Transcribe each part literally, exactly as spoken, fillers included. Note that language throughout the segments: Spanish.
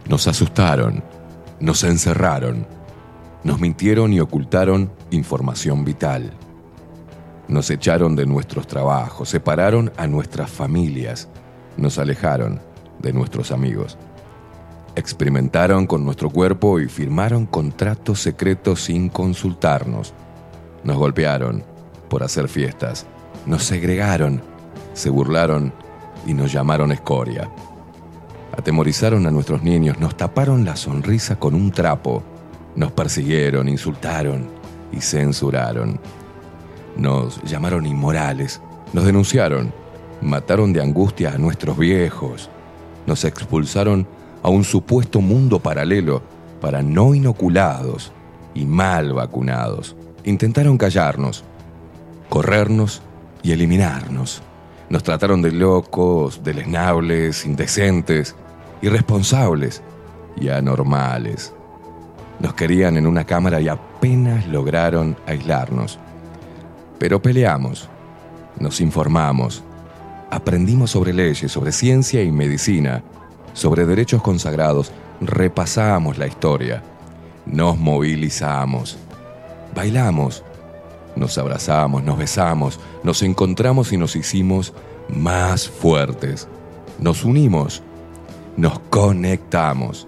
Nos asustaron, nos encerraron, nos mintieron y ocultaron información vital. Nos echaron de nuestros trabajos, separaron a nuestras familias, nos alejaron de nuestros amigos. Experimentaron con nuestro cuerpo y firmaron contratos secretos sin consultarnos. Nos golpearon por hacer fiestas, nos segregaron, se burlaron y nos llamaron escoria. Atemorizaron a nuestros niños, nos taparon la sonrisa con un trapo, nos persiguieron, insultaron y censuraron. Nos llamaron inmorales, nos denunciaron, mataron de angustia a nuestros viejos, nos expulsaron a un supuesto mundo paralelo para no inoculados y mal vacunados. Intentaron callarnos, corrernos y eliminarnos. Nos trataron de locos, deleznables, indecentes, irresponsables y anormales. Nos querían en una cámara y apenas lograron aislarnos. Pero peleamos, nos informamos, aprendimos sobre leyes, sobre ciencia y medicina, sobre derechos consagrados, repasamos la historia, nos movilizamos, bailamos, nos abrazamos, nos besamos, nos encontramos y nos hicimos más fuertes. Nos unimos, nos conectamos.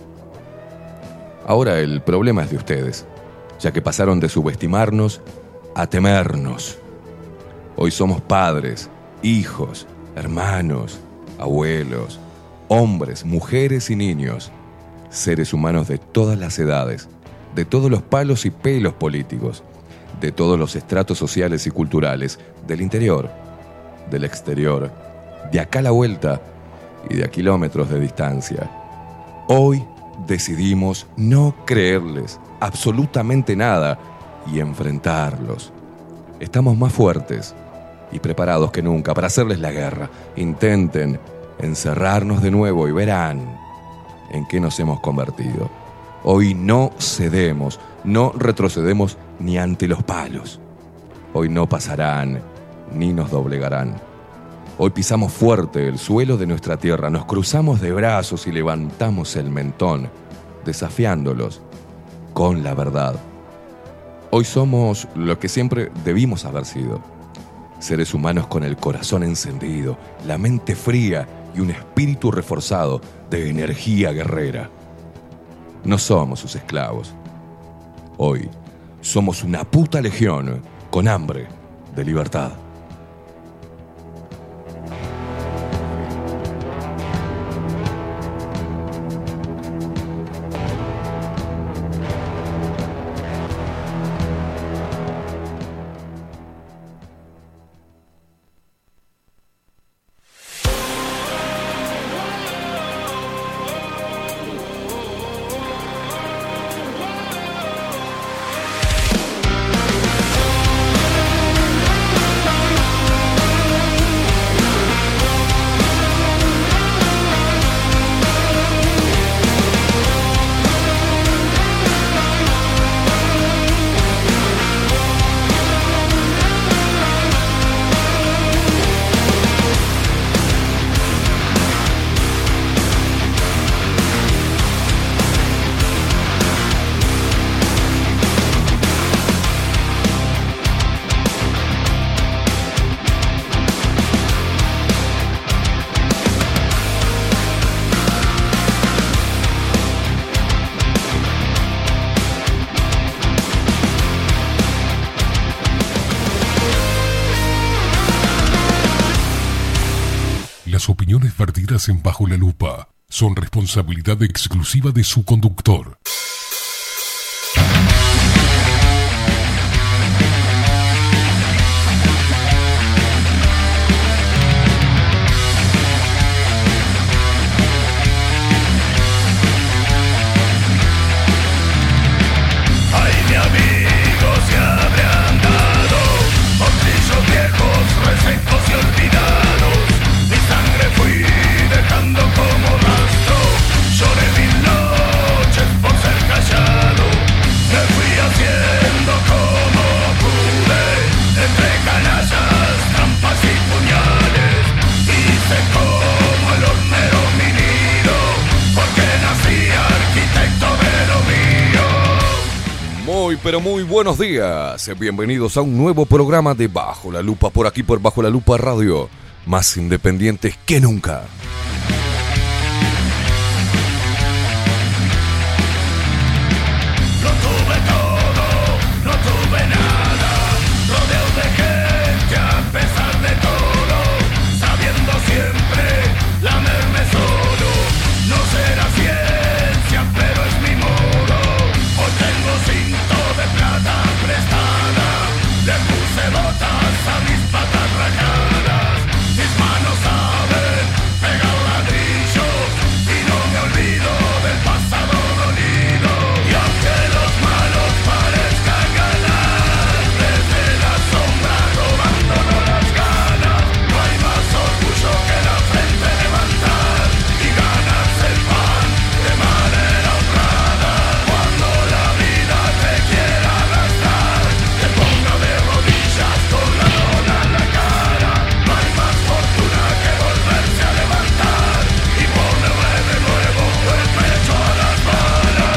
Ahora el problema es de ustedes, ya que pasaron de subestimarnos a temernos. Hoy somos padres, hijos, hermanos, abuelos, hombres, mujeres y niños, seres humanos de todas las edades, de todos los palos y pelos políticos, de todos los estratos sociales y culturales, del interior, del exterior, de acá a la vuelta y de a kilómetros de distancia. Hoy decidimos no creerles absolutamente nada y enfrentarlos. Estamos más fuertes y preparados que nunca para hacerles la guerra. Intenten encerrarnos de nuevo y verán en qué nos hemos convertido. Hoy no cedemos, no retrocedemos ni ante los palos. Hoy no pasarán ni nos doblegarán. Hoy pisamos fuerte el suelo de nuestra tierra, nos cruzamos de brazos y levantamos el mentón, desafiándolos con la verdad. Hoy somos lo que siempre debimos haber sido. Seres humanos con el corazón encendido, la mente fría y un espíritu reforzado de energía guerrera. No somos sus esclavos. Hoy somos una puta legión con hambre de libertad. Las opiniones vertidas en Bajo la Lupa son responsabilidad exclusiva de su conductor. Ay, mi amigo, se habrán dado potrillos viejos, resecos y olvidados. Mi sangre fui dejando como rastro. Lloré mil noches por ser pero muy buenos días. Bienvenidos a un nuevo programa de Bajo la Lupa, por aquí por Bajo la Lupa Radio, más independientes que nunca. No tuve todo, no tuve nada, rodeado de gente a pesar de todo, sabiendo siempre lamerme solo. No será ciencia, pero es mi modo. Hoy tengo cinto de plata prestada, le puse botas a mis patas rajadas. Mis manos saben pegar ladrillos y no me olvido del pasado dolido. Y aunque los malos parezcan ganar, desde la sombra robándonos las ganas, no hay más orgullo que la frente levantar y ganarse el pan de manera honrada. Cuando la vida te quiera arrastrar, te ponga de rodillas con la lona en la cara. No hay más fortuna que volverse a levantar y ponerle de nuevo el pecho a las balas.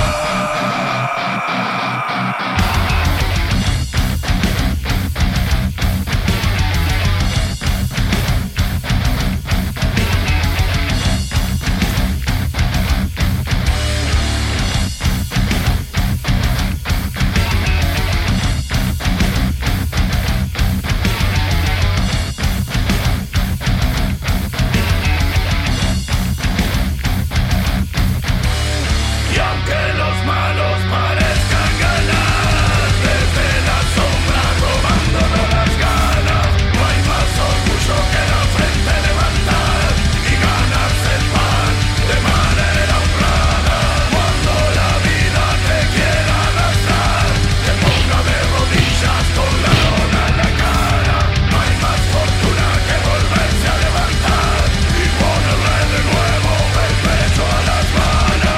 Y aunque los malos parezcan ganar, desde la sombra robándonos las ganas, no hay más orgullo que la frente levantar y ganarse el pan de manera honrada. Cuando la vida te quiera arrastrar, te ponga de rodillas con la lona en la cara. No hay más fortuna que volverse a levantar y ponerle de nuevo el pecho a las balas.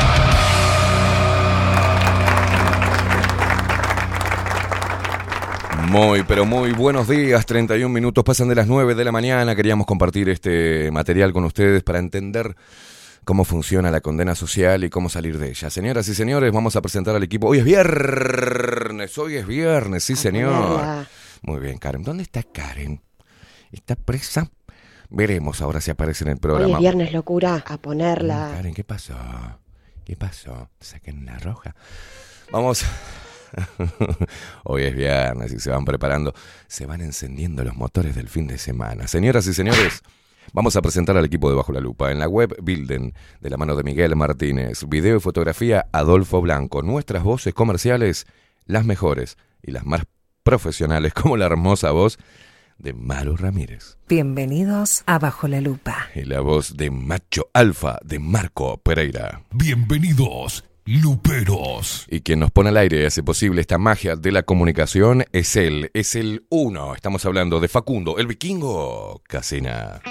Muy, pero muy buenos días. treinta y un minutos pasan de las nueve de la mañana. Queríamos compartir este material con ustedes para entender cómo funciona la condena social y cómo salir de ella. Señoras y señores, vamos a presentar al equipo. Hoy es viernes, hoy es viernes, sí señor. ponerla. Muy bien, Karen. ¿Dónde está Karen? ¿Está presa? Veremos ahora si aparece en el programa. Hoy es viernes, locura, a Mm, ponerla. Karen, ¿qué pasó? ¿Qué pasó? Saquen una roja. Vamos. Hoy es viernes y se van preparando, se van encendiendo los motores del fin de semana. Señoras y señores, vamos a presentar al equipo de Bajo la Lupa. En la web Bilden, de la mano de Miguel Martínez. Video y fotografía, Adolfo Blanco. Nuestras voces comerciales, las mejores y las más profesionales, como la hermosa voz de Maru Ramírez. Bienvenidos a Bajo la Lupa. Y la voz de Macho Alfa, de Marco Pereira. Bienvenidos, luperos. Y quien nos pone al aire y hace posible esta magia de la comunicación es él, es el uno. Estamos hablando de Facundo, el vikingo Casina.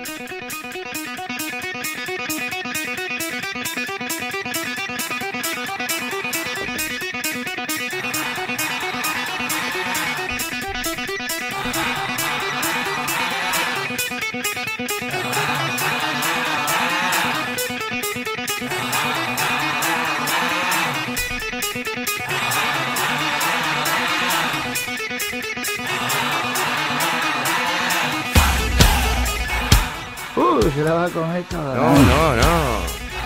Uy, se la va a comer toda. No, no, no.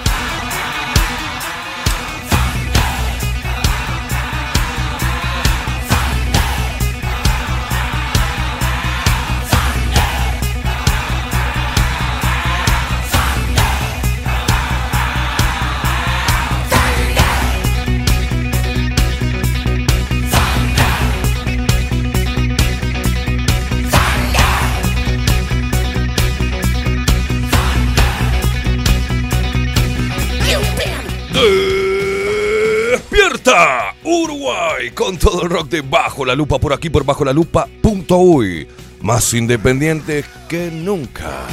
¡Despierta! Uruguay, con todo el rock de Bajo la Lupa, por aquí por bajo la lupa punto uy. Más independiente que nunca.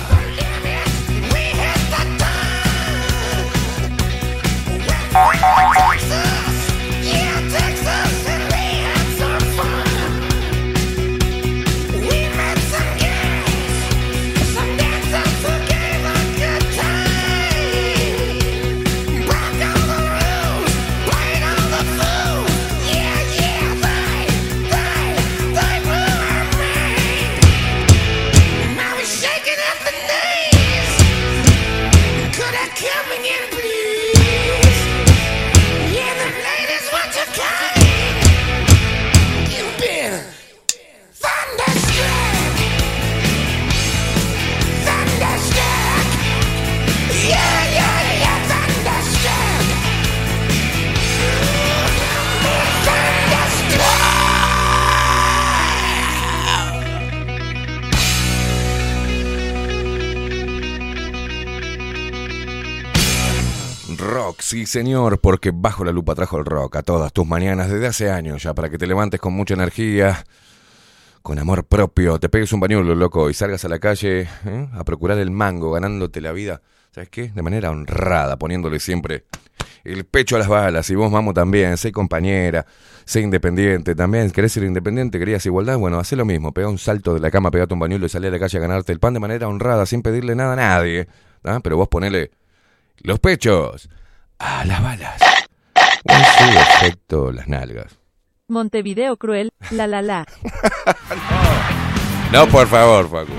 Yeah. rock, sí señor, porque Bajo la Lupa trajo el rock a todas tus mañanas desde hace años ya, para que te levantes con mucha energía, con amor propio, te pegues un bañuelo, loco, y salgas a la calle ¿eh? a procurar el mango, ganándote la vida, ¿sabes qué? De manera honrada, poniéndole siempre el pecho a las balas. Y vos, mamo, también, sé compañera, sé independiente también. ¿Querés ser independiente? ¿Querías igualdad? Bueno, hacé lo mismo, pegá un salto de la cama, pegate un bañuelo y salí a la calle a ganarte el pan de manera honrada, sin pedirle nada a nadie, ¿ah? Pero vos ponele los pechos a las balas, o en su defecto las nalgas. Montevideo cruel, la la la. No, no, por favor, Facu.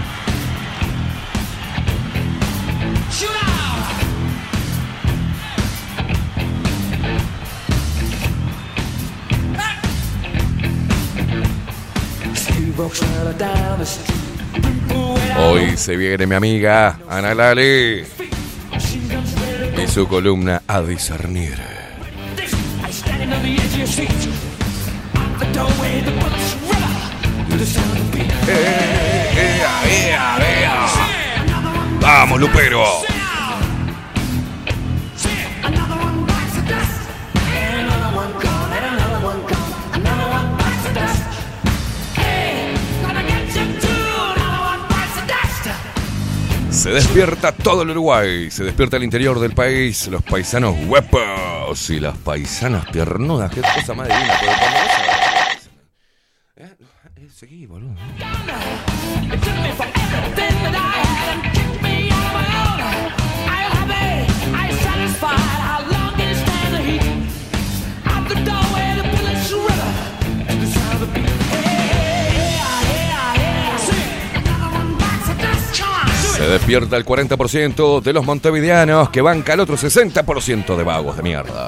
Hoy se viene mi amiga Ana Lali y su columna A Discernir. Eh, eh, eh, eh, ¡vamos, Lupero! Se despierta todo el Uruguay, se despierta el interior del país, los paisanos huepos y las paisanas piernudas. Qué cosa más divina. Pero cuando vas a... ¿Eh? Eh, seguí, boludo. Se despierta el cuarenta por ciento de los montevideanos que banca el otro sesenta por ciento de vagos de mierda.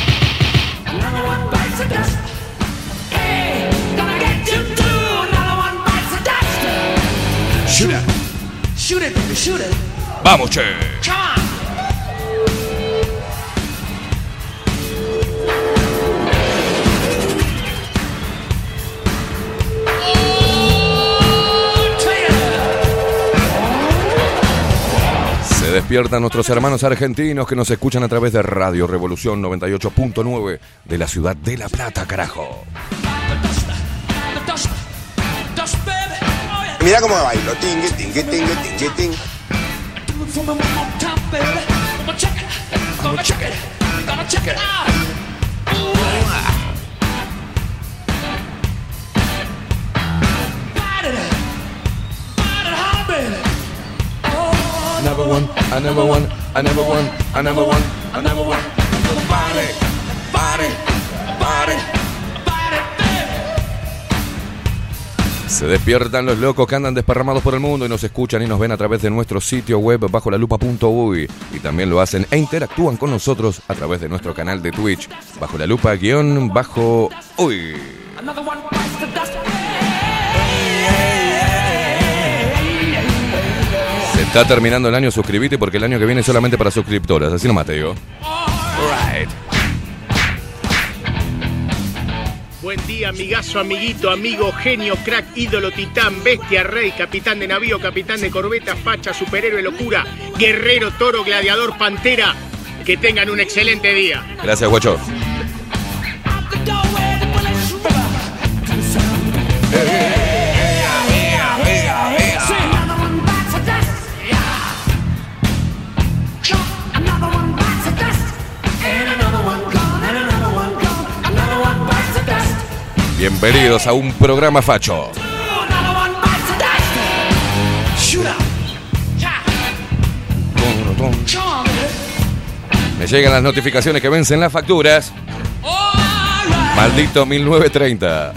Shoot it. Shoot it, baby, shoot it. Vamos, che. Se despiertan nuestros hermanos argentinos que nos escuchan a través de Radio Revolución noventa y ocho punto nueve de la ciudad de La Plata, carajo. Mira cómo bailo. Tingue, tingue, tingue, tingue, tingue. Number one, I number one, I number one, I number one, I number one. Pare, pare, pare. Se despiertan los locos que andan desparramados por el mundo y nos escuchan y nos ven a través de nuestro sitio web bajo la lupa punto uy, y también lo hacen e interactúan con nosotros a través de nuestro canal de Twitch bajo la lupa guión bajo uy. Se está terminando el año, suscribite porque el año que viene es solamente para suscriptoras, así nomás te digo. Right. Buen día, amigazo, amiguito, amigo, genio, crack, ídolo, titán, bestia, rey, capitán de navío, capitán de corbeta, facha, superhéroe, locura, guerrero, toro, gladiador, pantera. Que tengan un excelente día. Gracias, guacho. Bienvenidos a un programa facho. Me llegan las notificaciones que vencen las facturas. Maldito mil novecientos treinta.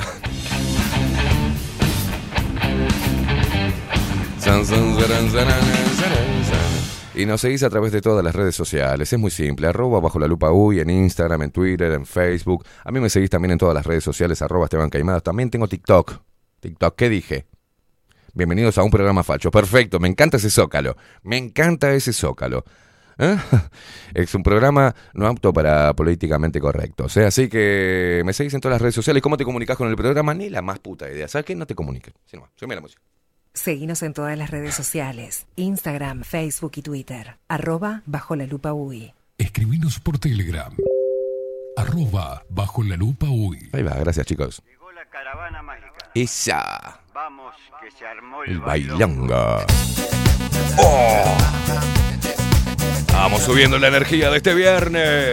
Y nos seguís a través de todas las redes sociales. Es muy simple, arroba bajo la lupa uy, en Instagram, en Twitter, en Facebook. A mí me seguís también en todas las redes sociales, arroba Esteban Caimadas. También tengo TikTok. TikTok, ¿qué dije? Bienvenidos a un programa facho. Perfecto, me encanta ese zócalo. Me encanta ese zócalo. ¿Eh? Es un programa no apto para políticamente correctos, ¿eh? Así que me seguís en todas las redes sociales. ¿Cómo te comunicas con el programa? Ni la más puta idea. ¿Sabes qué? No te comuniques. Sí, no, súbeme la música. Seguinos en todas las redes sociales, Instagram, Facebook y Twitter, arroba bajo la lupa uy. Escribí Escribinos por Telegram. Arroba bajo la lupa hoy. Ahí va, gracias chicos. Llegó la caravana mágica. Esa. Vamos, que se armó el, El bailongo. bailonga. ¡Oh! Vamos subiendo la energía de este viernes.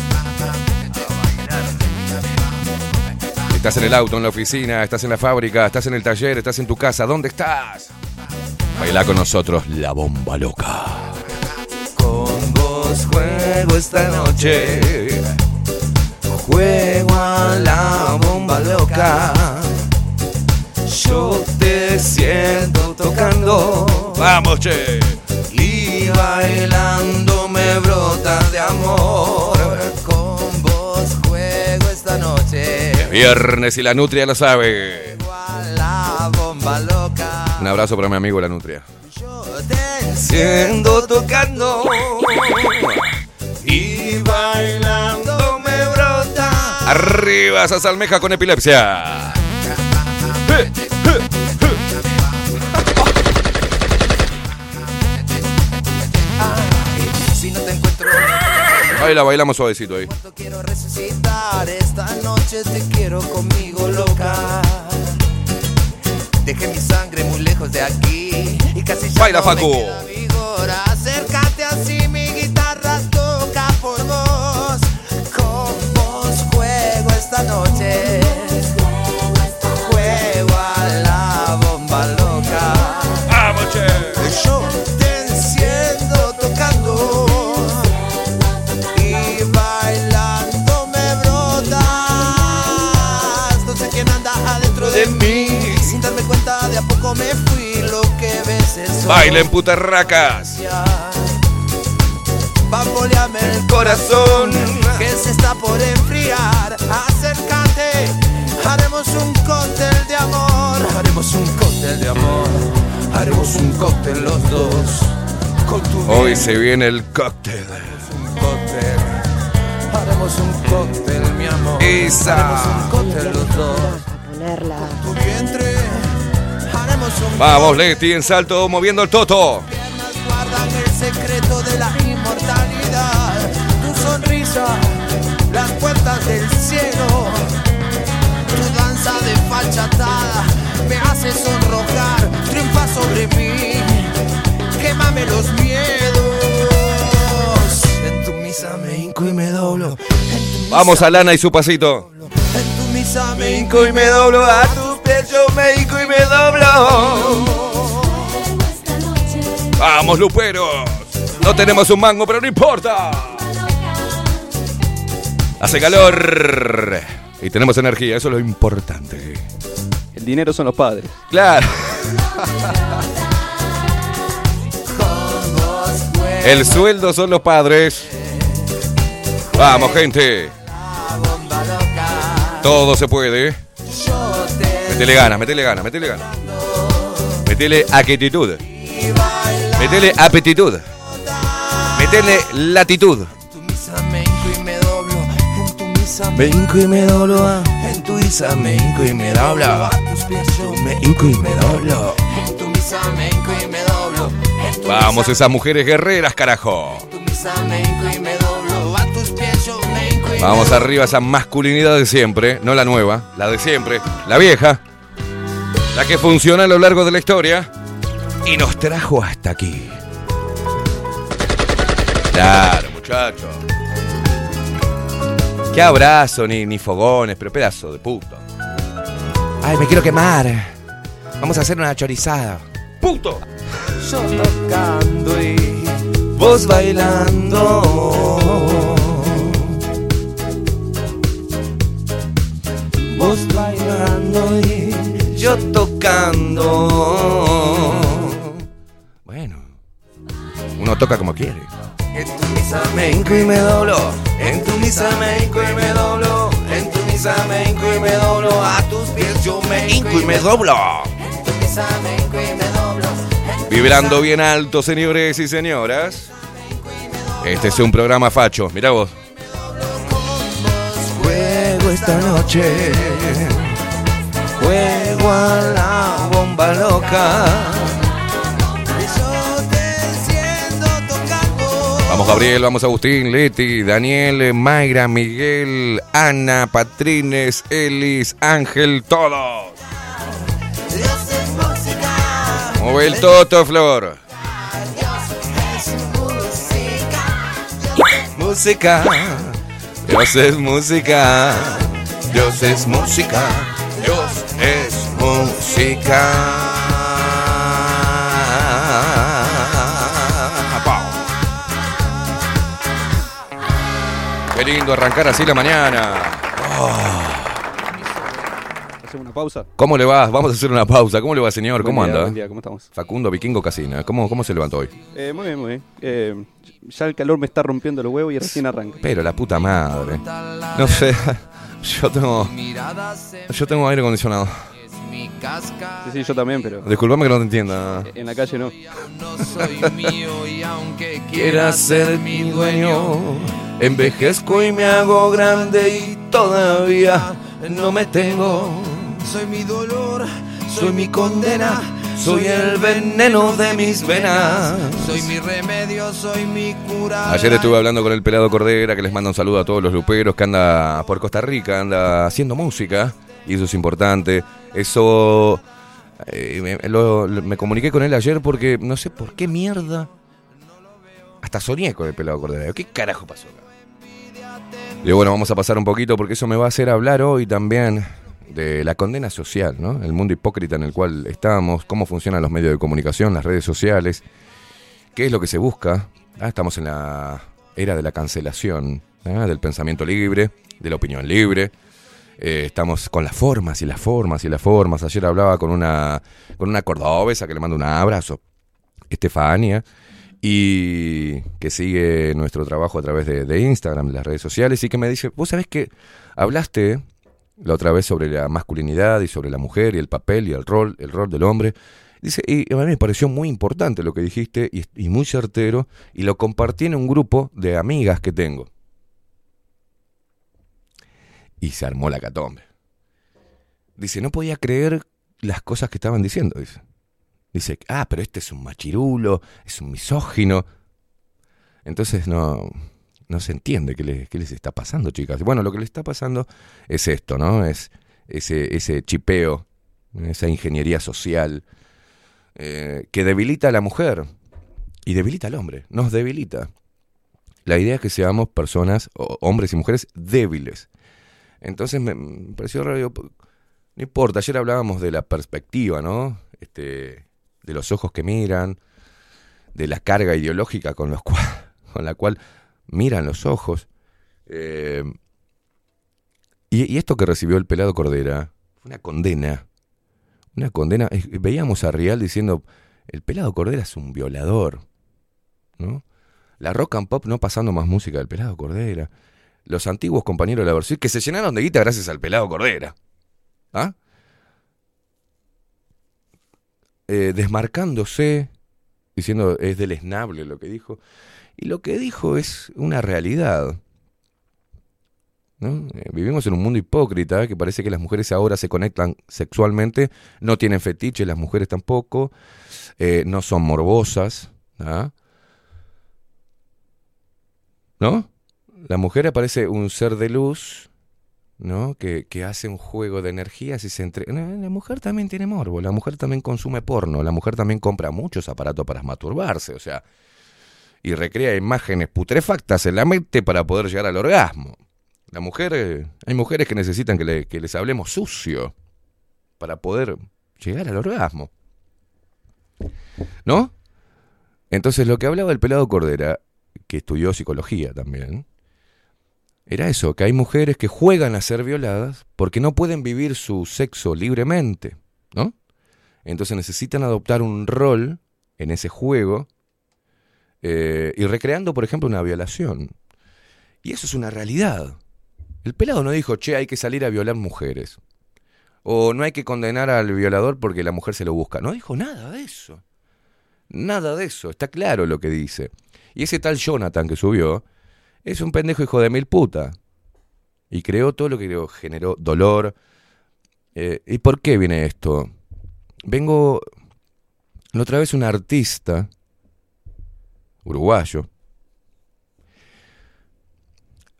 Estás en el auto, en la oficina, estás en la fábrica, estás en el taller, estás en tu casa. ¿Dónde estás? Baila con nosotros la bomba loca. Con vos juego esta noche. Juego a la bomba loca. Yo te siento tocando. Vamos, che. Y bailando me brota de amor. Con vos juego esta noche. Es viernes y la nutria lo sabe. La bomba loca. Un abrazo para mi amigo la nutria. Yo te Siendo tocando. Y bailando me brota. Arriba esa almeja con epilepsia. Eh, eh, eh. Si no te encuentro, Ahí la bailamos suavecito ahí. quiero resucitar. Esta noche te quiero conmigo, loca. Dejé mi sangre muy lejos de aquí y casi ya Baila, no me Facu. queda vigor. Acércate así, mi guitarra toca por vos. Con vos juego esta noche. Juego a la bomba loca. Vamos, che. Yo te enciendo tocando y bailando me brotas. No sé quién anda adentro de mí. Sin darme cuenta de a poco me fui. Lo que ves es Bailen putarracas. bamboleame el corazón que se está por enfriar. Acércate, haremos un cóctel de amor. Haremos un cóctel de amor. Haremos un cóctel los dos. Con tu Hoy bien. se viene el cóctel. Un cóctel. Haremos un cóctel, mi amor. Esa. Haremos un cóctel los dos. Ponerla. Tu vientre. Haremos un Vamos, Leti, en salto, moviendo el toto. piernas guardan el secreto de la inmortalidad. Tu sonrisa, las puertas del cielo. Tu danza de fachatada me hace sonrojar. Triunfa sobre mí, quémame los miedos. En tu misa me hinco y me doblo. En tu misa Vamos, Alana y su pasito. En tu misa me hinco y me doblo. A tus pies yo me hinco y me doblo. Vamos, luperos. No tenemos un mango, pero no importa. Hace calor. Y tenemos energía, eso es lo importante. El dinero son los padres. Claro. El sueldo son los padres. Vamos, gente. Todo se puede. Metele ganas, metele ganas, metele ganas. Metele actitud. Metele apetitud. Metele latitud. Me hinco y me doblo. En tu misa me hinco y me doblo. En tu misa me hinco y me doblo. A tus pies yo me hinco y me doblo. En tu misa me hinco y me doblo. En tu Vamos, misa- esas mujeres guerreras, carajo. en tu misa me hinco y me doblo. A tus pies yo me hinco y Vamos me doblo. arriba, esa masculinidad de siempre. No la nueva, la de siempre. La vieja. La que funciona a lo largo de la historia. Y nos trajo hasta aquí. Claro, muchachos. Qué abrazo, ni, ni fogones, pero pedazo de puto. Ay, me quiero quemar. Vamos a hacer una chorizada. ¡Puto! Yo tocando y vos bailando. Vos bailando y yo tocando. Bueno, uno toca como quiere. En tu misa me hinco y me doblo. En tu misa me hinco y me doblo. En tu misa me hinco y me doblo. A tus pies yo me hinco y me doblo. En tu misa me hinco y me doblo. En tu Vibrando misa- bien alto, señores y señoras. Este es un programa facho. Mirá vos. Juego esta noche. Juego a la bomba loca. Yo te enciendo tocando. Vamos Gabriel, vamos Agustín, Leti, Daniel, Mayra, Miguel, Ana, Patrines, Elis, Ángel, todos. Mueve el toto, Flor. Música, Dios es música, Dios es música, Dios es música. Qué lindo arrancar así la mañana. Oh. ¿Hacemos una pausa? ¿Cómo le va? Vamos a hacer una pausa. ¿Cómo le va, señor? Buen ¿Cómo día, anda? Buen día, ¿cómo estamos? Facundo Vikingo Casina. ¿Cómo, cómo se levantó hoy? Eh, muy bien, muy bien. Eh, ya el calor me está rompiendo los huevos y recién arranca. Pero la puta madre. No sé. Yo tengo. Yo tengo aire acondicionado. Sí, sí, yo también, pero. Disculpame que no te entienda. En la calle no. Quiera ser mi dueño. Envejezco y me hago grande y todavía no me tengo. Soy mi dolor, Soy mi condena. Soy el veneno de mis venas. soy mi remedio, soy mi cura. Ayer estuve hablando con el Pelado Cordera, que les manda un saludo a todos los luperos, que anda por Costa Rica, anda haciendo música, y eso es importante. Eso eh, me, lo, me comuniqué con él ayer porque no sé por qué mierda. Hasta soñé con el Pelado Cordera. ¿Qué carajo pasó acá? Y bueno, vamos a pasar un poquito porque eso me va a hacer hablar hoy también de la condena social, ¿no? El mundo hipócrita en el cual estamos, cómo funcionan los medios de comunicación, las redes sociales, qué es lo que se busca. Ah, estamos en la era de la cancelación, ¿eh? Del pensamiento libre, de la opinión libre. Eh, estamos con las formas y las formas y las formas. Ayer hablaba con una con una cordobesa que le mando un abrazo, Estefania, y que sigue nuestro trabajo a través de, de Instagram, de las redes sociales, y que me dice, vos sabés que hablaste la otra vez sobre la masculinidad y sobre la mujer y el papel y el rol, el rol del hombre. Dice, y a mí me pareció muy importante lo que dijiste y, y muy certero, y lo compartí en un grupo de amigas que tengo. Y se armó la catombe. Dice, no podía creer las cosas que estaban diciendo, dice. Dice, ah, pero este es un machirulo, es un misógino. Entonces no... No se entiende qué les, qué les está pasando, chicas. Bueno, lo que les está pasando es esto, ¿no? Es ese, ese chipeo, esa ingeniería social eh, que debilita a la mujer y debilita al hombre. Nos debilita. La idea es que seamos personas, hombres y mujeres, débiles. Entonces me, me pareció raro. Digo, no importa, ayer hablábamos de la perspectiva, ¿no? Este, de los ojos que miran, de la carga ideológica con, los cual, con la cual... miran los ojos. Eh, y, y esto que recibió el Pelado Cordera fue una condena. Una condena. Eh, veíamos a Rial diciendo, el Pelado Cordera es un violador, ¿no? La rock and pop no pasando más música del Pelado Cordera. Los antiguos compañeros de la versión que se llenaron de guita gracias al Pelado Cordera. ¿Ah? Eh, desmarcándose, diciendo, es deleznable lo que dijo. Y lo que dijo es una realidad, ¿no? Eh, vivimos en un mundo hipócrita, ¿eh? Que parece que las mujeres ahora se conectan sexualmente, no tienen fetiches, las mujeres tampoco, eh, no son morbosas, ¿ah? ¿No? La mujer aparece un ser de luz, ¿no? Que, que hace un juego de energías y se entre... No, la mujer también tiene morbo, la mujer también consume porno, la mujer también compra muchos aparatos para masturbarse, o sea... y recrea imágenes putrefactas en la mente para poder llegar al orgasmo. La mujer, eh, hay mujeres que necesitan que, le, que les hablemos sucio para poder llegar al orgasmo, ¿no? Entonces lo que hablaba el Pelado Cordera, que estudió psicología también, era eso, que hay mujeres que juegan a ser violadas porque no pueden vivir su sexo libremente, ¿no? Entonces necesitan adoptar un rol en ese juego. Eh, y recreando, por ejemplo, una violación. Y eso es una realidad. El Pelado no dijo, che, hay que salir a violar mujeres. O no hay que condenar al violador porque la mujer se lo busca. No dijo nada de eso. Nada de eso. Está claro lo que dice. Y ese tal Jonathan que subió es un pendejo hijo de mil puta. Y creó todo lo que creó. Generó dolor. Eh, ¿Y por qué viene esto? Vengo... La otra vez un artista... uruguayo,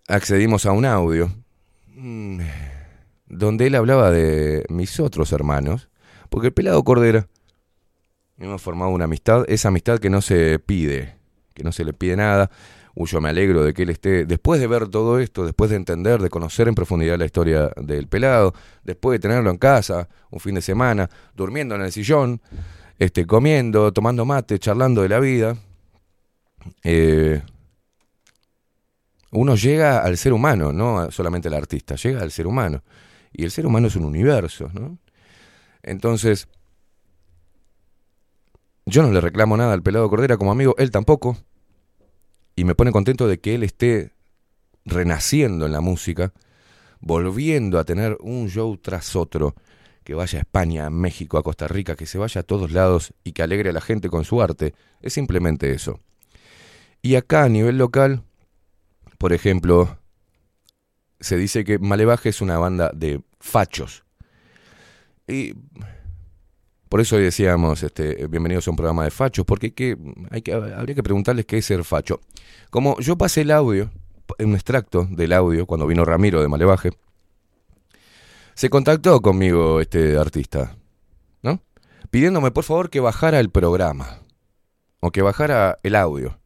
accedimos a un audio mmm, donde él hablaba de mis otros hermanos, porque el Pelado Cordera hemos formado una amistad, esa amistad que no se pide, que no se le pide nada. Uy, yo me alegro de que él esté, después de ver todo esto, después de entender, de conocer en profundidad la historia del Pelado, después de tenerlo en casa, un fin de semana, durmiendo en el sillón, este, comiendo, tomando mate, charlando de la vida, eh, uno llega al ser humano, no solamente al artista, llega al ser humano. Y el ser humano es un universo, ¿no? Entonces, yo no le reclamo nada al Pelado Cordera como amigo, él tampoco. Y me pone contento de que él esté renaciendo en la música, volviendo a tener un show tras otro, que vaya a España, a México, a Costa Rica, que se vaya a todos lados y que alegre a la gente con su arte. Es simplemente eso. Y acá a nivel local, por ejemplo, se dice que Malevaje es una banda de fachos. Y por eso hoy decíamos, este, bienvenidos a un programa de fachos, porque hay que, hay que, habría que preguntarles qué es ser facho. Como yo pasé el audio, un extracto del audio, cuando vino Ramiro de Malevaje, se contactó conmigo este artista, ¿no? Pidiéndome por favor que bajara el programa, o que bajara el audio.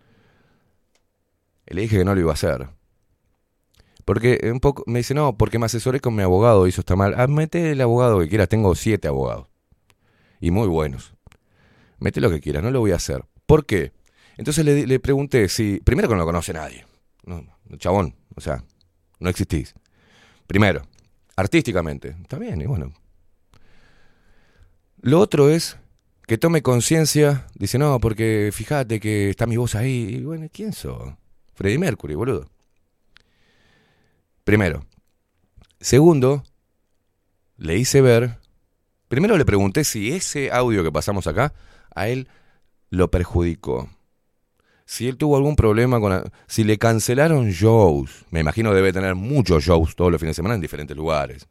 Y le dije que no lo iba a hacer. Porque un poco me dice, no, porque me asesoré con mi abogado y eso está mal. Ah, mete el abogado que quieras, tengo siete abogados. Y muy buenos. Mete lo que quieras, no lo voy a hacer. ¿Por qué? Entonces le, le pregunté si... Primero que no lo conoce nadie. No, chabón, o sea, no existís. Primero, artísticamente. Está bien, y bueno. Lo otro es que tome conciencia. Dice, no, porque fíjate que está mi voz ahí. Y bueno, ¿quién sos? Freddie Mercury, boludo. Primero. Segundo, le hice ver... Primero le pregunté si ese audio que pasamos acá a él lo perjudicó. Si él tuvo algún problema con... Si le cancelaron shows. Me imagino debe tener muchos shows todos los fines de semana en diferentes lugares.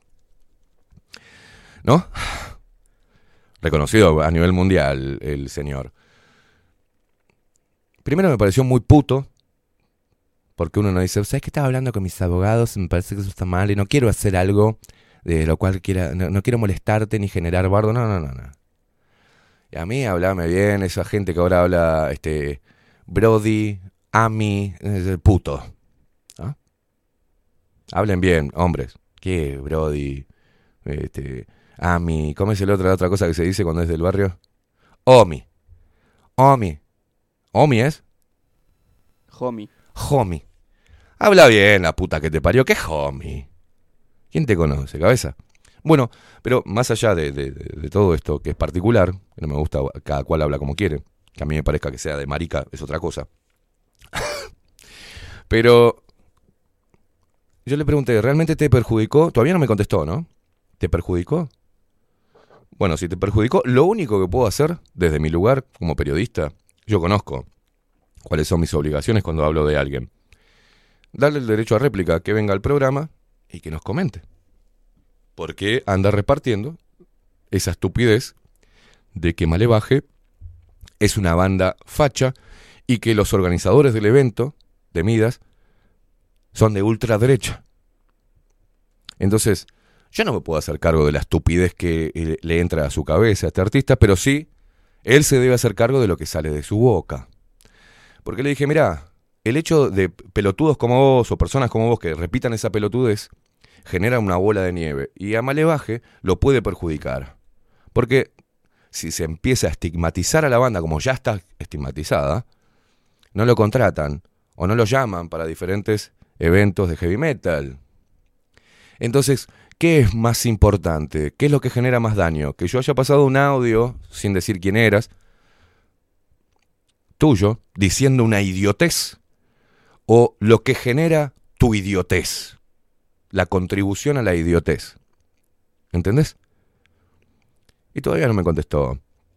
¿No? Reconocido a nivel mundial el señor. Primero me pareció muy puto. Porque uno no dice, ¿sabes qué? Estaba hablando con mis abogados, me parece que eso está mal y no quiero hacer algo de lo cual quiera, no, no quiero molestarte ni generar bardo. No, no, no, no. Y a mí hablame bien, esa gente que ahora habla, este, Brody, Ami, eh, puto. ¿Ah? Hablen bien, hombres. ¿Qué, Brody? Este, Ami, ¿cómo es el otro, la otra cosa que se dice cuando es del barrio? Omi. Omi. ¿Omi es? Homie. Homie. Habla bien, la puta que te parió. ¿Qué homie? ¿Quién te conoce, cabeza? Bueno, pero más allá de, de, de, de todo esto, que es particular, que no me gusta, cada cual habla como quiere, que a mí me parezca que sea de marica, es otra cosa. Pero yo le pregunté, ¿realmente te perjudicó? Todavía no me contestó, ¿no? ¿Te perjudicó? Bueno, si te perjudicó, lo único que puedo hacer desde mi lugar como periodista, yo conozco cuáles son mis obligaciones cuando hablo de alguien. Darle el derecho a réplica, que venga al programa y que nos comente. ¿Por qué anda repartiendo esa estupidez de que Malevaje es una banda facha y que los organizadores del evento de Midas son de ultraderecha? Entonces, yo no me puedo hacer cargo de la estupidez que le entra a su cabeza a este artista, pero sí, él se debe hacer cargo de lo que sale de su boca. Porque le dije, mirá, el hecho de pelotudos como vos o personas como vos que repitan esa pelotudez genera una bola de nieve y a Malevaje lo puede perjudicar. Porque si se empieza a estigmatizar a la banda como ya está estigmatizada, no lo contratan o no lo llaman para diferentes eventos de heavy metal. Entonces, ¿qué es más importante? ¿Qué es lo que genera más daño? Que yo haya pasado un audio, sin decir quién eras, tuyo, diciendo una idiotez, o lo que genera tu idiotez, la contribución a la idiotez. ¿Entendés? Y todavía no me contestó.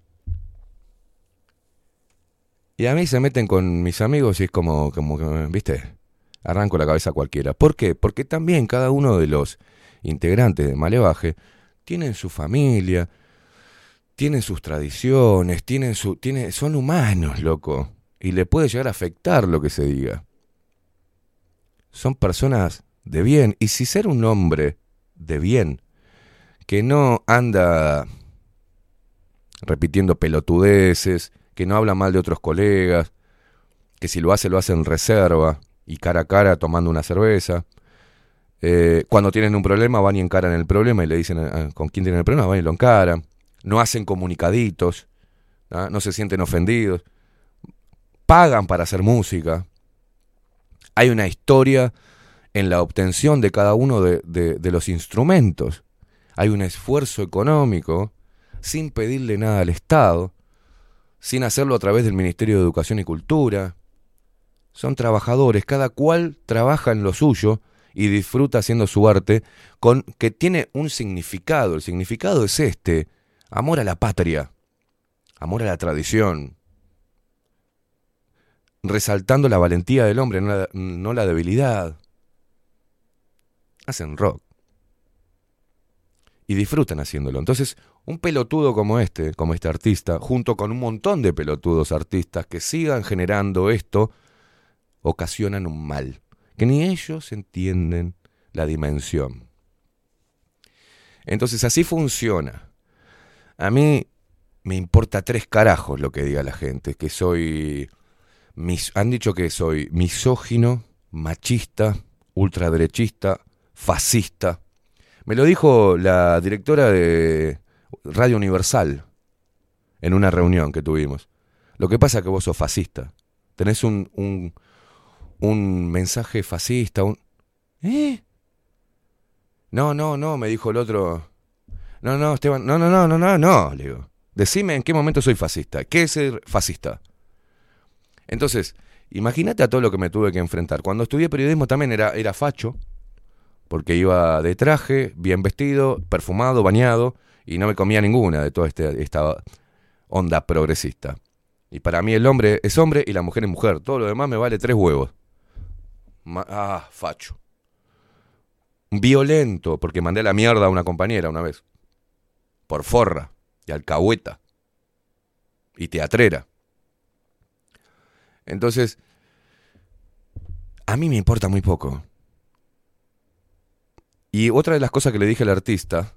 Y a mí se meten con mis amigos y es como, como ¿viste? Arranco la cabeza a cualquiera. ¿Por qué? Porque también cada uno de los integrantes de Malevaje tienen su familia, tienen sus tradiciones, tienen su, tienen, son humanos, loco. Y le puede llegar a afectar lo que se diga. son personas de bien. Y si ser un hombre de bien, que no anda repitiendo pelotudeces, que no habla mal de otros colegas, que si lo hace, lo hace en reserva y cara a cara tomando una cerveza. Eh, cuando tienen un problema van y encaran el problema y le dicen a, a, con quién tienen el problema, van y lo encaran. No hacen comunicaditos, ¿no? No se sienten ofendidos. Pagan para hacer música. Hay una historia en la obtención de cada uno de, de, de los instrumentos. Hay un esfuerzo económico sin pedirle nada al Estado, sin hacerlo a través del Ministerio de Educación y Cultura. Son trabajadores, cada cual trabaja en lo suyo y disfruta haciendo su arte, con que tiene un significado. El significado es este: amor a la patria, amor a la tradición, resaltando la valentía del hombre, no la, no la debilidad. Hacen rock y disfrutan haciéndolo. Entonces, un pelotudo como este, como este artista, junto con un montón de pelotudos artistas que sigan generando esto, ocasionan un mal, que ni ellos entienden la dimensión. Entonces, así funciona. A mí me importa tres carajos lo que diga la gente, que soy... Mis, han dicho que soy misógino, machista, ultraderechista, fascista. Me lo dijo la directora de Radio Universal en una reunión que tuvimos. Lo que pasa es que vos sos fascista. Tenés un, un, un mensaje fascista. Un... ¿Eh? No, no, no, me dijo el otro. No, no, Esteban, no, no, no, no, no, no, le digo. Decime en qué momento soy fascista. ¿Qué es ser fascista? Entonces, imagínate a todo lo que me tuve que enfrentar. Cuando estudié periodismo también era, era facho, porque iba de traje, bien vestido, perfumado, bañado, y no me comía ninguna de toda este, esta onda progresista. Y para mí el hombre es hombre y la mujer es mujer. Todo lo demás me vale tres huevos. Ma- ah, facho. Violento, porque mandé a la mierda a una compañera una vez. Por forra y alcahueta. Y teatrera. Entonces, a mí me importa muy poco. Y otra de las cosas que le dije al artista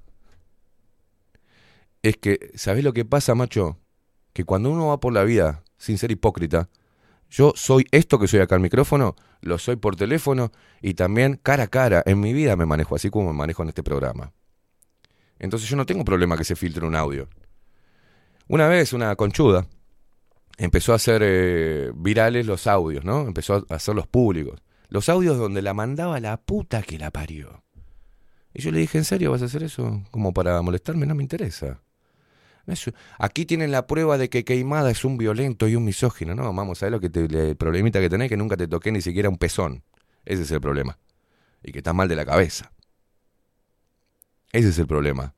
es que, ¿sabés lo que pasa, macho? Que cuando uno va por la vida sin ser hipócrita, yo soy esto que soy acá al micrófono, lo soy por teléfono y también cara a cara. En mi vida me manejo así como me manejo en este programa. Entonces yo no tengo problema que se filtre un audio. Una vez una conchuda empezó a hacer eh, virales los audios, ¿no? Empezó a hacerlos públicos. Los audios donde la mandaba la puta que la parió. Y yo le dije, ¿en serio vas a hacer eso? Como para molestarme, no me interesa. Eso. Aquí tienen la prueba de que Queimada es un violento y un misógino. No, vamos a ver lo que te, el problemita que tenés, que nunca te toqué ni siquiera un pezón. Ese es el problema. Y que estás mal de la cabeza. Ese es el problema.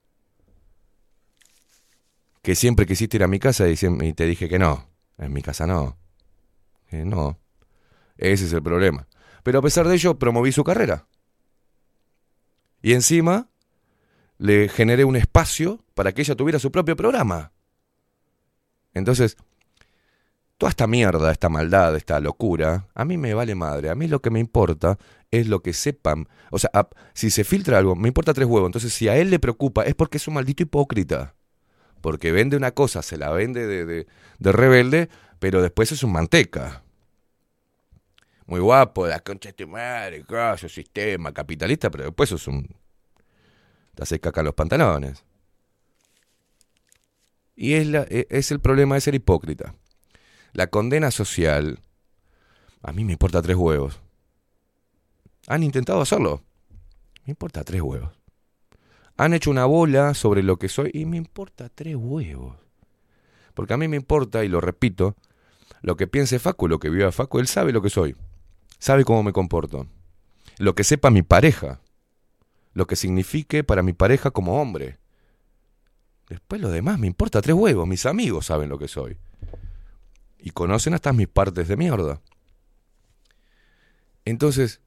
Que siempre quisiste ir a mi casa y, y te dije que no. En mi casa no. Que no. Ese es el problema. Pero a pesar de ello, promoví su carrera. Y encima le generé un espacio para que ella tuviera su propio programa. Entonces, toda esta mierda, esta maldad, esta locura, a mí me vale madre. A mí lo que me importa es lo que sepan. O sea, a, si se filtra algo, me importa tres huevos. Entonces, si a él le preocupa, es porque es un maldito hipócrita. Porque vende una cosa, se la vende de, de, de rebelde, pero después es un manteca. Muy guapo, la concha de tu madre, gallo, sistema capitalista, pero después sos un... te haces caca en los pantalones. Y es, la, es el problema de ser hipócrita. La condena social, a mí me importa tres huevos. Han intentado hacerlo. Me importa tres huevos. Han hecho una bola sobre lo que soy y me importa tres huevos. Porque a mí me importa, y lo repito, lo que piense Facu, lo que viva Facu, él sabe lo que soy. Sabe cómo me comporto. Lo que sepa mi pareja. Lo que signifique para mi pareja como hombre. Después lo demás me importa tres huevos. Mis amigos saben lo que soy. Y conocen hasta mis partes de mierda. Entonces,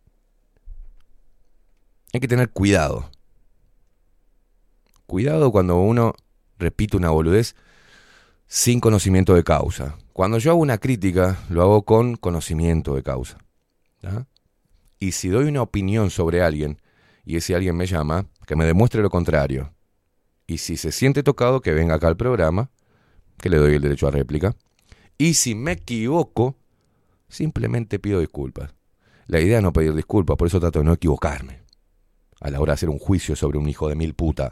hay que tener cuidado. Cuidado cuando uno repite una boludez sin conocimiento de causa. Cuando yo hago una crítica, lo hago con conocimiento de causa. ¿Ah? Y si doy una opinión sobre alguien y ese alguien me llama, que me demuestre lo contrario. Y si se siente tocado, que venga acá al programa, que le doy el derecho a réplica. Y si me equivoco, simplemente pido disculpas. La idea es no pedir disculpas, por eso trato de no equivocarme a la hora de hacer un juicio sobre un hijo de mil puta.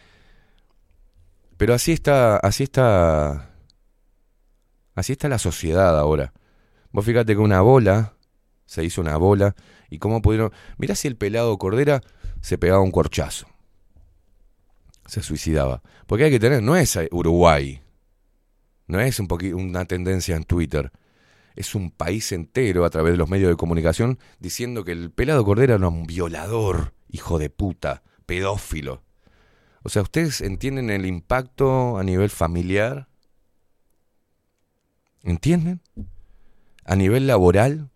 Pero así está, así está, así está la sociedad ahora. Vos fíjate que una bola, se hizo una bola, y cómo pudieron... Mirá si el pelado Cordera se pegaba un corchazo. Se suicidaba. Porque hay que tener, no es Uruguay, no es un poqu- una tendencia en Twitter, es un país entero a través de los medios de comunicación diciendo que el pelado Cordera era un violador, hijo de puta, pedófilo. O sea, ¿ustedes entienden el impacto a nivel familiar? ¿Entienden? A nivel laboral.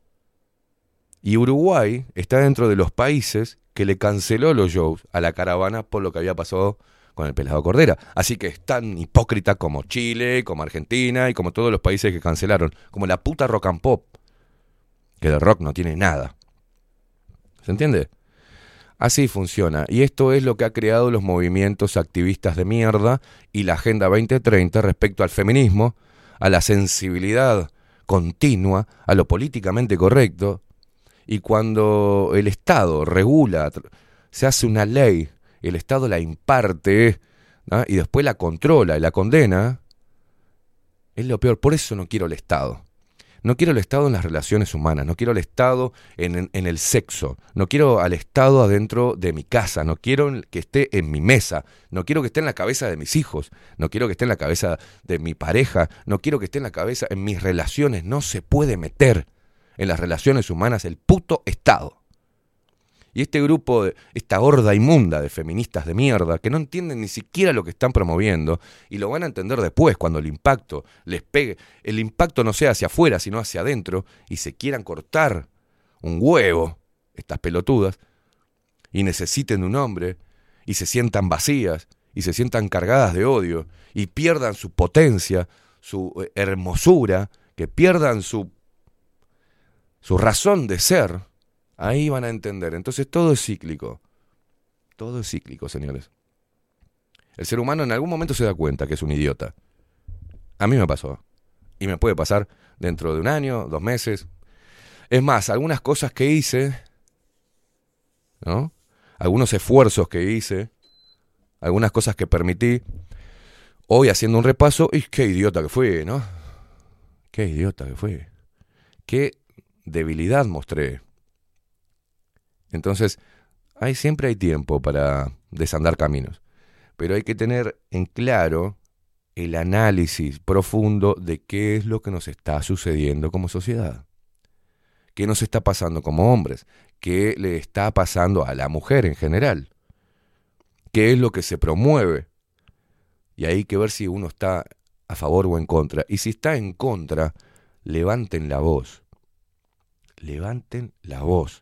Y Uruguay está dentro de los países que le canceló los shows a la caravana por lo que había pasado con el pelado Cordera. Así que es tan hipócrita como Chile, como Argentina y como todos los países que cancelaron. Como la puta rock and pop, que de rock no tiene nada. ¿Se entiende? Así funciona. Y esto es lo que ha creado los movimientos activistas de mierda y la Agenda veinte treinta respecto al feminismo, a la sensibilidad continua, a lo políticamente correcto. Y cuando el Estado regula, se hace una ley, el Estado la imparte, ¿no? Y después la controla y la condena, es lo peor. Por eso no quiero el Estado. No quiero el Estado en las relaciones humanas, no quiero el Estado en, en, en el sexo, no quiero al Estado adentro de mi casa, no quiero que esté en mi mesa, no quiero que esté en la cabeza de mis hijos, no quiero que esté en la cabeza de mi pareja, no quiero que esté en la cabeza en mis relaciones. No se puede meter en las relaciones humanas el puto Estado. Y este grupo, de, esta horda inmunda de feministas de mierda, que no entienden ni siquiera lo que están promoviendo, y lo van a entender después, cuando el impacto les pegue, el impacto no sea hacia afuera, sino hacia adentro, y se quieran cortar un huevo, estas pelotudas, y necesiten de un hombre, y se sientan vacías, y se sientan cargadas de odio, y pierdan su potencia, su hermosura, que pierdan su, su razón de ser. Ahí van a entender. Entonces todo es cíclico. Todo es cíclico, señores. El ser humano en algún momento se da cuenta que es un idiota. A mí me pasó. Y me puede pasar dentro de un año, dos meses. Es más, algunas cosas que hice, ¿no? Algunos esfuerzos que hice, algunas cosas que permití, hoy haciendo un repaso, y qué idiota que fui, ¿no? Qué idiota que fui. Qué debilidad mostré. Entonces, ahí siempre hay tiempo para desandar caminos. Pero hay que tener en claro el análisis profundo de qué es lo que nos está sucediendo como sociedad. ¿Qué nos está pasando como hombres? ¿Qué le está pasando a la mujer en general? ¿Qué es lo que se promueve? Y hay que ver si uno está a favor o en contra. Y si está en contra, levanten la voz. Levanten la voz.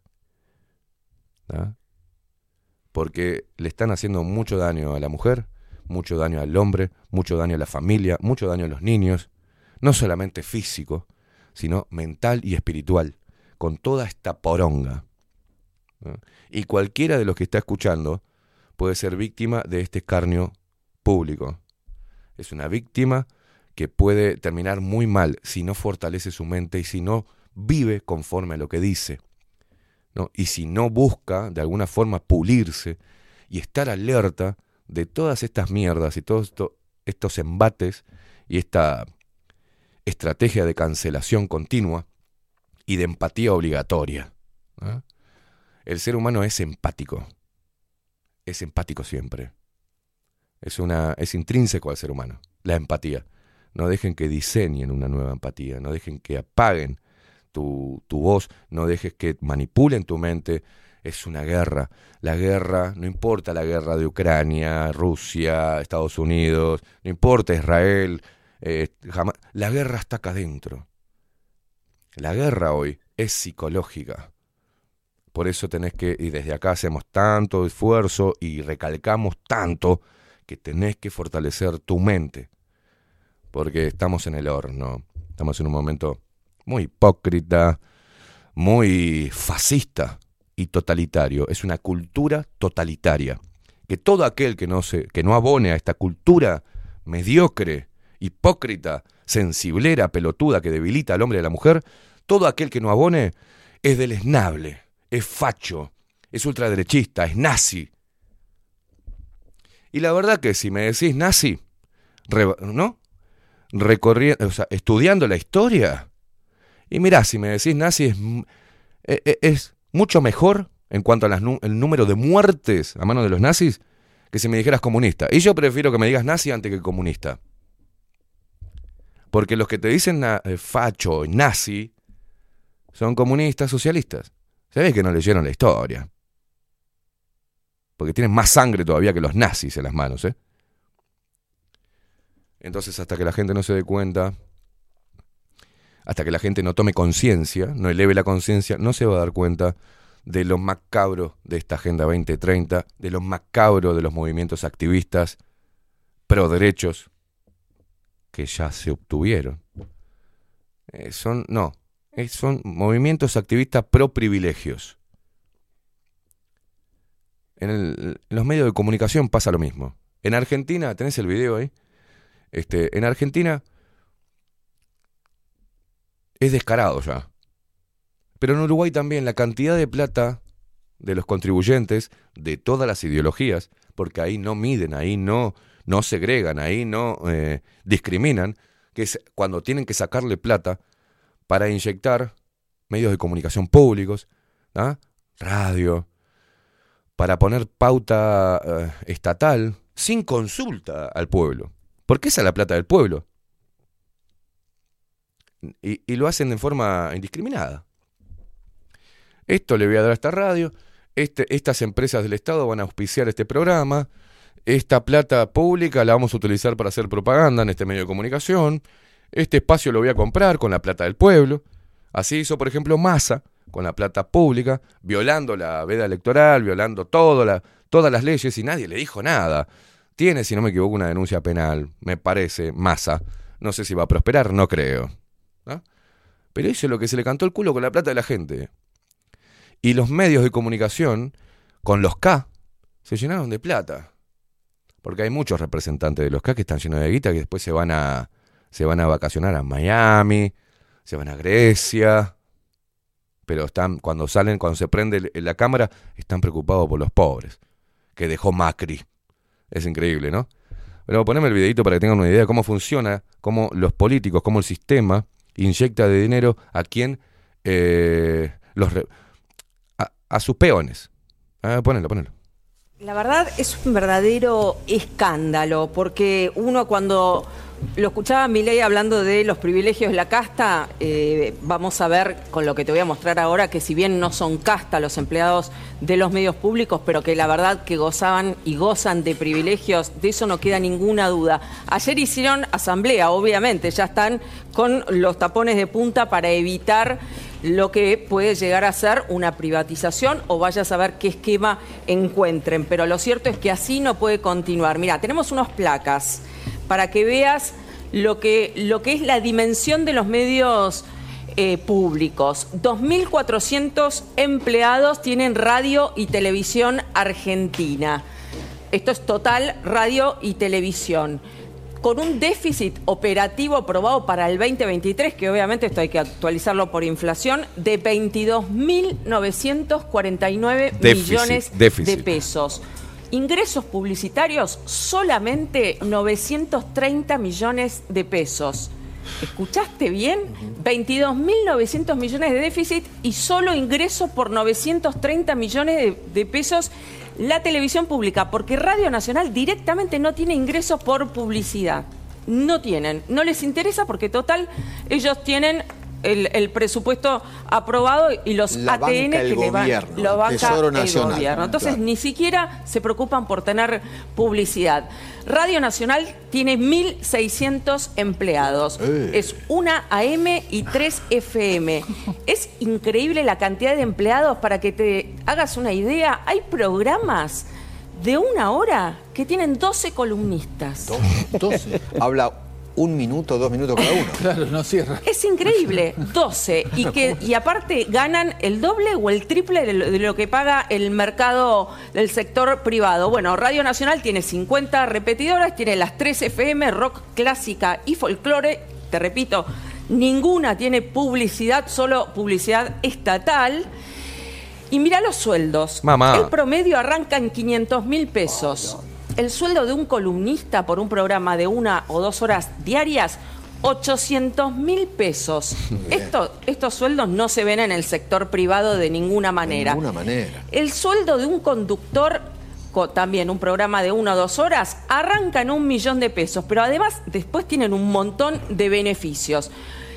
¿Ah? Porque le están haciendo mucho daño a la mujer, mucho daño al hombre, mucho daño a la familia, mucho daño a los niños, no solamente físico, sino mental y espiritual, con toda esta poronga. ¿Ah? Y cualquiera de los que está escuchando puede ser víctima de este escarnio público. Es una víctima que puede terminar muy mal si no fortalece su mente y si no vive conforme a lo que dice. ¿No? Y si no busca de alguna forma pulirse y estar alerta de todas estas mierdas y todos esto, estos embates y esta estrategia de cancelación continua y de empatía obligatoria, ¿no? El ser humano es empático, es empático siempre, es, una, es intrínseco al ser humano, la empatía. No dejen que diseñen una nueva empatía, no dejen que apaguen Tu, tu voz, no dejes que manipulen tu mente. Es una guerra. La guerra, no importa la guerra de Ucrania, Rusia, Estados Unidos, no importa Israel, eh, jamás, la guerra está acá adentro. La guerra hoy es psicológica. Por eso tenés que, y desde acá hacemos tanto esfuerzo y recalcamos tanto, que tenés que fortalecer tu mente. Porque estamos en el horno, estamos en un momento muy hipócrita, muy fascista y totalitario. Es una cultura totalitaria. Que todo aquel que no, se, que no abone a esta cultura mediocre, hipócrita, sensiblera, pelotuda, que debilita al hombre y a la mujer, todo aquel que no abone es deleznable, es facho, es ultraderechista, es nazi. Y la verdad que si me decís nazi, re, ¿no? Recorriendo, o sea, estudiando la historia, y mirá, si me decís nazi es, es, es mucho mejor en cuanto al número de muertes a manos de los nazis que si me dijeras comunista. Y yo prefiero que me digas nazi antes que comunista. Porque los que te dicen na, eh, facho, nazi, son comunistas, socialistas. Sabés que no leyeron la historia. Porque tienen más sangre todavía que los nazis en las manos, ¿eh? Entonces, hasta que la gente no se dé cuenta, hasta que la gente no tome conciencia, no eleve la conciencia, no se va a dar cuenta de lo macabro de esta Agenda veinte treinta, de lo macabro de los movimientos activistas pro derechos que ya se obtuvieron. Eh, son, no, eh, son movimientos activistas pro privilegios. En, el, en los medios de comunicación pasa lo mismo. En Argentina, ¿tenés el video ahí? Este, en Argentina es descarado ya. Pero en Uruguay también la cantidad de plata de los contribuyentes de todas las ideologías, porque ahí no miden, ahí no, no segregan, ahí no eh, discriminan, que es cuando tienen que sacarle plata para inyectar medios de comunicación públicos, ¿ah? Radio, para poner pauta eh, estatal sin consulta al pueblo. Porque esa es la plata del pueblo. Y, y lo hacen de forma indiscriminada. Esto le voy a dar a esta radio, este, estas empresas del Estado van a auspiciar este programa, esta plata pública la vamos a utilizar para hacer propaganda en este medio de comunicación, este espacio lo voy a comprar con la plata del pueblo. Así hizo, por ejemplo, Massa, con la plata pública, violando la veda electoral, violando todo la, todas las leyes y nadie le dijo nada. Tiene, si no me equivoco, una denuncia penal, me parece, Massa. No sé si va a prosperar, no creo. ¿No? Pero hizo lo que se le cantó el culo con la plata de la gente. Y los medios de comunicación, con los K, se llenaron de plata. Porque hay muchos representantes de los K que están llenos de guita que después se van a, se van a vacacionar a Miami, se van a Grecia. Pero están, cuando salen, cuando se prende la cámara, están preocupados por los pobres, que dejó Macri. Es increíble, ¿no? Pero poneme el videito para que tengan una idea de cómo funciona, cómo los políticos, cómo el sistema inyecta de dinero a quien eh, los re- a, a sus peones. Ah, ponelo, ponelo. La verdad es un verdadero escándalo, porque uno cuando lo escuchaba a Milei hablando de los privilegios de la casta, eh, vamos a ver con lo que te voy a mostrar ahora que si bien no son casta los empleados de los medios públicos, pero que la verdad que gozaban y gozan de privilegios, de eso no queda ninguna duda. Ayer hicieron asamblea, obviamente, ya están con los tapones de punta para evitar lo que puede llegar a ser una privatización o vaya a saber qué esquema encuentren. Pero lo cierto es que así no puede continuar. Mira, tenemos unas placas para que veas lo que, lo que es la dimensión de los medios eh, públicos. dos mil cuatrocientos empleados tienen Radio y Televisión Argentina. Esto es total radio y televisión. Con un déficit operativo aprobado para el veinte veintitrés, que obviamente esto hay que actualizarlo por inflación, de veintidós mil novecientos cuarenta y nueve millones déficit. de pesos. Ingresos publicitarios, solamente novecientos treinta millones de pesos. ¿Escuchaste bien? veintidós mil novecientos millones de déficit y solo ingresos por novecientos treinta millones de, de pesos la televisión pública, porque Radio Nacional directamente no tiene ingresos por publicidad. No tienen, no les interesa porque total ellos tienen el, el presupuesto aprobado y los la A T N que le van, lo banca Tesoro el Nacional. gobierno. Entonces Claro. ni siquiera se preocupan por tener publicidad. Radio Nacional tiene mil seiscientos empleados. Eh. Es una A M y tres F M. Es increíble la cantidad de empleados. Para que te hagas una idea, hay programas de una hora que tienen doce columnistas. doce. Habla un minuto, dos minutos cada uno. Claro, no cierra. Es increíble, doce. Y, que, y aparte ganan el doble o el triple de lo, de lo que paga el mercado del sector privado. Bueno, Radio Nacional tiene cincuenta repetidoras, tiene las tres F M, rock clásica y folclore. Te repito, ninguna tiene publicidad, solo publicidad estatal. Y mirá los sueldos. Mamá. El promedio arranca en quinientos mil pesos. El sueldo de un columnista por un programa de una o dos horas diarias, ochocientos mil pesos. Esto, estos sueldos no se ven en el sector privado de ninguna manera. De ninguna manera. El sueldo de un conductor, también un programa de una o dos horas, arranca en un millón de pesos, pero además después tienen un montón de beneficios.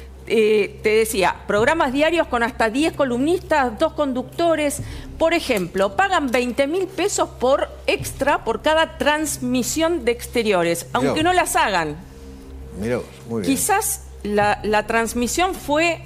Eh, te decía, programas diarios con hasta diez columnistas, dos conductores. Por ejemplo, pagan veinte mil pesos por extra por cada transmisión de exteriores, Mirá aunque vos. no las hagan. Mirá vos, muy bien. Quizás la, la transmisión fue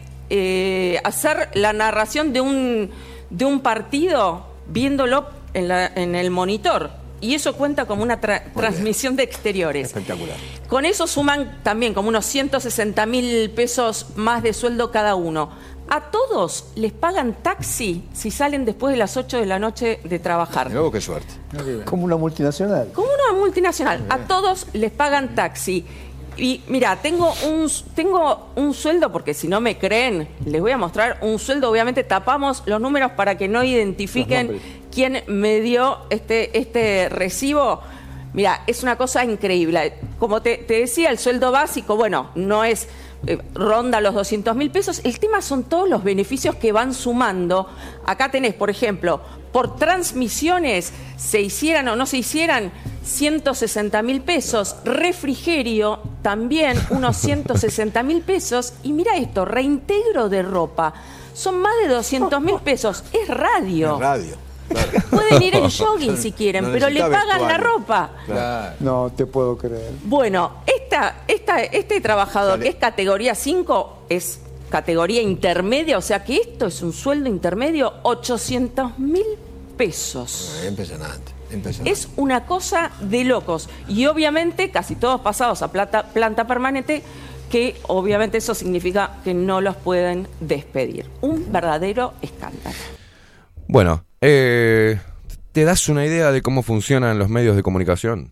eh, hacer la narración de un, de un partido viéndolo en, la, en el monitor. Y eso cuenta como una tra- transmisión de exteriores. Espectacular. Con eso suman también como unos ciento sesenta mil pesos más de sueldo cada uno. A todos les pagan taxi si salen después de las ocho de la noche de trabajar. Mirá vos, qué suerte. Como una multinacional. Como una multinacional. A todos les pagan taxi. Y mira, tengo un, tengo un sueldo, porque si no me creen, les voy a mostrar un sueldo. Obviamente tapamos los números para que no identifiquen quién me dio este, este recibo. Mira, es una cosa increíble. Como te, te decía, el sueldo básico, bueno, no es... Eh, ronda los doscientos mil pesos. El tema son todos los beneficios que van sumando. Acá tenés, por ejemplo, por transmisiones, se hicieran o no se hicieran, ciento sesenta mil pesos. Refrigerio, también unos ciento sesenta mil pesos. Y mira esto, reintegro de ropa, son más de doscientos mil pesos. Es radio. Es radio. Claro. Pueden ir en jogging si quieren, No pero le necesita pagan la vestuario. ropa. Claro. No te puedo creer. Bueno, esta, esta, este trabajador Dale. que es categoría cinco es categoría intermedia, o sea que esto es un sueldo intermedio, ochocientos mil pesos. Eh, Impresionante, impresionante. Es una cosa de locos. Y obviamente casi todos pasados a plata, planta permanente, que obviamente eso significa que no los pueden despedir. Un verdadero escándalo. Bueno, eh, ¿te das una idea de cómo funcionan los medios de comunicación?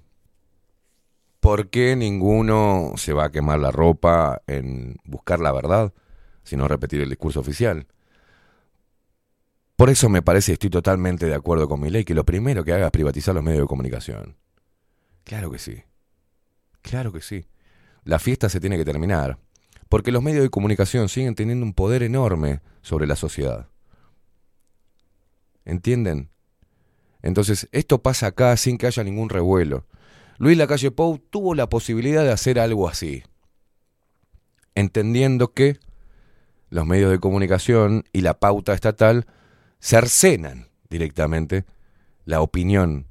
¿Por qué ninguno se va a quemar la ropa en buscar la verdad, sino repetir el discurso oficial? Por eso me parece, estoy totalmente de acuerdo con Milei, que lo primero que haga es privatizar los medios de comunicación. Claro que sí. Claro que sí. La fiesta se tiene que terminar, porque los medios de comunicación siguen teniendo un poder enorme sobre la sociedad. ¿Entienden? Entonces, esto pasa acá sin que haya ningún revuelo. Luis Lacalle Pou tuvo la posibilidad de hacer algo así, entendiendo que los medios de comunicación y la pauta estatal cercenan directamente la opinión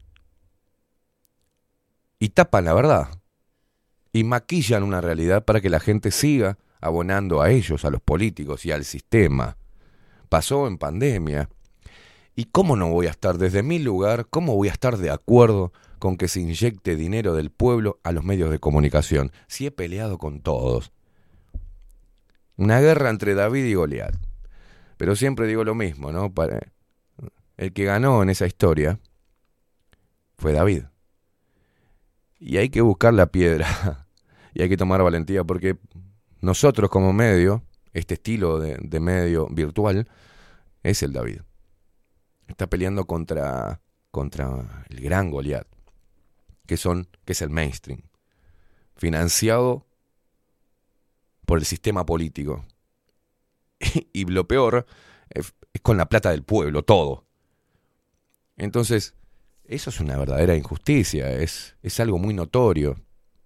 y tapan la verdad y maquillan una realidad para que la gente siga abonando a ellos, a los políticos y al sistema. Pasó en pandemia. ¿Y cómo no voy a estar desde mi lugar, cómo voy a estar de acuerdo con que se inyecte dinero del pueblo a los medios de comunicación? Si he peleado con todos. Una guerra entre David y Goliat. Pero siempre digo lo mismo, ¿no? Para... El que ganó en esa historia fue David. Y hay que buscar la piedra. Y hay que tomar valentía, porque nosotros como medio, este estilo de, de medio virtual, es el David. Está peleando contra, contra el gran Goliat, que, son, que es el mainstream, financiado por el sistema político. Y, y lo peor es, es con la plata del pueblo, todo. Entonces, eso es una verdadera injusticia, es, es algo muy notorio.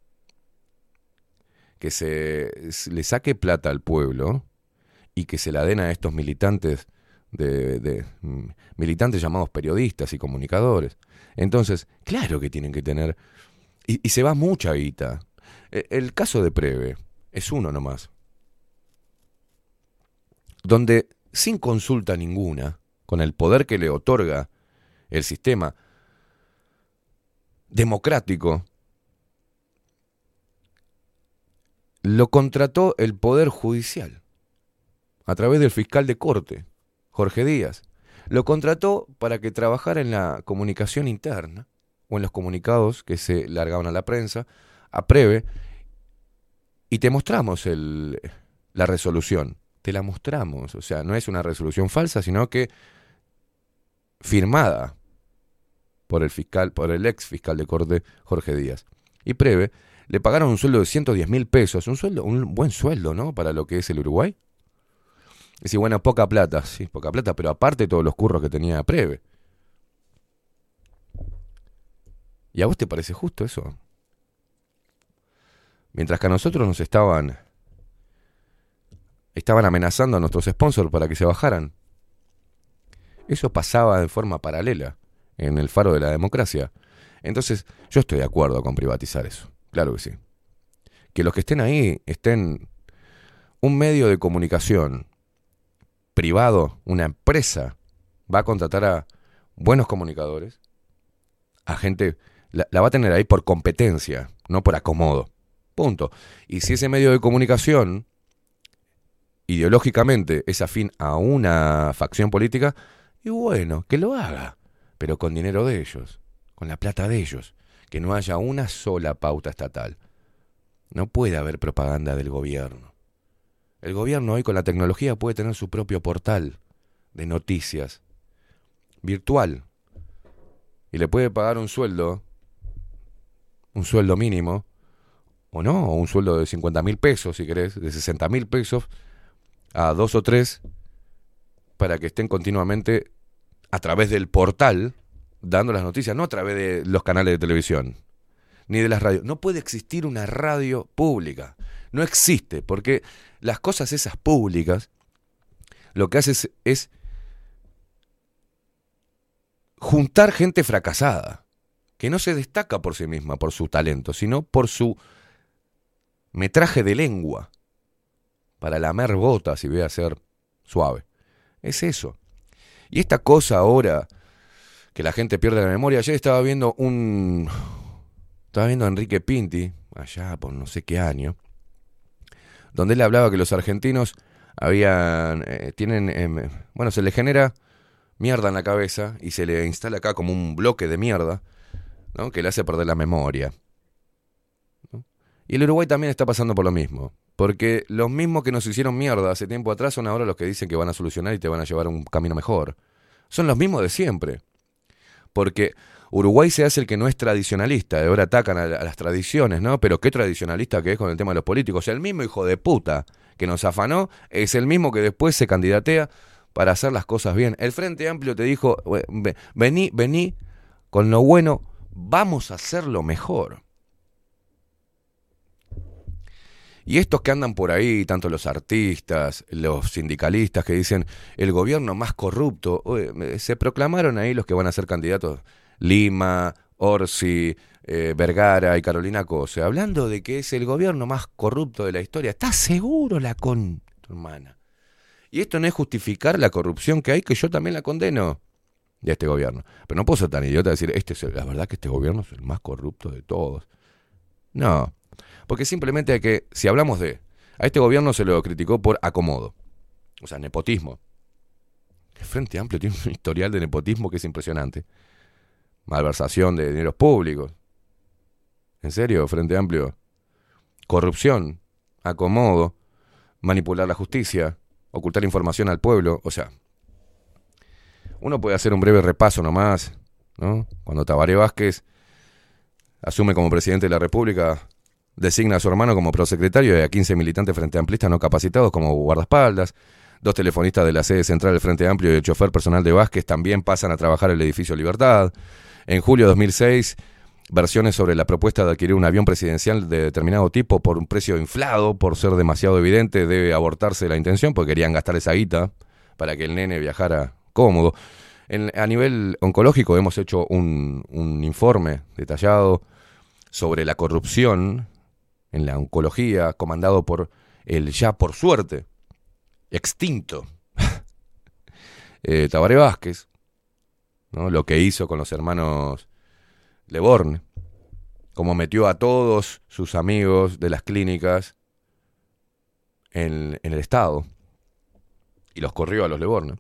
Que se, se le saque plata al pueblo y que se la den a estos militantes De, de mm, militantes llamados periodistas y comunicadores. Entonces, claro que tienen que tener... Y, y se va mucha guita. El, el caso de Preve es uno nomás. Donde, sin consulta ninguna, con el poder que le otorga el sistema democrático, lo contrató el Poder Judicial a través del fiscal de corte, Jorge Díaz. Lo contrató para que trabajara en la comunicación interna o en los comunicados que se largaban a la prensa, a Preve, y te mostramos el, la resolución. Te la mostramos, o sea, no es una resolución falsa, sino que firmada por el fiscal, por el ex fiscal de corte Jorge Díaz. Y Preve le pagaron un sueldo de ciento diez mil pesos, un sueldo, un buen sueldo, ¿no? Para lo que es el Uruguay. Y decir, bueno, poca plata, sí, poca plata, pero aparte todos los curros que tenía Preve. ¿Y a vos te parece justo eso? Mientras que a nosotros nos estaban estaban amenazando a nuestros sponsors para que se bajaran. Eso pasaba de forma paralela en el faro de la democracia. Entonces, yo estoy de acuerdo con privatizar eso. Claro que sí. Que los que estén ahí estén un medio de comunicación privado, una empresa, va a contratar a buenos comunicadores, a gente, la, la va a tener ahí por competencia, no por acomodo. Punto. Y si ese medio de comunicación ideológicamente es afín a una facción política, y bueno, que lo haga, pero con dinero de ellos, con la plata de ellos, que no haya una sola pauta estatal. No puede haber propaganda del gobierno. El gobierno hoy con la tecnología puede tener su propio portal de noticias virtual y le puede pagar un sueldo, un sueldo mínimo, o no, o un sueldo de cincuenta mil pesos, si querés, de sesenta mil pesos, a dos o tres, para que estén continuamente a través del portal dando las noticias, no a través de los canales de televisión, ni de las radios. No puede existir una radio pública. No existe, porque las cosas esas públicas lo que hace es, es juntar gente fracasada, que no se destaca por sí misma, por su talento, sino por su metraje de lengua, para lamer botas y voy a ser suave. Es eso. Y esta cosa ahora que la gente pierde la memoria. Ayer estaba viendo un... Estaba viendo a Enrique Pinti, allá por no sé qué año, donde él hablaba que los argentinos habían... Eh, tienen... Eh, bueno, se les genera mierda en la cabeza y se le instala acá como un bloque de mierda, ¿no? Que le hace perder la memoria, ¿no? Y el Uruguay también está pasando por lo mismo. Porque los mismos que nos hicieron mierda hace tiempo atrás son ahora los que dicen que van a solucionar y te van a llevar a un camino mejor. Son los mismos de siempre. Porque Uruguay se hace el que no es tradicionalista. Ahora atacan a, a las tradiciones, ¿no? Pero qué tradicionalista que es con el tema de los políticos. El mismo hijo de puta que nos afanó es el mismo que después se candidatea para hacer las cosas bien. El Frente Amplio te dijo, vení, vení con lo bueno, vamos a hacerlo mejor. Y estos que andan por ahí, tanto los artistas, los sindicalistas que dicen el gobierno más corrupto, oye, se proclamaron ahí los que van a ser candidatos, Lima, Orsi, eh, Vergara y Carolina Cose, hablando de que es el gobierno más corrupto de la historia. ¿Estás seguro la con tu hermana? Y esto no es justificar la corrupción que hay, que yo también la condeno de este gobierno. Pero no puedo ser tan idiota de decir, este es el, la verdad que este gobierno es el más corrupto de todos. No. Porque simplemente hay que, si hablamos de, a este gobierno se lo criticó por acomodo, o sea, nepotismo. El Frente Amplio tiene un historial de nepotismo que es impresionante. Malversación de dineros públicos. ¿En serio, Frente Amplio? Corrupción, acomodo, manipular la justicia, ocultar información al pueblo. O sea, uno puede hacer un breve repaso nomás, ¿no? Cuando Tabaré Vázquez asume como presidente de la República, designa a su hermano como prosecretario y a quince militantes frente amplistas no capacitados como guardaespaldas. Dos telefonistas de la sede central del Frente Amplio y el chofer personal de Vázquez también pasan a trabajar en el edificio Libertad. En julio de dos mil seis, versiones sobre la propuesta de adquirir un avión presidencial de determinado tipo por un precio inflado, por ser demasiado evidente, debe abortarse la intención, porque querían gastar esa guita para que el nene viajara cómodo. En, a nivel oncológico hemos hecho un, un informe detallado sobre la corrupción en la oncología, comandado por el ya, por suerte, extinto eh, Tabaré Vázquez, ¿no? Lo que hizo con los hermanos Leborne, cómo metió a todos sus amigos de las clínicas en, en el Estado y los corrió a los Leborna.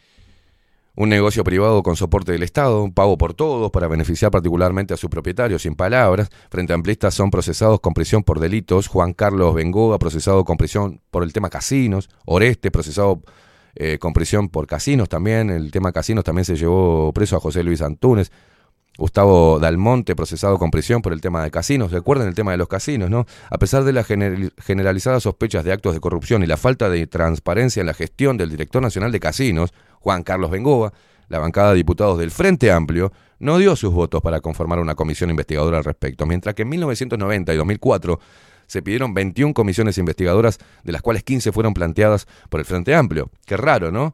Un negocio privado con soporte del Estado, un pago por todos para beneficiar particularmente a su propietario, sin palabras. Frente Amplistas son procesados con prisión por delitos. Juan Carlos Bengoa, procesado con prisión por el tema casinos. Oreste, procesado eh, con prisión por casinos también. El tema casinos también se llevó preso a José Luis Antúnez. Gustavo Dalmonte, procesado con prisión por el tema de casinos. ¿Recuerdan el tema de los casinos, no? A pesar de las gener- generalizadas sospechas de actos de corrupción y la falta de transparencia en la gestión del director nacional de casinos, Juan Carlos Bengoa, la bancada de diputados del Frente Amplio no dio sus votos para conformar una comisión investigadora al respecto, mientras que en mil novecientos noventa y dos mil cuatro se pidieron veintiuna comisiones investigadoras, de las cuales quince fueron planteadas por el Frente Amplio. Qué raro, ¿no?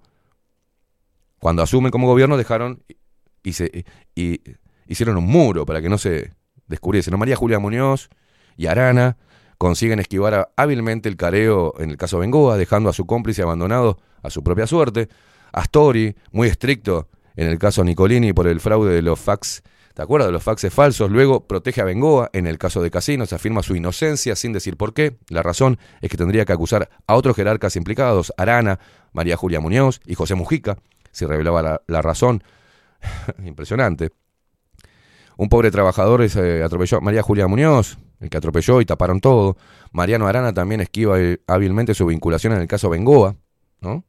Cuando asumen como gobierno dejaron y se... Y, hicieron un muro para que no se descubriese. ¿No? María Julia Muñoz y Arana consiguen esquivar hábilmente el careo en el caso Bengoa, dejando a su cómplice abandonado a su propia suerte. Astori, muy estricto en el caso Nicolini por el fraude de los fax, ¿te acuerdas de los faxes falsos? Luego protege a Bengoa en el caso de Casinos, afirma su inocencia sin decir por qué. La razón es que tendría que acusar a otros jerarcas implicados, Arana, María Julia Muñoz y José Mujica, si revelaba la, la razón. Impresionante. Un pobre trabajador se atropelló a María Julia Muñoz, el que atropelló y taparon todo. Mariano Arana también esquiva hábilmente su vinculación en el caso Bengoa, ¿no?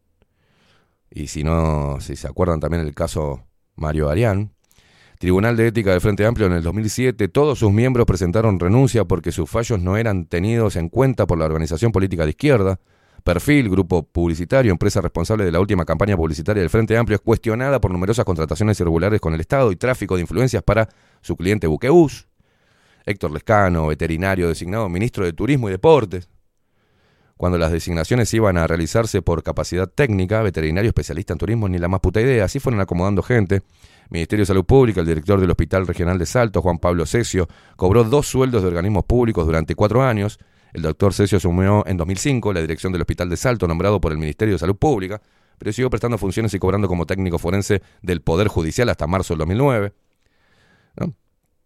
Y si no, si se acuerdan también el caso Mario Arián. Tribunal de Ética del Frente Amplio en el dos mil siete, todos sus miembros presentaron renuncia porque sus fallos no eran tenidos en cuenta por la organización política de izquierda. Perfil, grupo publicitario, empresa responsable de la última campaña publicitaria del Frente Amplio, es cuestionada por numerosas contrataciones irregulares con el Estado y tráfico de influencias para su cliente Buquebús. Héctor Lescano, veterinario designado ministro de Turismo y Deportes. Cuando las designaciones iban a realizarse por capacidad técnica, veterinario especialista en turismo, ni la más puta idea, así fueron acomodando gente. Ministerio de Salud Pública, el director del Hospital Regional de Salto, Juan Pablo Cesio, cobró dos sueldos de organismos públicos durante cuatro años. El doctor Cesio asumió en dos mil cinco la dirección del Hospital de Salto, nombrado por el Ministerio de Salud Pública, pero siguió prestando funciones y cobrando como técnico forense del Poder Judicial hasta marzo del dos mil nueve. ¿No?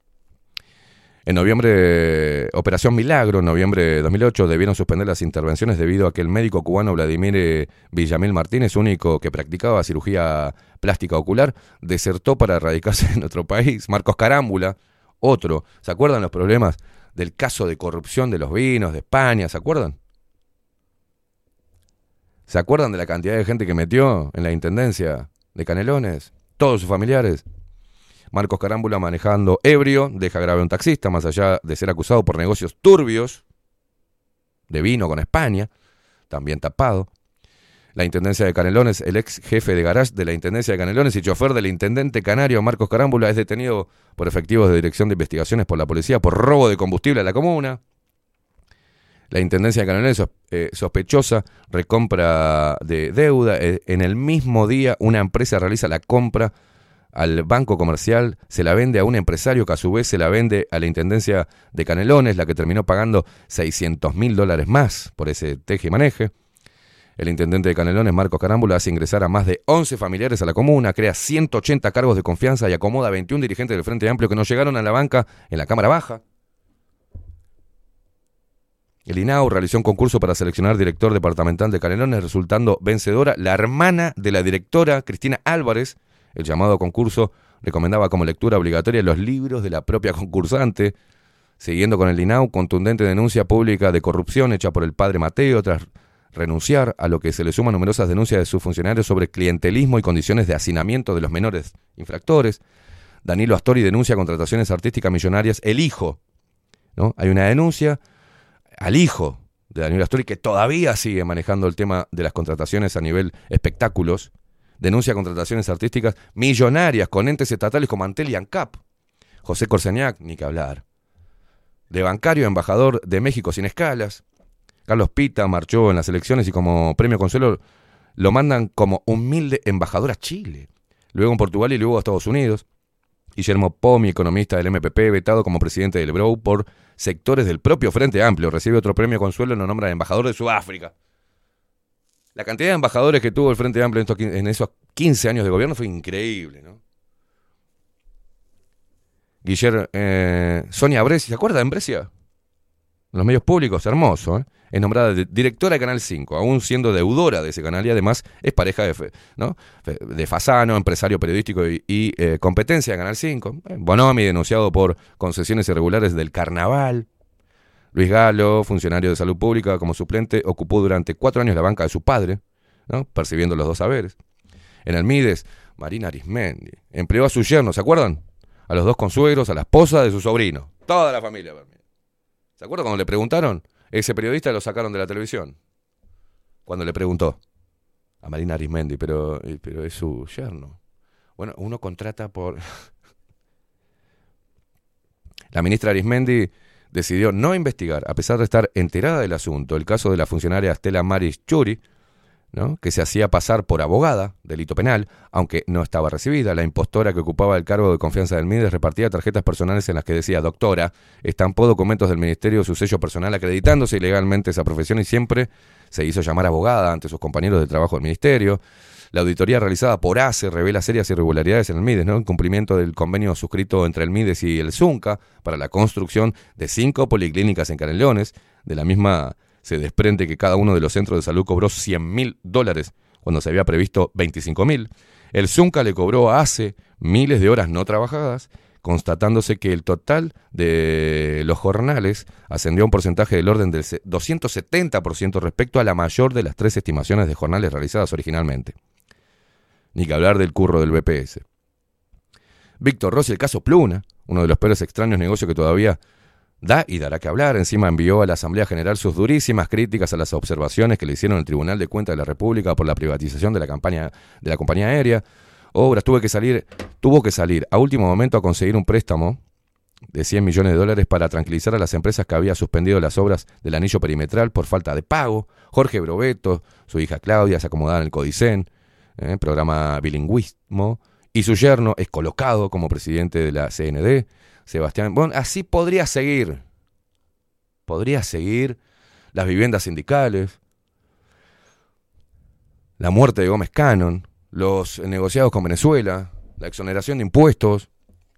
En noviembre, Operación Milagro, en noviembre de dos mil ocho, debieron suspender las intervenciones debido a que el médico cubano Vladimir Villamil Martínez, único que practicaba cirugía plástica ocular, desertó para radicarse en otro país. Marcos Carámbula, otro. ¿Se acuerdan los problemas del caso de corrupción de los vinos de España? ¿Se acuerdan? ¿Se acuerdan de la cantidad de gente que metió en la intendencia de Canelones? Todos sus familiares. Marcos Carámbula, manejando ebrio, deja grave a un taxista, más allá de ser acusado por negocios turbios de vino con España, también tapado. La intendencia de Canelones, el ex jefe de garage de la intendencia de Canelones y chofer del intendente canario Marcos Carámbula, es detenido por efectivos de Dirección de Investigaciones por la policía por robo de combustible a la comuna. La intendencia de Canelones, eh, sospechosa, recompra de deuda. Eh, en el mismo día, una empresa realiza la compra al banco comercial, se la vende a un empresario que a su vez se la vende a la intendencia de Canelones, la que terminó pagando seiscientos mil dólares más por ese teje y maneje. El intendente de Canelones, Marcos Carámbula, hace ingresar a más de once familiares a la comuna, crea ciento ochenta cargos de confianza y acomoda a veintiún dirigentes del Frente Amplio que no llegaron a la banca en la Cámara Baja. El I N A U realizó un concurso para seleccionar director departamental de Canelones, resultando vencedora la hermana de la directora, Cristina Álvarez. El llamado concurso recomendaba como lectura obligatoria los libros de la propia concursante. Siguiendo con el I N A U, contundente denuncia pública de corrupción hecha por el padre Mateo tras renunciar, a lo que se le suman numerosas denuncias de sus funcionarios sobre clientelismo y condiciones de hacinamiento de los menores infractores. Danilo Astori denuncia contrataciones artísticas millonarias. El hijo, ¿no? Hay una denuncia al hijo de Danilo Astori, que todavía sigue manejando el tema de las contrataciones a nivel espectáculos. Denuncia contrataciones artísticas millonarias con entes estatales como Antel y ANCAP. José Corseñac, ni que hablar. De bancario, embajador de México sin escalas. Carlos Pita marchó en las elecciones y como premio consuelo lo mandan como humilde embajador a Chile. Luego en Portugal y luego a Estados Unidos. Guillermo Pomi, economista del M P P, vetado como presidente del B R O U por sectores del propio Frente Amplio. Recibe otro premio consuelo y lo nombra embajador de Sudáfrica. La cantidad de embajadores que tuvo el Frente Amplio en, estos, en esos quince años de gobierno fue increíble, ¿no? Guillermo, eh, Sonia Brescia, ¿se acuerdan de Brescia? en los medios públicos, hermoso, ¿eh? Es nombrada de- directora de Canal cinco, aún siendo deudora de ese canal, y además es pareja de, Fe- ¿no? Fe- de Fasano, empresario periodístico y, y, eh, competencia de Canal cinco. Eh, Bonomi, denunciado por concesiones irregulares del carnaval. Luis Galo, funcionario de salud pública, como suplente, ocupó durante cuatro años la banca de su padre, ¿no? Percibiendo los dos saberes. En el Mides, Marina Arismendi empleó a su yerno, ¿se acuerdan? A los dos consuegros, a la esposa de su sobrino. Toda la familia. ¿Se acuerdan cuando le preguntaron? Ese periodista lo sacaron de la televisión. Cuando le preguntó a Marina Arismendi, pero, pero es su yerno. Bueno, uno contrata por... La ministra Arismendi decidió no investigar, a pesar de estar enterada del asunto, el caso de la funcionaria Stella Maris Churi, ¿no? Que se hacía pasar por abogada, delito penal, aunque no estaba recibida. La impostora que ocupaba el cargo de confianza del Mides repartía tarjetas personales en las que decía doctora, estampó documentos del ministerio, su sello personal acreditándose ilegalmente esa profesión y siempre se hizo llamar abogada ante sus compañeros de trabajo del ministerio. La auditoría realizada por A C E revela serias irregularidades en el Mides, ¿no? En cumplimiento del convenio suscrito entre el Mides y el Zunca para la construcción de cinco policlínicas en Canelones. De la misma se desprende que cada uno de los centros de salud cobró cien mil dólares cuando se había previsto veinticinco mil. El Zunca le cobró a A C E miles de horas no trabajadas, constatándose que el total de los jornales ascendió a un porcentaje del orden del doscientos setenta por ciento respecto a la mayor de las tres estimaciones de jornales realizadas originalmente. Ni que hablar del curro del B P S. Víctor Rossi, el caso Pluna, uno de los peores extraños negocios que todavía da y dará que hablar. Encima envió a la Asamblea General sus durísimas críticas a las observaciones que le hicieron el Tribunal de Cuentas de la República por la privatización de la campaña de la compañía aérea. Obras, tuvo que salir, tuvo que salir a último momento a conseguir un préstamo de cien millones de dólares para tranquilizar a las empresas que había suspendido las obras del anillo perimetral por falta de pago. Jorge Brovetto, su hija Claudia, se acomodaban en el Codicen, eh, programa bilingüismo, y su yerno es colocado como presidente de la C N D, Sebastián. Bueno, así podría seguir. Podría seguir las viviendas sindicales, la muerte de Gómez Cannon, los negociados con Venezuela, la exoneración de impuestos.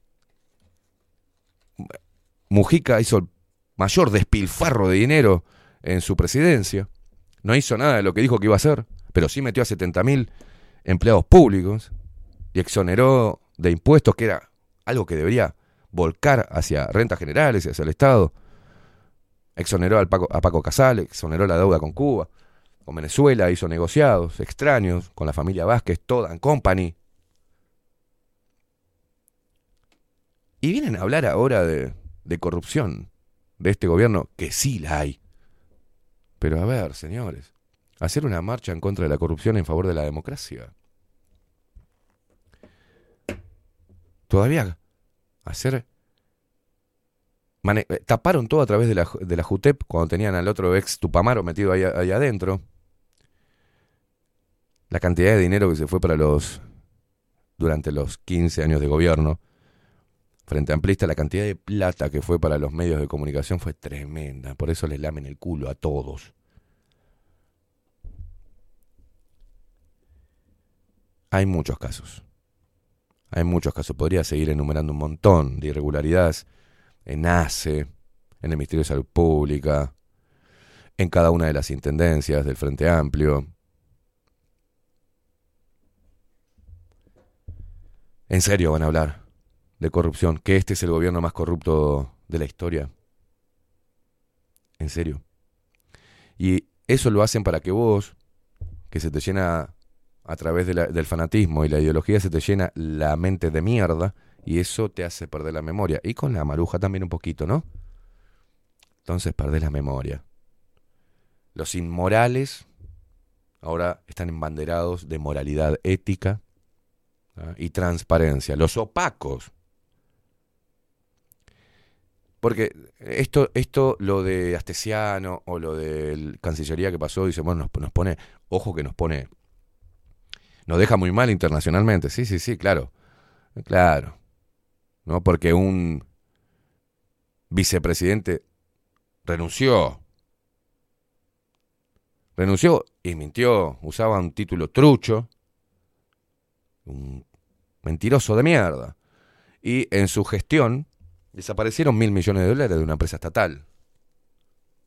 Mujica hizo el mayor despilfarro de dinero en su presidencia. No hizo nada de lo que dijo que iba a hacer, pero sí metió a setenta mil empleados públicos y exoneró de impuestos, que era algo que debería volcar hacia rentas generales y hacia el Estado. Exoneró al Paco, a Paco Casal, exoneró la deuda con Cuba, con Venezuela, hizo negociados extraños con la familia Vázquez, toda en company. Y vienen a hablar ahora de, de corrupción de este gobierno, que sí la hay. Pero a ver, señores, hacer una marcha en contra de la corrupción en favor de la democracia. Todavía hacer... Mane- taparon todo a través de la, de la JUTEP cuando tenían al otro ex Tupamaro metido ahí, ahí adentro. La cantidad de dinero que se fue para los... durante los quince años de gobierno. Frente Amplista, la cantidad de plata que fue para los medios de comunicación fue tremenda. Por eso les lamen el culo a todos. Hay muchos casos. Hay muchos casos. Podría seguir enumerando un montón de irregularidades en A C E, en el Ministerio de Salud Pública, en cada una de las intendencias del Frente Amplio. ¿En serio van a hablar de corrupción? ¿Que este es el gobierno más corrupto de la historia? ¿En serio? Y eso lo hacen para que vos, que se te llena a través de la, del fanatismo y la ideología, se te llena la mente de mierda, y eso te hace perder la memoria. Y con la maruja también un poquito, ¿no? Entonces perdés la memoria. Los inmorales ahora están embanderados de moralidad ética, ¿ah? Y transparencia. Los opacos. Porque esto, esto, lo de Astesiano o lo de Cancillería que pasó, dice, bueno, nos, nos pone, ojo que nos pone, nos deja muy mal internacionalmente. Sí, sí, sí, claro. Claro. ¿No? Porque un vicepresidente renunció. Renunció y mintió. Usaba un título trucho. Un mentiroso de mierda. Y en su gestión desaparecieron mil millones de dólares de una empresa estatal.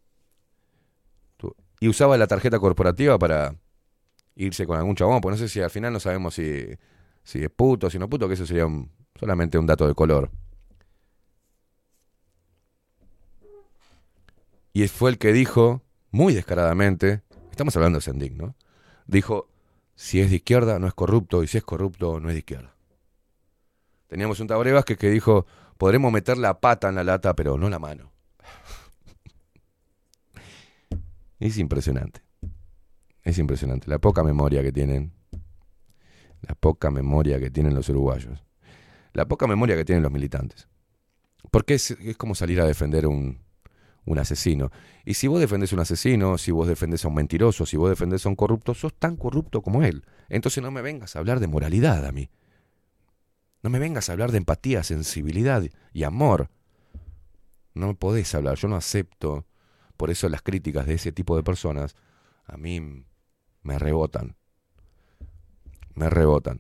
y usaba la tarjeta corporativa para irse con algún chabón, porque no sé si al final no sabemos si, si es puto o si no es puto, que eso sería un, solamente un dato de color. Y fue el que dijo, muy descaradamente, estamos hablando de Sendik, ¿no? Dijo, si es de izquierda no es corrupto, y si es corrupto no es de izquierda. Teníamos un Tabaré Vázquez que dijo, podremos meter la pata en la lata, pero no la mano. Es impresionante. Es impresionante. La poca memoria que tienen. La poca memoria que tienen los uruguayos. La poca memoria que tienen los militantes. Porque es, es como salir a defender un, un asesino. Y si vos defendés a un asesino, si vos defendés a un mentiroso, si vos defendés a un corrupto, sos tan corrupto como él. Entonces no me vengas a hablar de moralidad a mí. No me vengas a hablar de empatía, sensibilidad y amor. No me podés hablar. Yo no acepto. Por eso las críticas de ese tipo de personas a mí me rebotan. Me rebotan.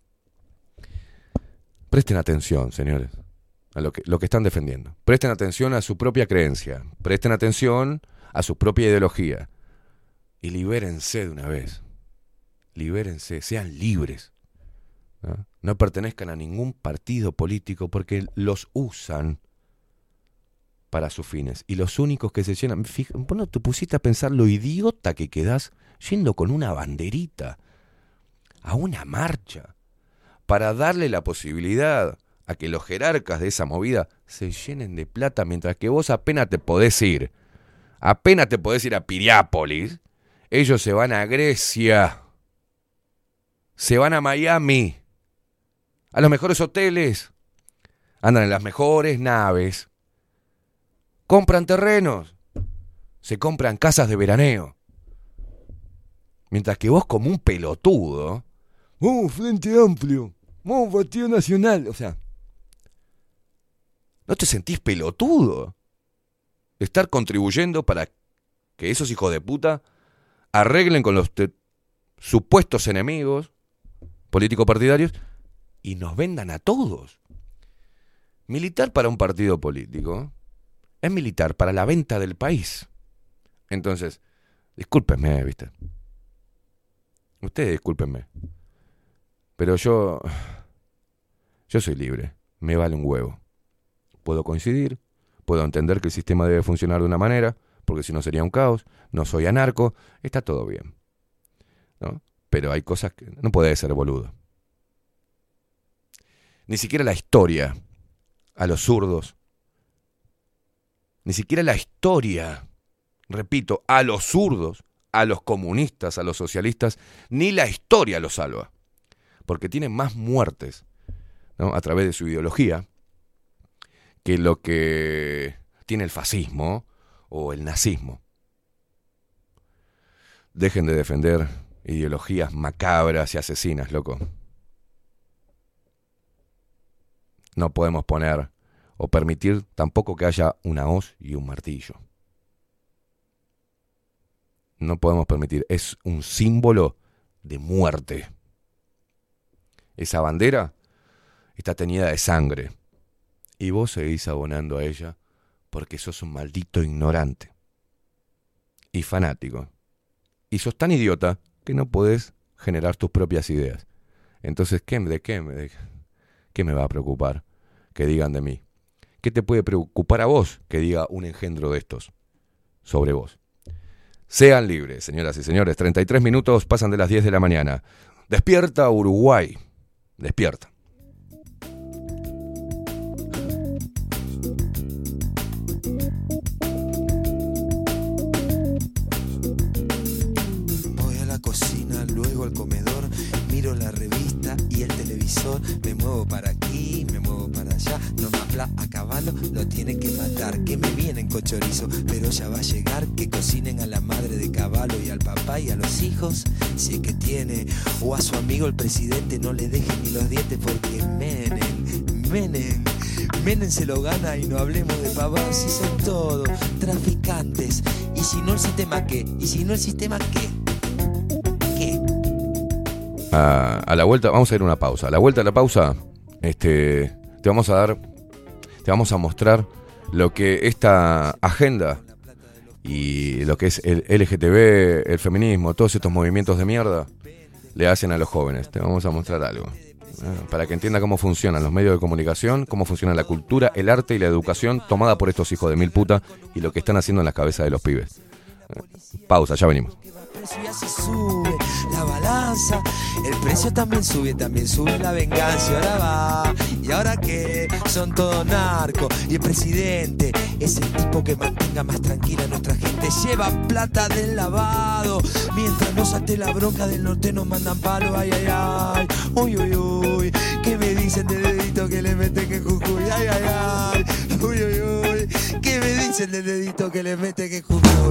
Presten atención, señores, a lo que, lo que están defendiendo. Presten atención a su propia creencia. Presten atención a su propia ideología. Y libérense de una vez. Libérense, sean libres. ¿No? No pertenezcan a ningún partido político porque los usan para sus fines. Y los únicos que se llenan... Fija, vos no te pusiste a pensar lo idiota que quedás yendo con una banderita a una marcha para darle la posibilidad a que los jerarcas de esa movida se llenen de plata mientras que vos apenas te podés ir. Apenas te podés ir a Piriápolis. Ellos se van a Grecia. Se van a Miami. A los mejores hoteles. Andan en las mejores naves. Compran terrenos. Se compran casas de veraneo. Mientras que vos como un pelotudo... ¡Oh, Frente Amplio! ¡Oh, Partido Nacional! O sea... ¿No te sentís pelotudo? Estar contribuyendo para que esos hijos de puta arreglen con los te- supuestos enemigos político-partidarios y nos vendan a todos. Militar para un partido político es militar para la venta del país. Entonces, discúlpenme, ¿viste? Ustedes discúlpenme. Pero yo... Yo soy libre. Me vale un huevo. Puedo coincidir. Puedo entender que el sistema debe funcionar de una manera, porque si no sería un caos. No soy anarco. Está todo bien, ¿no? Pero hay cosas que... No puede ser boludo. Ni siquiera la historia a los zurdos. Ni siquiera la historia, repito, a los zurdos, a los comunistas, a los socialistas, ni la historia los salva. Porque tienen más muertes, ¿no?, a través de su ideología que lo que tiene el fascismo o el nazismo. Dejen de defender ideologías macabras y asesinas, loco. No podemos poner o permitir tampoco que haya una hoz y un martillo. No podemos permitir. Es un símbolo de muerte. Esa bandera está teñida de sangre. Y vos seguís abonando a ella porque sos un maldito ignorante. Y fanático. Y sos tan idiota que no podés generar tus propias ideas. Entonces, ¿qué, de qué, de, qué me va a preocupar que digan de mí? ¿Qué te puede preocupar a vos que diga un engendro de estos sobre vos? Sean libres, señoras y señores. treinta y tres minutos pasan de las diez de la mañana. Despierta Uruguay. Despierta. Voy a la cocina, luego al comedor, miro la revista y el televisor, me muevo para aquí, me muevo para allá, no me habla a caballo, lo tiene que matar, que me vienen con chorizo, pero ya va a llegar, que cocinen a la madre de caballo y al papá y a los hijos, si es que tiene, o a su amigo el presidente, no le dejen ni los dientes porque Menem, Menem, Menem se lo gana y no hablemos de pavadas, si son todos traficantes, y si no el sistema qué, y si no el sistema qué, qué. A, a la vuelta, vamos a ir a una pausa. A la vuelta de la pausa, este, te vamos a dar, te vamos a mostrar lo que esta agenda y lo que es el L G T B, el feminismo, todos estos movimientos de mierda, le hacen a los jóvenes. Te vamos a mostrar algo, ¿eh? Para que entienda cómo funcionan los medios de comunicación, cómo funciona la cultura, el arte y la educación tomada por estos hijos de mil puta y lo que están haciendo en las cabezas de los pibes. ¿Eh? Pausa, ya venimos. Y así sube la balanza, el precio también sube, también sube la venganza. Y ahora va, y ahora que son todos narcos. Y el presidente es el tipo que mantenga más tranquila a nuestra gente. Lleva plata del lavado, mientras no salte la bronca del norte nos mandan palo. Ay, ay, ay, uy, uy, uy. ¿Qué me dicen del dedito que le meten que Jujuy? Ay, ay, ay, uy, uy, uy. ¿Qué me dicen del dedito que le meten que Jujuy?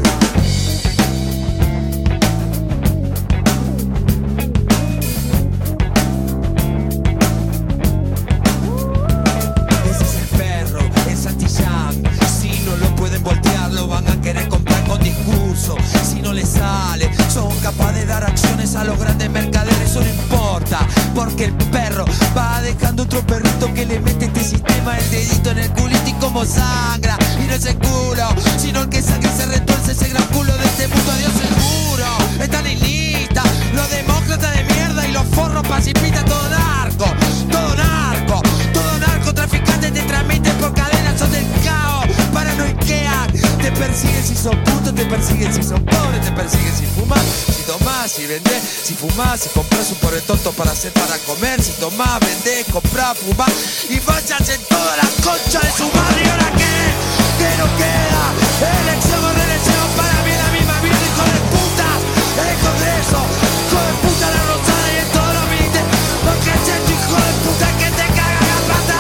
Van a querer comprar con discurso. Si no les sale, son capaces de dar acciones a los grandes mercaderes. Eso no importa, porque el perro va dejando otro perrito que le mete este sistema el dedito en el culito y como sangra. Y no es el culo, sino el que sangra y se retuerce ese gran culo de este mundo. Dios seguro, están en lista los demócratas de mierda y los forros pacifistas. Todo narco, todo narco, todo narcotraficante te transmiten por cadenas. Son del caos, paranoiquean. Te persiguen si son putos, te persiguen si son pobres, te persiguen si fumas, si tomás, si vendés, si fumás, si compras un pobre tonto para hacer para comer, si tomás, vendés, comprás, fumás y vayas en toda la concha de su madre. ¿Y ahora qué? ¿Qué nos queda? Elección o reelección, para mí la misma vida, hijo de puta. El Congreso, hijo de puta, la Rosada y en todos los ministerios, porque es tu hijo de puta que te caga la plata.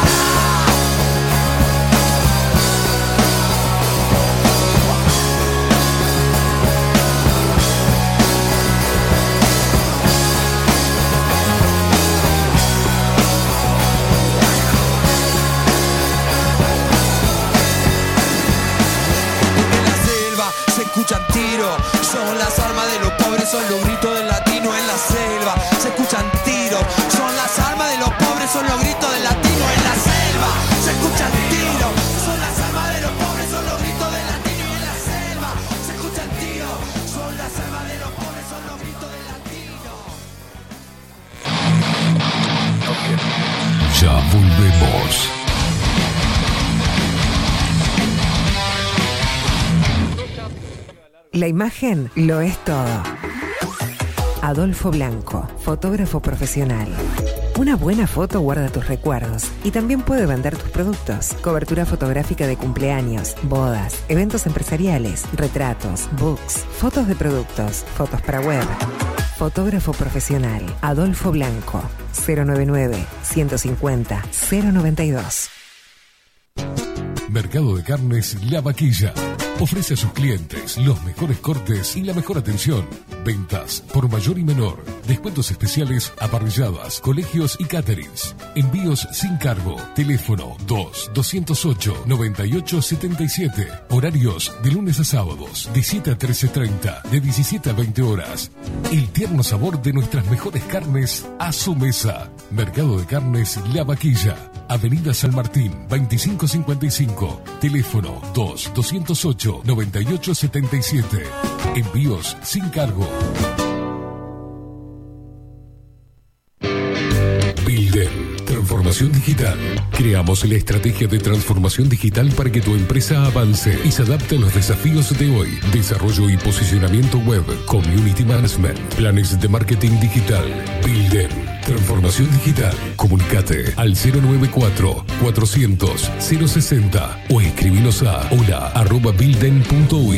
Escuchan tiros, son las armas de los pobres, son los gritos del latino en la selva. Se escuchan tiros, son las armas de los pobres, son los gritos del latino en la selva. Se escuchan tiros, son las armas de los pobres, son los gritos del latino en la selva. Se escuchan tiros, son las armas de los pobres, son los gritos del latino. Ya volvemos. La imagen lo es todo. Adolfo Blanco, fotógrafo profesional. Una buena foto guarda tus recuerdos y también puede vender tus productos. Cobertura fotográfica de cumpleaños, bodas, eventos empresariales, retratos, books, fotos de productos, fotos para web. Fotógrafo profesional, Adolfo Blanco, cero noventa y nueve, ciento cincuenta, cero noventa y dos. Mercado de Carnes La Vaquilla. Ofrece a sus clientes los mejores cortes y la mejor atención. Ventas por mayor y menor. Descuentos especiales a parrilladas, colegios y caterings. Envíos sin cargo. Teléfono dos, doscientos ocho, noventa y ocho setenta y siete. Horarios de lunes a sábados, de siete a trece treinta, de diecisiete a veinte horas. El tierno sabor de nuestras mejores carnes a su mesa. Mercado de Carnes La Vaquilla. Avenida San Martín, veinticinco cincuenta y cinco. Teléfono dos, doscientos ocho, noventa y ocho setenta y siete. Envíos sin cargo. Builden. Transformación digital. Creamos la estrategia de transformación digital para que tu empresa avance y se adapte a los desafíos de hoy. Desarrollo y posicionamiento web, community management, planes de marketing digital. Builden. Transformación digital. Comunicate al cero noventa y cuatro, cuatrocientos, cero sesenta o escribinos a hola arroba builden punto uy.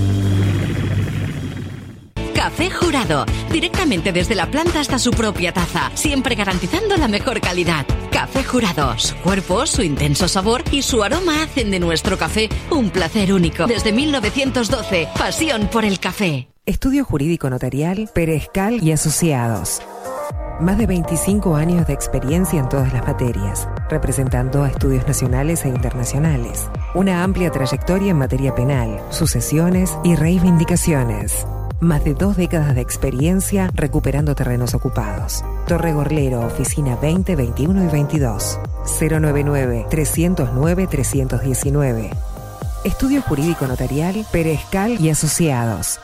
Café Jurado, directamente desde la planta hasta su propia taza, siempre garantizando la mejor calidad. Café Jurado, su cuerpo, su intenso sabor y su aroma hacen de nuestro café un placer único. Desde mil novecientos doce, pasión por el café. Estudio Jurídico Notarial, Perezcal y Asociados. Más de veinticinco años de experiencia en todas las materias, representando a estudios nacionales e internacionales. Una amplia trayectoria en materia penal, sucesiones y reivindicaciones. Más de dos décadas de experiencia recuperando terrenos ocupados. Torre Gorlero, oficina veinte, veintiuno y veintidós. cero noventa y nueve, trescientos nueve, trescientos diecinueve. Estudio Jurídico Notarial, Perezcal y Asociados.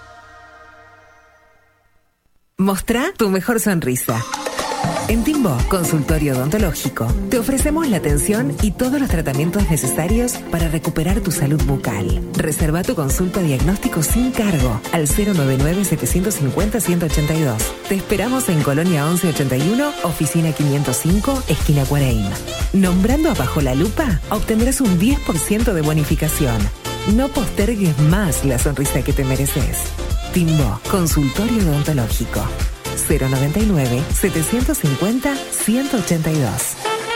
Mostrá tu mejor sonrisa. En Timbo, consultorio odontológico, te ofrecemos la atención y todos los tratamientos necesarios para recuperar tu salud bucal. Reserva tu consulta diagnóstico sin cargo al cero nueve nueve, setecientos cincuenta, ciento ochenta y dos. Te esperamos en Colonia once ochenta y uno, oficina quinientos cinco, esquina Cuareim. Nombrando a Bajo la Lupa, obtendrás un diez por ciento de bonificación. No postergues más la sonrisa que te mereces. Timbo, consultorio odontológico. cero noventa y nueve, setecientos cincuenta, ciento ochenta y dos.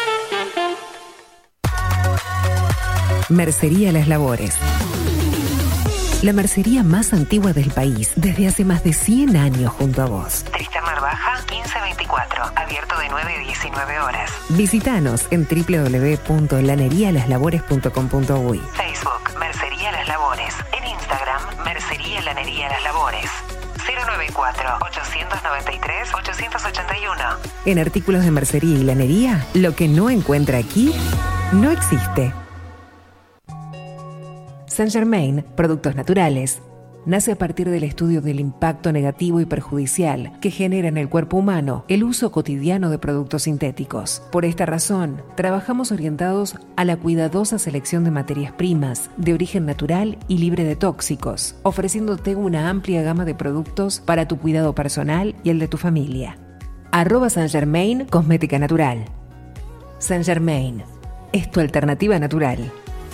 Mercería Las Labores. La mercería más antigua del país, desde hace más de cien años junto a vos. Tristamar Baja, quince veinticuatro, abierto de nueve a diecinueve horas. Visítanos en doble u doble u doble u punto lanería las labores punto com punto uy. Facebook, Mercería Las Labores. En Instagram, Mercería Lanería Las Labores. cero noventa y cuatro, ochocientos noventa y tres, ochocientos ochenta y uno. En artículos de mercería y lanería, lo que no encuentra aquí, no existe. Saint Germain, productos naturales, nace a partir del estudio del impacto negativo y perjudicial que genera en el cuerpo humano el uso cotidiano de productos sintéticos. Por esta razón, trabajamos orientados a la cuidadosa selección de materias primas de origen natural y libre de tóxicos, ofreciéndote una amplia gama de productos para tu cuidado personal y el de tu familia. Arroba Saint Germain Cosmética Natural. Saint Germain es tu alternativa natural.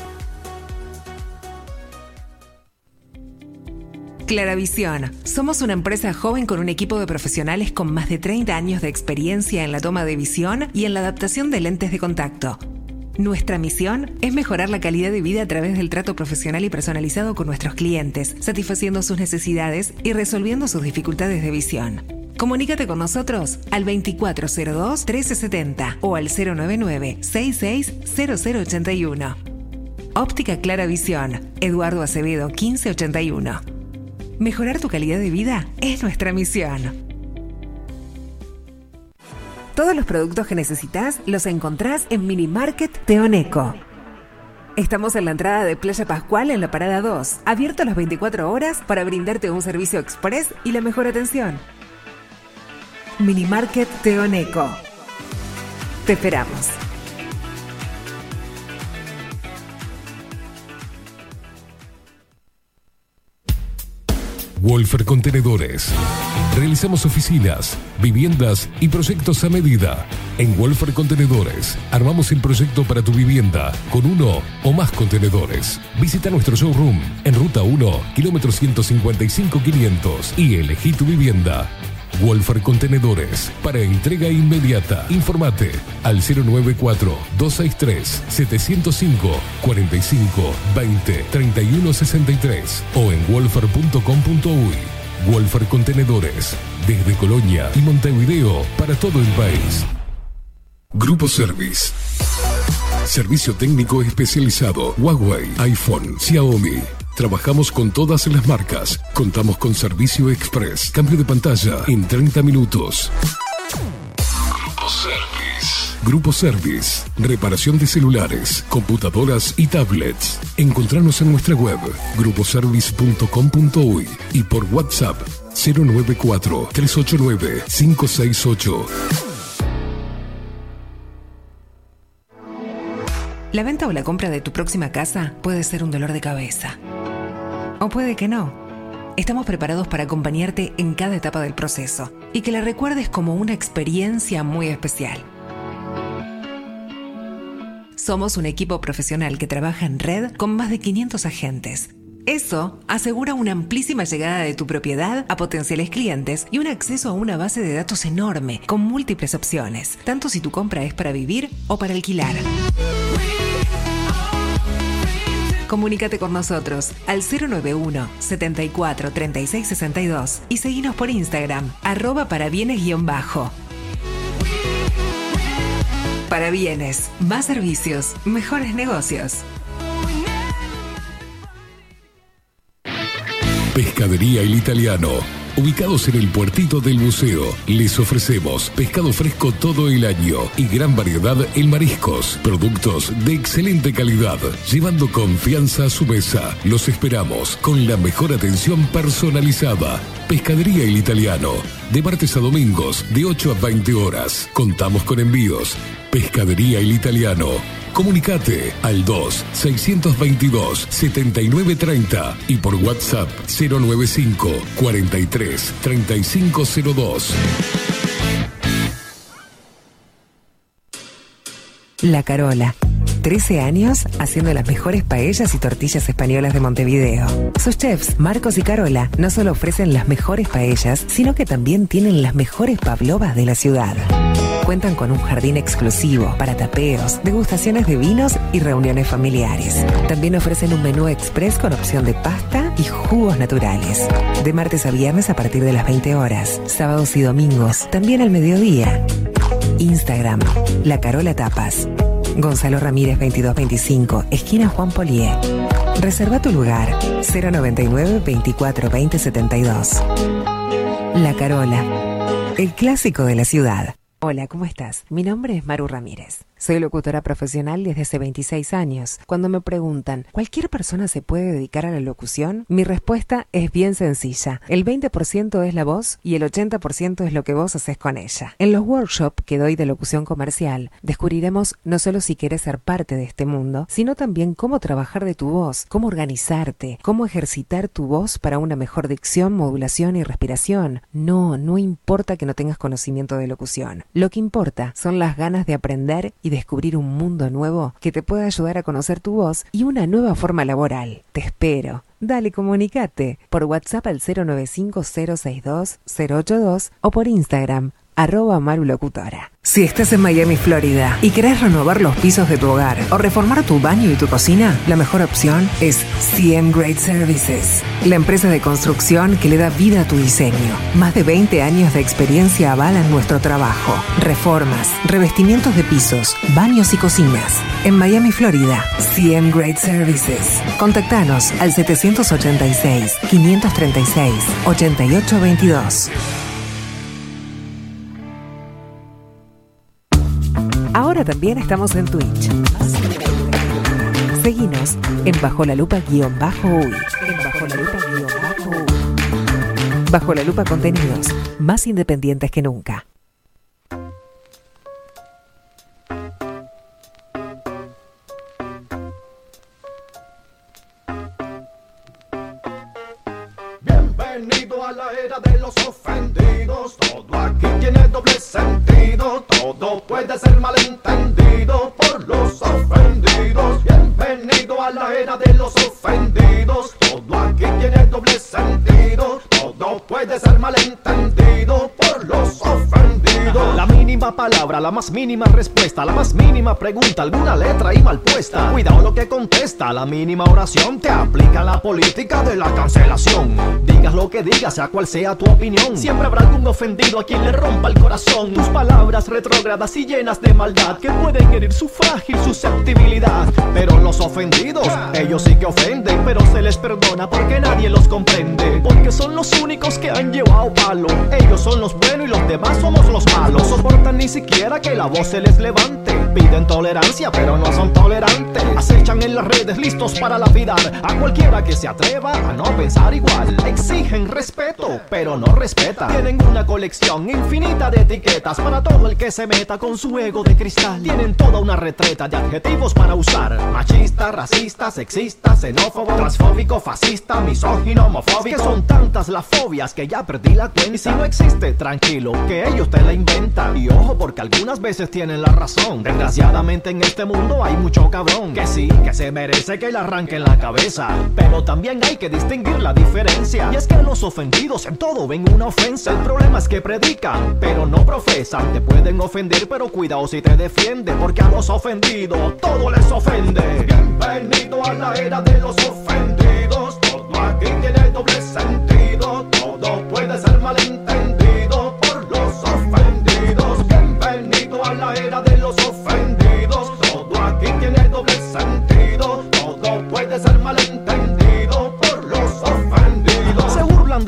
Claravisión. Somos una empresa joven con un equipo de profesionales con más de treinta años de experiencia en la toma de visión y en la adaptación de lentes de contacto. Nuestra misión es mejorar la calidad de vida a través del trato profesional y personalizado con nuestros clientes, satisfaciendo sus necesidades y resolviendo sus dificultades de visión. Comunícate con nosotros al veinticuatro cero dos, trece setenta o al cero nueve nueve, sesenta y seis, cero cero ochenta y uno. Óptica Claravisión. Eduardo Acevedo, quince ochenta y uno. Mejorar tu calidad de vida es nuestra misión. Todos los productos que necesitas los encontrás en Mini Market Teoneco. Estamos en la entrada de Playa Pascual en la Parada dos, abierto las veinticuatro horas para brindarte un servicio express y la mejor atención. Mini Market Teoneco. Te esperamos. Wolfer Contenedores. Realizamos oficinas, viviendas y proyectos a medida. En Wolfer Contenedores armamos el proyecto para tu vivienda con uno o más contenedores. Visita nuestro showroom en Ruta uno, kilómetro ciento cincuenta y cinco quinientos y elegí tu vivienda. Wolfer Contenedores, para entrega inmediata. Informate al cero nueve cuatro, dos seis tres, siete cero cinco, cuatro cinco, veinte, treinta y uno sesenta y tres o en wolfer punto com punto uy. Wolfer Contenedores, desde Colonia y Montevideo para todo el país. Grupo Service. Servicio técnico especializado. Huawei, iPhone, Xiaomi. Trabajamos con todas las marcas. Contamos con servicio express. Cambio de pantalla en treinta minutos. Grupo Service. Grupo Service. Reparación de celulares, computadoras y tablets. Encontranos en nuestra web grupo service punto com punto uy y por WhatsApp cero nueve cuatro, tres ocho nueve, cinco seis ocho. La venta o la compra de tu próxima casa puede ser un dolor de cabeza. O puede que no. Estamos preparados para acompañarte en cada etapa del proceso y que la recuerdes como una experiencia muy especial. Somos un equipo profesional que trabaja en red con más de quinientos agentes. Eso asegura una amplísima llegada de tu propiedad a potenciales clientes y un acceso a una base de datos enorme con múltiples opciones, tanto si tu compra es para vivir o para alquilar. Comunícate con nosotros al cero nueve uno, setenta y cuatro, treinta y seis sesenta y dos y seguinos por Instagram, arroba parabienes-bajo. Parabienes, más servicios, mejores negocios. Pescadería El Italiano. ubicados en el puertito del buceo. Les ofrecemos pescado fresco todo el año y gran variedad en mariscos, productos de excelente calidad, llevando confianza a su mesa. Los esperamos con la mejor atención personalizada. Pescadería El Italiano, de martes a domingos, de ocho a veinte horas. Contamos con envíos. Pescadería El Italiano. Comunicate al dos seiscientos veintidós setenta y nueve treinta y por WhatsApp cero noventa y cinco cuarenta y tres treinta y cinco cero dos. La Carola. trece años haciendo las mejores paellas y tortillas españolas de Montevideo. Sus chefs, Marcos y Carola, no solo ofrecen las mejores paellas, sino que también tienen las mejores pavlovas de la ciudad. Cuentan con un jardín exclusivo para tapeos, degustaciones de vinos y reuniones familiares. También ofrecen un menú express con opción de pasta y jugos naturales. De martes a viernes a partir de las veinte horas. Sábados y domingos, también al mediodía. Instagram, La Carola Tapas. Gonzalo Ramírez veintidós veinticinco, esquina Juan Polié. Reserva tu lugar, cero noventa y nueve veinticuatro veinte setenta y dos. La Carola, el clásico de la ciudad. Hola, ¿cómo estás? Mi nombre es Maru Ramírez. Soy locutora profesional desde hace veintiséis años. Cuando me preguntan, ¿cualquier persona se puede dedicar a la locución? Mi respuesta es bien sencilla. El veinte por ciento es la voz y el ochenta por ciento es lo que vos haces con ella. En los workshops que doy de locución comercial, descubriremos no solo si querés ser parte de este mundo, sino también cómo trabajar de tu voz, cómo organizarte, cómo ejercitar tu voz para una mejor dicción, modulación y respiración. No, no importa que no tengas conocimiento de locución. Lo que importa son las ganas de aprender y descubrir un mundo nuevo que te pueda ayudar a conocer tu voz y una nueva forma laboral. Te espero. Dale, comunicate por WhatsApp al cero nueve cinco cero seis dos cero ocho dos o por Instagram, arroba marulocutora. Si estás en Miami, Florida, y querés renovar los pisos de tu hogar o reformar tu baño y tu cocina, la mejor opción es C M Great Services, la empresa de construcción que le da vida a tu diseño. Más de veinte años de experiencia avalan nuestro trabajo. Reformas, revestimientos de pisos, baños y cocinas. En Miami, Florida, C M Great Services. Contactanos al setecientos ochenta y seis, quinientos treinta y seis, ochenta y ocho veintidós. Ahora también estamos en Twitch. Seguinos en Bajo la Lupa guión bajo uy. En Bajo la Lupa guión bajo uy. Bajo la Lupa contenidos más independientes que nunca. Bienvenido a la era de los ofendidos. Todo aquí tiene doble sentido. Todo puede ser malentendido por los ofendidos. Bienvenido a la era de los ofendidos. Todo aquí tiene doble sentido. Todo puede ser malentendido por los ofendidos. La mínima palabra, la más mínima respuesta, la más mínima pregunta, alguna letra y mal puesta. Cuidado lo que contesta, la mínima oración te aplica la política de la cancelación. Digas lo que digas, sea cual sea tu opinión, siempre habrá algún ofendido a quien le rompa el corazón. Tus palabras retrógradas y llenas de maldad que pueden herir su frágil susceptibilidad. Pero los ofendidos, ellos sí que ofenden, pero se les perdona porque nadie los comprende. Porque son los únicos que han llevado palo. Ellos son los buenos y los demás somos los malos. No soportan ni siquiera que la voz se les levante. Piden tolerancia pero no son tolerantes. Acechan en las redes listos para lapidar a cualquiera que se atreva a no pensar igual. Exigen respeto pero no respetan. Tienen una colección infinita de etiquetas para todo el que se meta con su ego de cristal. Tienen toda una retreta de adjetivos para usar: machista, racista, sexista, xenófobo, transfóbico, fascista, misógino, homofóbico. Que son tantas las fobias que ya perdí la cuenta. Y si no existe, tranquilo, que ellos te la inventan. Y ojo, porque algunas veces tienen la razón. Desgraciadamente en este mundo hay mucho cabrón que sí, que se merece que le arranquen la cabeza. Pero también hay que distinguir la diferencia. Y es que los ofendidos en todo ven una ofensa. El problema es que predican, pero no profesan. Te pueden ofender, pero cuidado si te defiende, porque a los ofendidos todo les ofende. Bienvenido a la era de los ofendidos. Todo aquí tiene doble sentido. Todo puede ser malentendido por los ofendidos. Bienvenido a la era de los ofendidos. Todo aquí tiene doble sentido. Todo puede ser malentendido por los ofendidos. Se burlan de la gente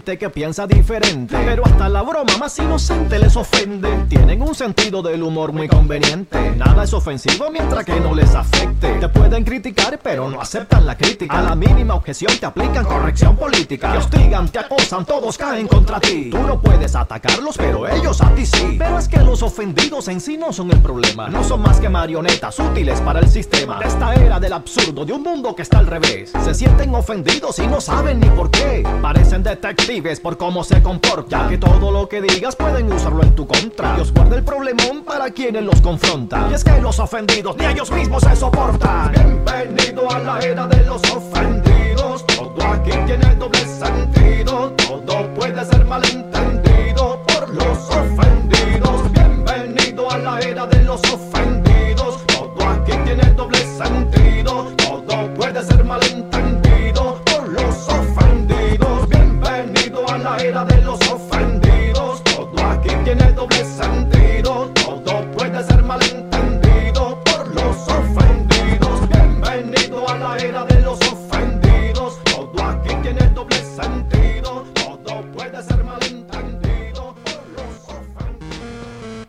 gente que piensa diferente, pero hasta la broma más inocente les ofende. Tienen un sentido del humor muy conveniente. Nada es ofensivo mientras que no les afecte. Te pueden criticar pero no aceptan la crítica. A la mínima objeción te aplican corrección política. Te hostigan, te acosan, todos caen contra ti. Tú no puedes atacarlos pero ellos a ti sí. Pero es que los ofendidos en sí no son el problema. No son más que marionetas útiles para el sistema. De esta era del absurdo, de un mundo que está al revés. Se sienten ofendidos y no saben ni por qué. Parecen detectives por cómo se comportan, que todo lo que digas pueden usarlo en tu contra. Dios guarda el problemón para quienes los confrontan. Y es que los ofendidos ni ellos mismos se soportan. Bienvenido a la era de los ofendidos. Todo aquí tiene doble sentido. Todo puede ser malentendido por los ofendidos. Bienvenido a la era de los ofendidos. Todo aquí tiene doble sentido. Todo puede ser malentendido por los ofendidos. Bienvenido a la era de los ofendidos. Todo aquí tiene doble sentido. Todo puede ser malentendido por los ofendidos. Bienvenido a la era de los ofendidos. Todo aquí tiene doble sentido. Todo puede ser malentendido por los ofendidos.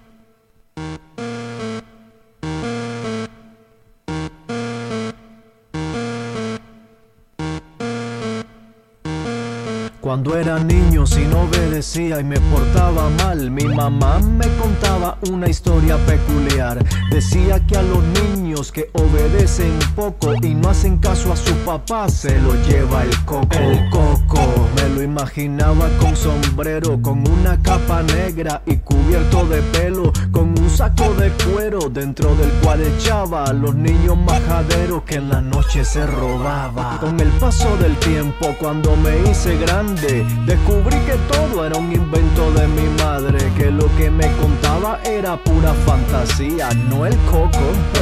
Cuando era niño, si no obedecía y me portaba mal, mi mamá me contaba una historia peculiar. Decía que a los niños que obedecen poco y no hacen caso a su papá, se lo lleva el coco. El coco. Me lo imaginaba con sombrero, con una capa negra y cubierto de pelo, con un saco de cuero dentro del cual echaba a los niños majaderos que en la noche se robaba. Con el paso del tiempo, cuando me hice grande, descubrí que todo era un invento de mi madre, que lo que me contaba era pura fantasía. No el coco,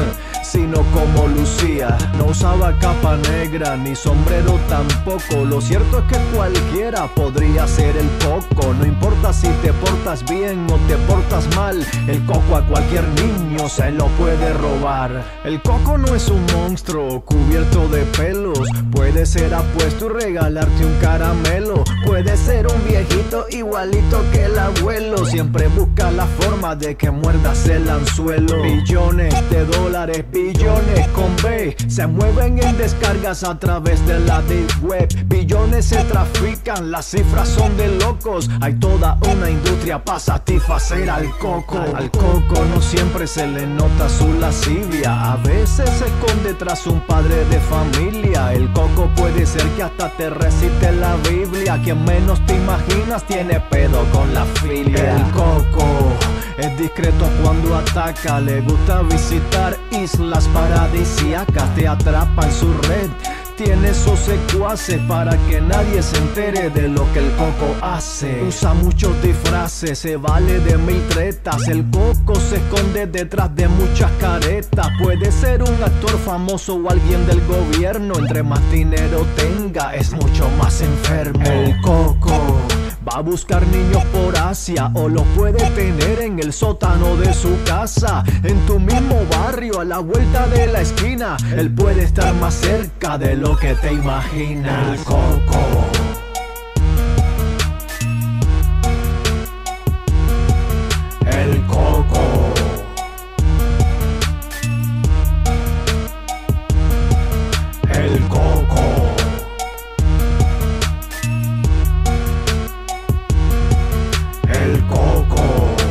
sino como lucía. No usaba capa negra ni sombrero tampoco. Lo cierto es que cualquiera podría ser el coco. No importa si te portas bien o te portas mal, el coco a cualquier niño se lo puede robar. El coco no es un monstruo cubierto de pelos. Puede ser apuesto y regalarte un caramelo. Puede ser un viejito igualito que el abuelo. Siempre busca la forma de que muerdas el anzuelo. Billones de dólares, billones con B, se mueven en descargas a través de la deep web. Billones se trafican, las cifras son de locos. Hay toda una industria para satisfacer al coco. Al coco no siempre se le nota su lascivia. A veces se esconde tras un padre de familia. El coco puede ser que hasta te recite la Biblia. Quien menos te imaginas tiene pedo con la filia. El coco es discreto cuando ataca, le gusta visitar islas paradisíacas, te atrapa en su red. Tiene sus secuaces para que nadie se entere de lo que el coco hace. Usa muchos disfraces, se vale de mil tretas. El coco se esconde detrás de muchas caretas. Puede ser un actor famoso o alguien del gobierno. Entre más dinero tenga, es mucho más enfermo. El coco va a buscar niños por Asia o los puede tener en el sótano de su casa. En tu mismo barrio, a la vuelta de la esquina, él puede estar más cerca de lo que te imaginas. El coco. El coco. El coco. El coco.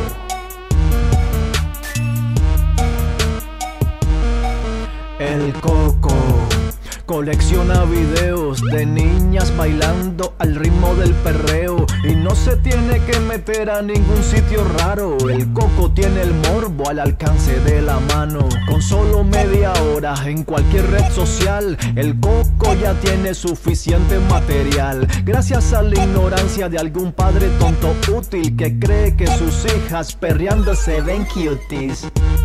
El coco colecciona videos de niñas bailando al ritmo del perreo y no se tiene que meter a ningún sitio raro. El coco tiene el morbo al alcance de la mano. Con solo media hora en cualquier red social, el coco ya tiene suficiente material. Gracias a la ignorancia de algún padre tonto útil que cree que sus hijas perreando se ven cuties.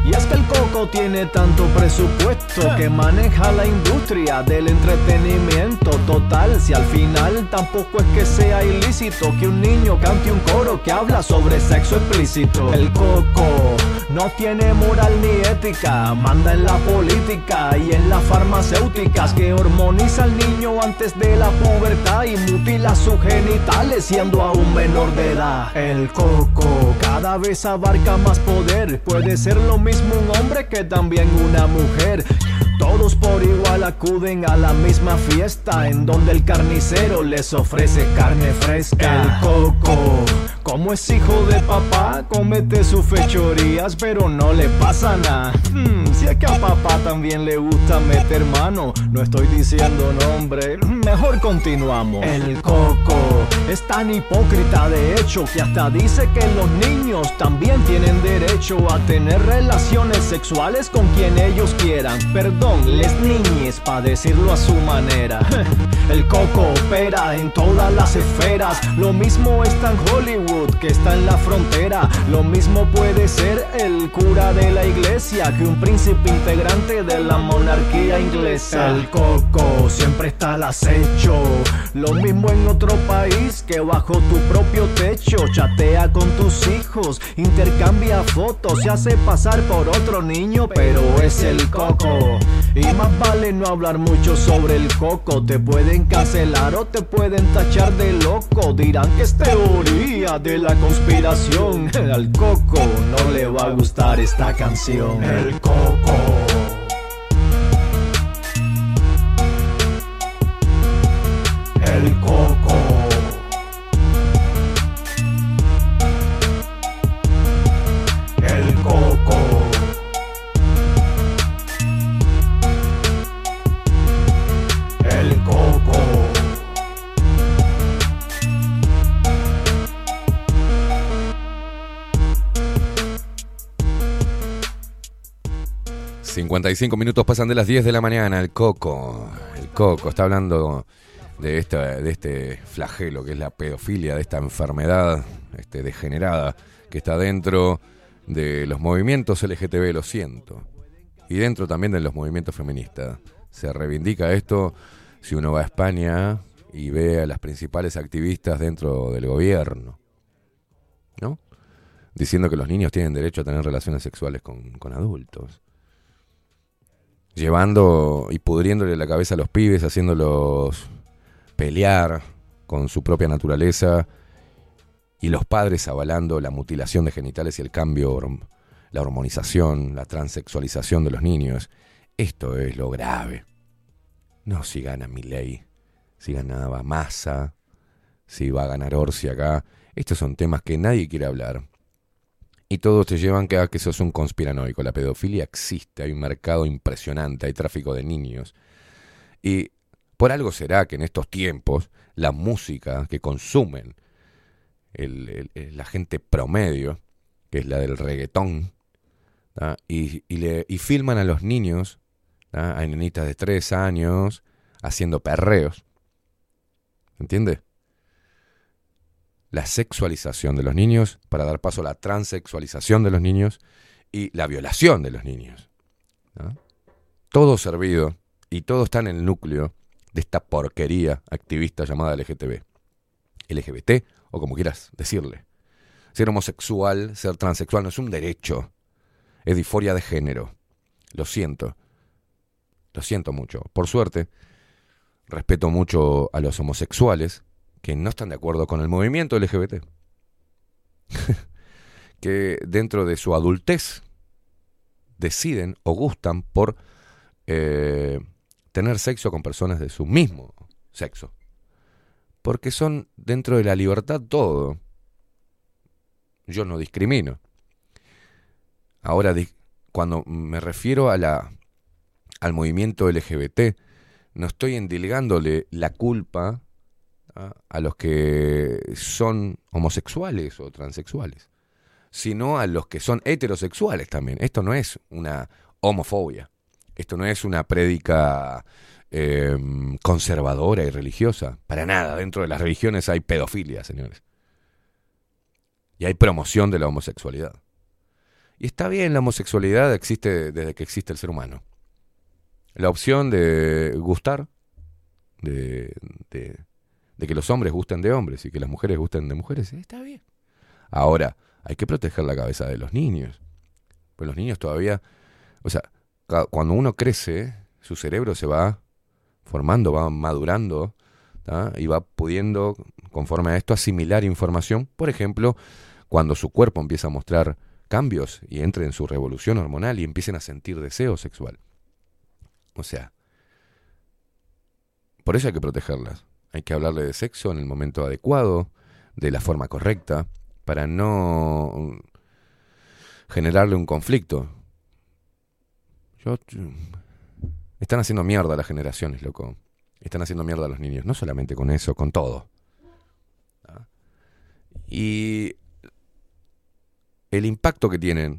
Y es que el Coco tiene tanto presupuesto que maneja la industria del entretenimiento. Total, si al final tampoco es que sea ilícito que un niño cante un coro que habla sobre sexo explícito. El Coco no tiene moral ni ética, manda en la política y en las farmacéuticas, que hormoniza al niño antes de la pubertad y mutila sus genitales siendo aún menor de edad. El Coco cada vez abarca más poder, puede ser lo mismo un hombre que también una mujer. Todos por igual acuden a la misma fiesta en donde el carnicero les ofrece carne fresca. El Coco, como es hijo de papá, comete sus fechorías pero no le pasa nada. Hmm, si es que a papá también le gusta meter mano, no estoy diciendo nombre, mejor continuamos. El Coco es tan hipócrita de hecho que hasta dice que los niños también tienen derecho a tener relaciones sexuales con quien ellos quieran. Perdón, les niñes pa' decirlo a su manera. El Coco opera en todas las esferas, lo mismo está en Hollywood que está en la frontera. Lo mismo puede ser el cura de la iglesia que un príncipe integrante de la monarquía inglesa. El Coco siempre está al acecho, lo mismo en otro país que bajo tu propio techo. Chatea con tus hijos, intercambia fotos, se hace pasar por otro niño, pero es el Coco. Y más vale no hablar mucho sobre el Coco, te pueden cancelar o te pueden tachar de loco. Dirán que es teoría de la conspiración, al Coco no le va a gustar esta canción. El Coco. El Coco. El Coco. El Coco. cincuenta y cinco minutos pasan de las diez de la mañana. El Coco. El Coco está hablando de, esta, de este flagelo que es la pedofilia, de esta enfermedad este, degenerada que está dentro de los movimientos L G T B, lo siento. Y dentro también de los movimientos feministas. Se reivindica esto si uno va a España y ve a las principales activistas dentro del gobierno, ¿no? Diciendo que los niños tienen derecho a tener relaciones sexuales con, con adultos. Llevando y pudriéndole la cabeza a los pibes, haciéndolos pelear con su propia naturaleza, y los padres avalando la mutilación de genitales y el cambio, la hormonización, la transexualización de los niños. Esto es lo grave. No si gana Milei, si ganaba Massa, si va a ganar Orsi acá. Estos son temas que nadie quiere hablar. Y todos te llevan a que sos un conspiranoico. La pedofilia existe, hay un mercado impresionante, hay tráfico de niños. Y por algo será que en estos tiempos la música que consumen el, el, el, la gente promedio, que es la del reggaetón, ¿tá? y, y, le, y filman a los niños, ¿tá? a nenitas de tres años haciendo perreos. ¿Entiendes? La sexualización de los niños para dar paso a la transexualización de los niños y la violación de los niños, ¿no? Todo servido y todo está en el núcleo de esta porquería activista llamada L G T B, L G B T o como quieras decirle. Ser homosexual, ser transexual no es un derecho, es disforia de género. Lo siento, lo siento mucho. Por suerte, respeto mucho a los homosexuales que no están de acuerdo con el movimiento L G B T, que dentro de su adultez deciden o gustan por eh, tener sexo con personas de su mismo sexo, porque son dentro de la libertad todo. Yo no discrimino. Ahora, cuando me refiero a la, al movimiento L G B T, no estoy endilgándole la culpa a los que son homosexuales o transexuales, sino a los que son heterosexuales también. Esto no es una homofobia, esto no es una prédica eh, conservadora y religiosa, para nada. Dentro de las religiones hay pedofilia, señores, y hay promoción de la homosexualidad. Y está bien, la homosexualidad existe desde que existe el ser humano. La opción de gustar, de, de, de que los hombres gusten de hombres y que las mujeres gusten de mujeres, está bien. Ahora, hay que proteger la cabeza de los niños. Pues los niños todavía, o sea, cuando uno crece, su cerebro se va formando, va madurando, ¿tá? Y va pudiendo, conforme a esto, asimilar información. Por ejemplo, cuando su cuerpo empieza a mostrar cambios y entre en su revolución hormonal y empiecen a sentir deseo sexual. O sea, por eso hay que protegerlas. Hay que hablarle de sexo en el momento adecuado, de la forma correcta, para no generarle un conflicto. Yo, están haciendo mierda a las generaciones, loco. Están haciendo mierda a los niños. No solamente con eso, con todo. ¿Ah? Y el impacto que tienen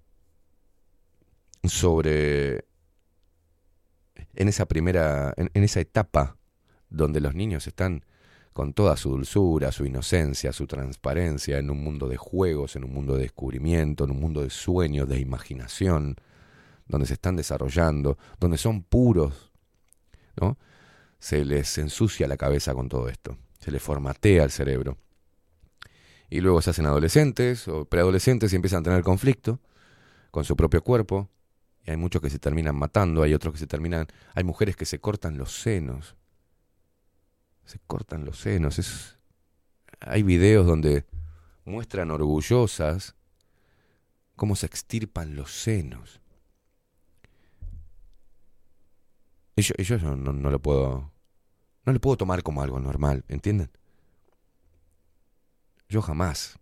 sobre en esa primera, en, en esa etapa donde los niños están con toda su dulzura, su inocencia, su transparencia, en un mundo de juegos, en un mundo de descubrimiento, en un mundo de sueños, de imaginación, donde se están desarrollando, donde son puros, ¿no? Se les ensucia la cabeza con todo esto, se les formatea el cerebro. Y luego se hacen adolescentes o preadolescentes y empiezan a tener conflicto con su propio cuerpo. Y hay muchos que se terminan matando, hay otros que se terminan... Hay mujeres que se cortan los senos. Se cortan los senos. Es... Hay videos donde muestran orgullosas cómo se extirpan los senos. Y yo, y yo no, no, no lo puedo... No lo puedo tomar como algo normal, ¿entienden? Yo jamás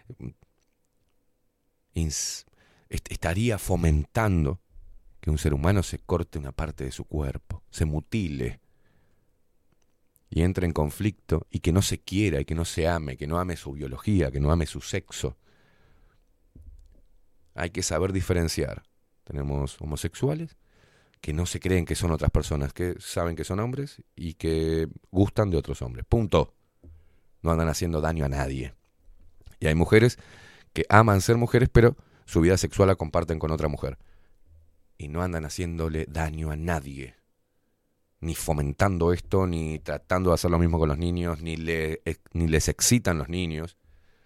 ins, est, estaría fomentando que un ser humano se corte una parte de su cuerpo, se mutile y entre en conflicto y que no se quiera y que no se ame, que no ame su biología, que no ame su sexo. Hay que saber diferenciar. Tenemos homosexuales que no se creen que son otras personas, que saben que son hombres y que gustan de otros hombres. Punto. No andan haciendo daño a nadie. Y hay mujeres que aman ser mujeres, pero su vida sexual la comparten con otra mujer. Y no andan haciéndole daño a nadie. Ni fomentando esto, ni tratando de hacer lo mismo con los niños, ni, le, ni les excitan los niños.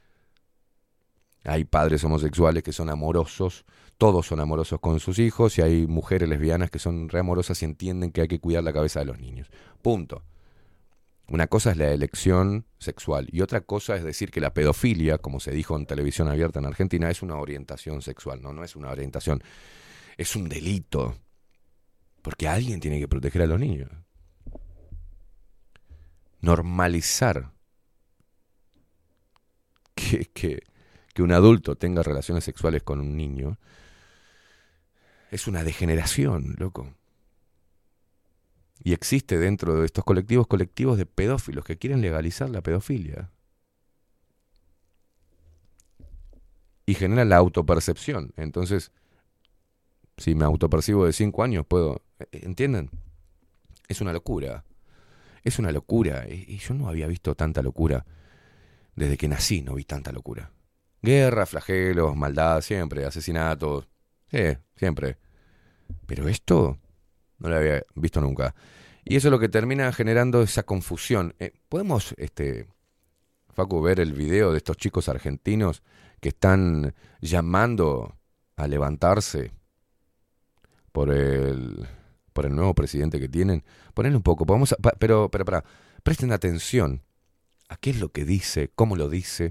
Hay padres homosexuales que son amorosos, todos son amorosos con sus hijos, y hay mujeres lesbianas que son re amorosas y entienden que hay que cuidar la cabeza de los niños. Punto. Una cosa es la elección sexual y otra cosa es decir que la pedofilia, como se dijo en televisión abierta en Argentina, es una orientación sexual. No, no es una orientación, es un delito. Porque alguien tiene que proteger a los niños. Normalizar que, que, que un adulto tenga relaciones sexuales con un niño es una degeneración, loco. Y existe dentro de estos colectivos, colectivos de pedófilos que quieren legalizar la pedofilia. Y generan la autopercepción. Entonces, si me autopercibo de cinco años, puedo... ¿Entienden? Es una locura. Es una locura. Y yo no había visto tanta locura. Desde que nací no vi tanta locura. Guerra, flagelos, maldad, siempre. Asesinatos. Sí, siempre. Pero esto... no lo había visto nunca. Y eso es lo que termina generando esa confusión. Eh, ¿Podemos, este, Facu, ver el video de estos chicos argentinos que están llamando a levantarse por el, por el nuevo presidente que tienen? Ponle un poco. Vamos a, pa, pero, pero, para, presten atención a qué es lo que dice, cómo lo dice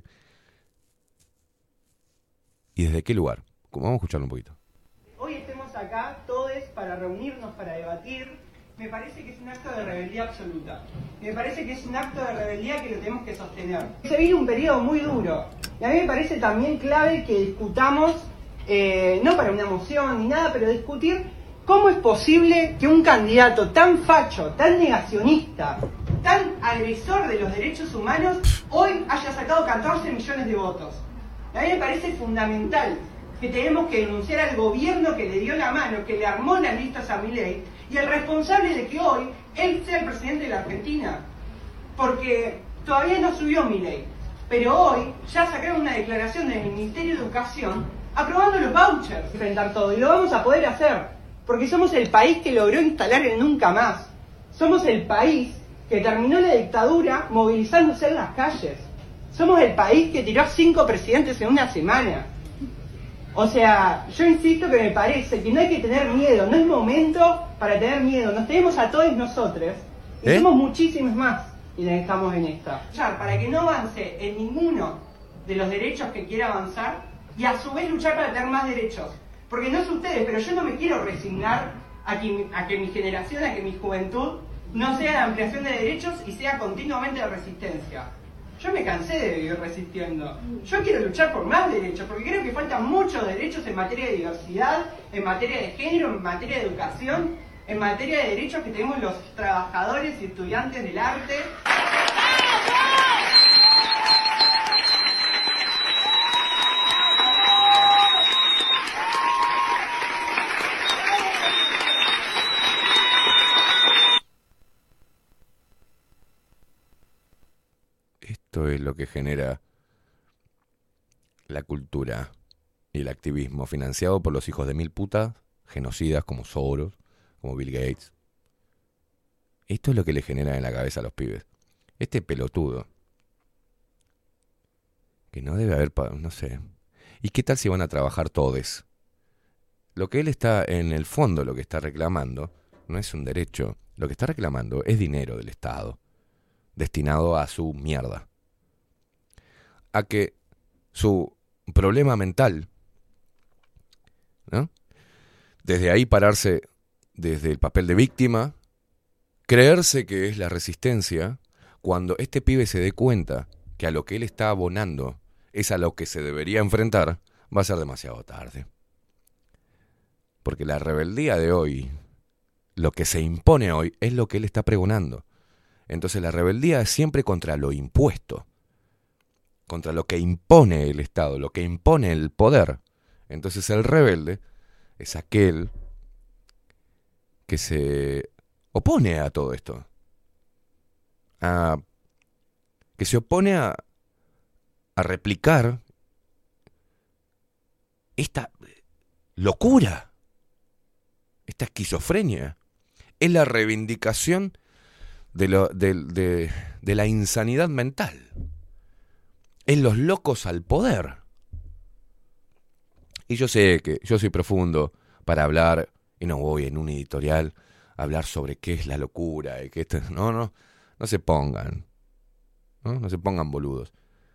y desde qué lugar. Vamos a escucharlo un poquito. Hoy estemos acá todos para reunirnos, para debatir, me parece que es un acto de rebeldía absoluta. Me parece que es un acto de rebeldía que lo tenemos que sostener. Se viene un periodo muy duro y a mí me parece también clave que discutamos, eh, no para una moción ni nada, pero discutir cómo es posible que un candidato tan facho, tan negacionista, tan agresor de los derechos humanos, hoy haya sacado catorce millones de votos. A mí me parece fundamental que tenemos que denunciar al gobierno que le dio la mano, que le armó las listas a Milei, y el responsable de que hoy él sea el presidente de la Argentina. Porque todavía no subió Milei, pero hoy ya sacaron una declaración del Ministerio de Educación aprobando los vouchers, enfrentar todo, y lo vamos a poder hacer, porque somos el país que logró instalar el nunca más. Somos el país que terminó la dictadura movilizándose en las calles. Somos el país que tiró cinco presidentes en una semana. O sea, yo insisto que me parece que no hay que tener miedo, no es momento para tener miedo. Nos tenemos a todos nosotros y ¿Eh? somos muchísimos más y estamos en esta. Luchar para que no avance en ninguno de los derechos que quiera avanzar y a su vez luchar para tener más derechos. Porque no sé ustedes, pero yo no me quiero resignar a que, a que mi generación, a que mi juventud no sea de ampliación de derechos y sea continuamente de resistencia. Yo me cansé de vivir resistiendo. Yo quiero luchar por más derechos, porque creo que faltan muchos derechos en materia de diversidad, en materia de género, en materia de educación, en materia de derechos que tenemos los trabajadores y estudiantes del arte. Esto es lo que genera la cultura y el activismo financiado por los hijos de mil putas, genocidas como Soros, como Bill Gates. Esto es lo que le genera en la cabeza a los pibes. Este pelotudo, que no debe haber, no sé. ¿Y qué tal si van a trabajar todes? Lo que él está, en el fondo, lo que está reclamando, no es un derecho. Lo que está reclamando es dinero del Estado, destinado a su mierda. A que su problema mental, ¿no? Desde ahí pararse desde el papel de víctima, creerse que es la resistencia, cuando este pibe se dé cuenta que a lo que él está abonando es a lo que se debería enfrentar, va a ser demasiado tarde. Porque la rebeldía de hoy, lo que se impone hoy, es lo que él está pregonando. Entonces la rebeldía es siempre contra lo impuesto, contra lo que impone el Estado, lo que impone el poder. Entonces el rebelde es aquel que se opone a todo esto, a, que se opone a, a replicar esta locura, esta esquizofrenia. Es la reivindicación de, lo, de, de, de la insanidad mental. Es los locos al poder. Y yo sé que yo soy profundo para hablar, y no voy en un editorial a hablar sobre qué es la locura y qué esto, no, no, no se pongan, ¿no? No se pongan boludos.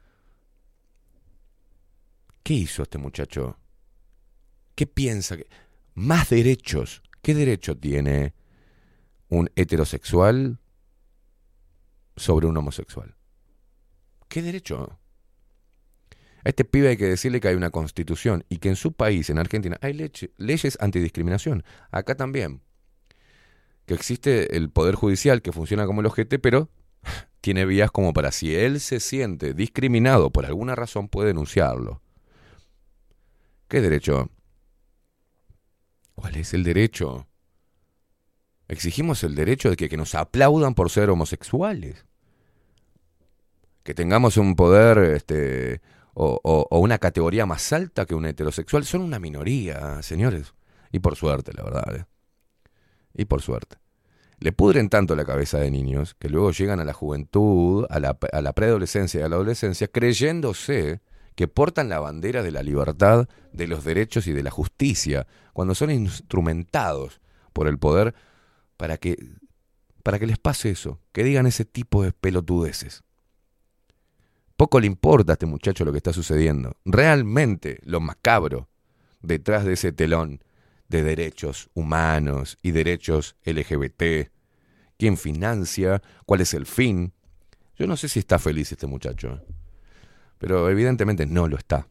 ¿Qué hizo este muchacho? ¿Qué piensa? Que más derechos. ¿Qué derecho tiene un heterosexual sobre un homosexual? ¿Qué derecho? A este pibe hay que decirle que hay una constitución y que en su país, en Argentina, hay leche, leyes antidiscriminación. Acá también. Que existe el Poder Judicial que funciona como el ojete, pero tiene vías como para, si él se siente discriminado por alguna razón, puede denunciarlo. ¿Qué derecho? ¿Cuál es el derecho? Exigimos el derecho de que, que nos aplaudan por ser homosexuales. Que tengamos un poder... este O, o, o una categoría más alta que un heterosexual. Son una minoría, señores. Y por suerte, la verdad. ¿eh? Y por suerte. Le pudren tanto la cabeza de niños que luego llegan a la juventud, a la, a la preadolescencia y a la adolescencia, creyéndose que portan la bandera de la libertad, de los derechos y de la justicia, cuando son instrumentados por el poder para que, para que les pase eso, que digan ese tipo de pelotudeces. Poco le importa a este muchacho lo que está sucediendo. Realmente lo macabro detrás de ese telón de derechos humanos y derechos L G B T. ¿Quién financia? ¿Cuál es el fin? Yo no sé si está feliz este muchacho, pero evidentemente no lo está.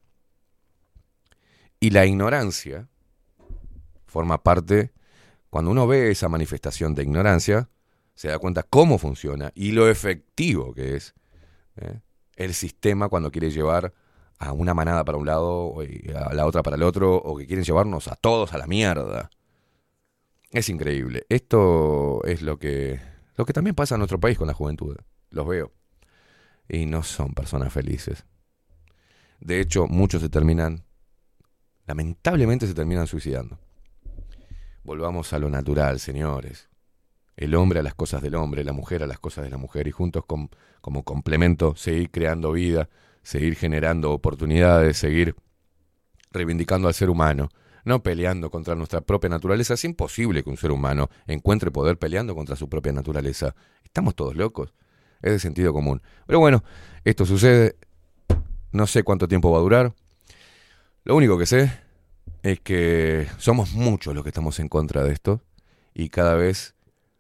Y la ignorancia forma parte, cuando uno ve esa manifestación de ignorancia, se da cuenta cómo funciona y lo efectivo que es, ¿eh? el sistema cuando quiere llevar a una manada para un lado y a la otra para el otro, o que quieren llevarnos a todos a la mierda. Es increíble. Esto es lo que, lo que también pasa en nuestro país con la juventud. Los veo. Y no son personas felices. De hecho, muchos se terminan lamentablemente se terminan suicidando. Volvamos a lo natural, señores. El hombre a las cosas del hombre, la mujer a las cosas de la mujer, y juntos com, como complemento seguir creando vida, seguir generando oportunidades, seguir reivindicando al ser humano, no peleando contra nuestra propia naturaleza. Es imposible que un ser humano encuentre poder peleando contra su propia naturaleza. Estamos todos locos. Es de sentido común. Pero bueno, esto sucede. No sé cuánto tiempo va a durar. Lo único que sé es que somos muchos los que estamos en contra de esto, y cada vez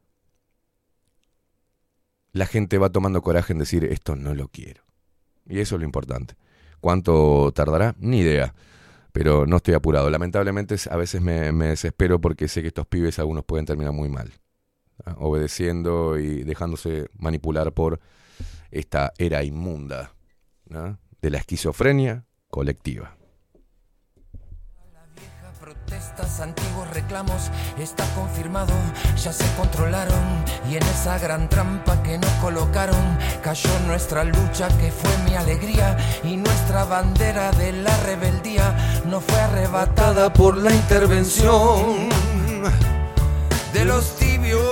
la gente va tomando coraje en decir esto no lo quiero. Y eso es lo importante. ¿Cuánto tardará? Ni idea. Pero no estoy apurado. Lamentablemente a veces me, me desespero porque sé que estos pibes algunos pueden terminar muy mal, ¿ah? Obedeciendo y dejándose manipular por esta era inmunda, ¿no?, de la esquizofrenia colectiva. Protestas, antiguos reclamos, está confirmado, ya se controlaron, y en esa gran trampa que nos colocaron cayó nuestra lucha, que fue mi alegría, y nuestra bandera de la rebeldía no fue arrebatada por la intervención de los tibios.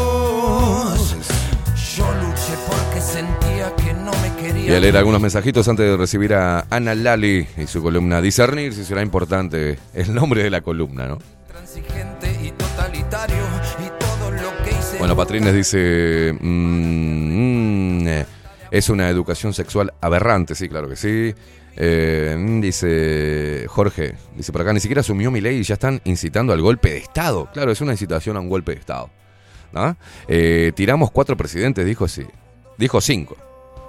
Yo luché porque sentía que no me quería. Voy a leer algunos mensajitos antes de recibir a Ana Lali y su columna Discernir, si será importante el nombre de la columna, ¿no? Transigente y totalitario, y todo lo que hice. Bueno, Patrines dice, mmm, mmm, es una educación sexual aberrante, sí, claro que sí. Eh, dice Jorge, dice por acá, ni siquiera asumió mi ley y ya están incitando al golpe de Estado. Claro, es una incitación a un golpe de Estado, ¿no? Eh, tiramos cuatro presidentes, dijo sí. Dijo cinco.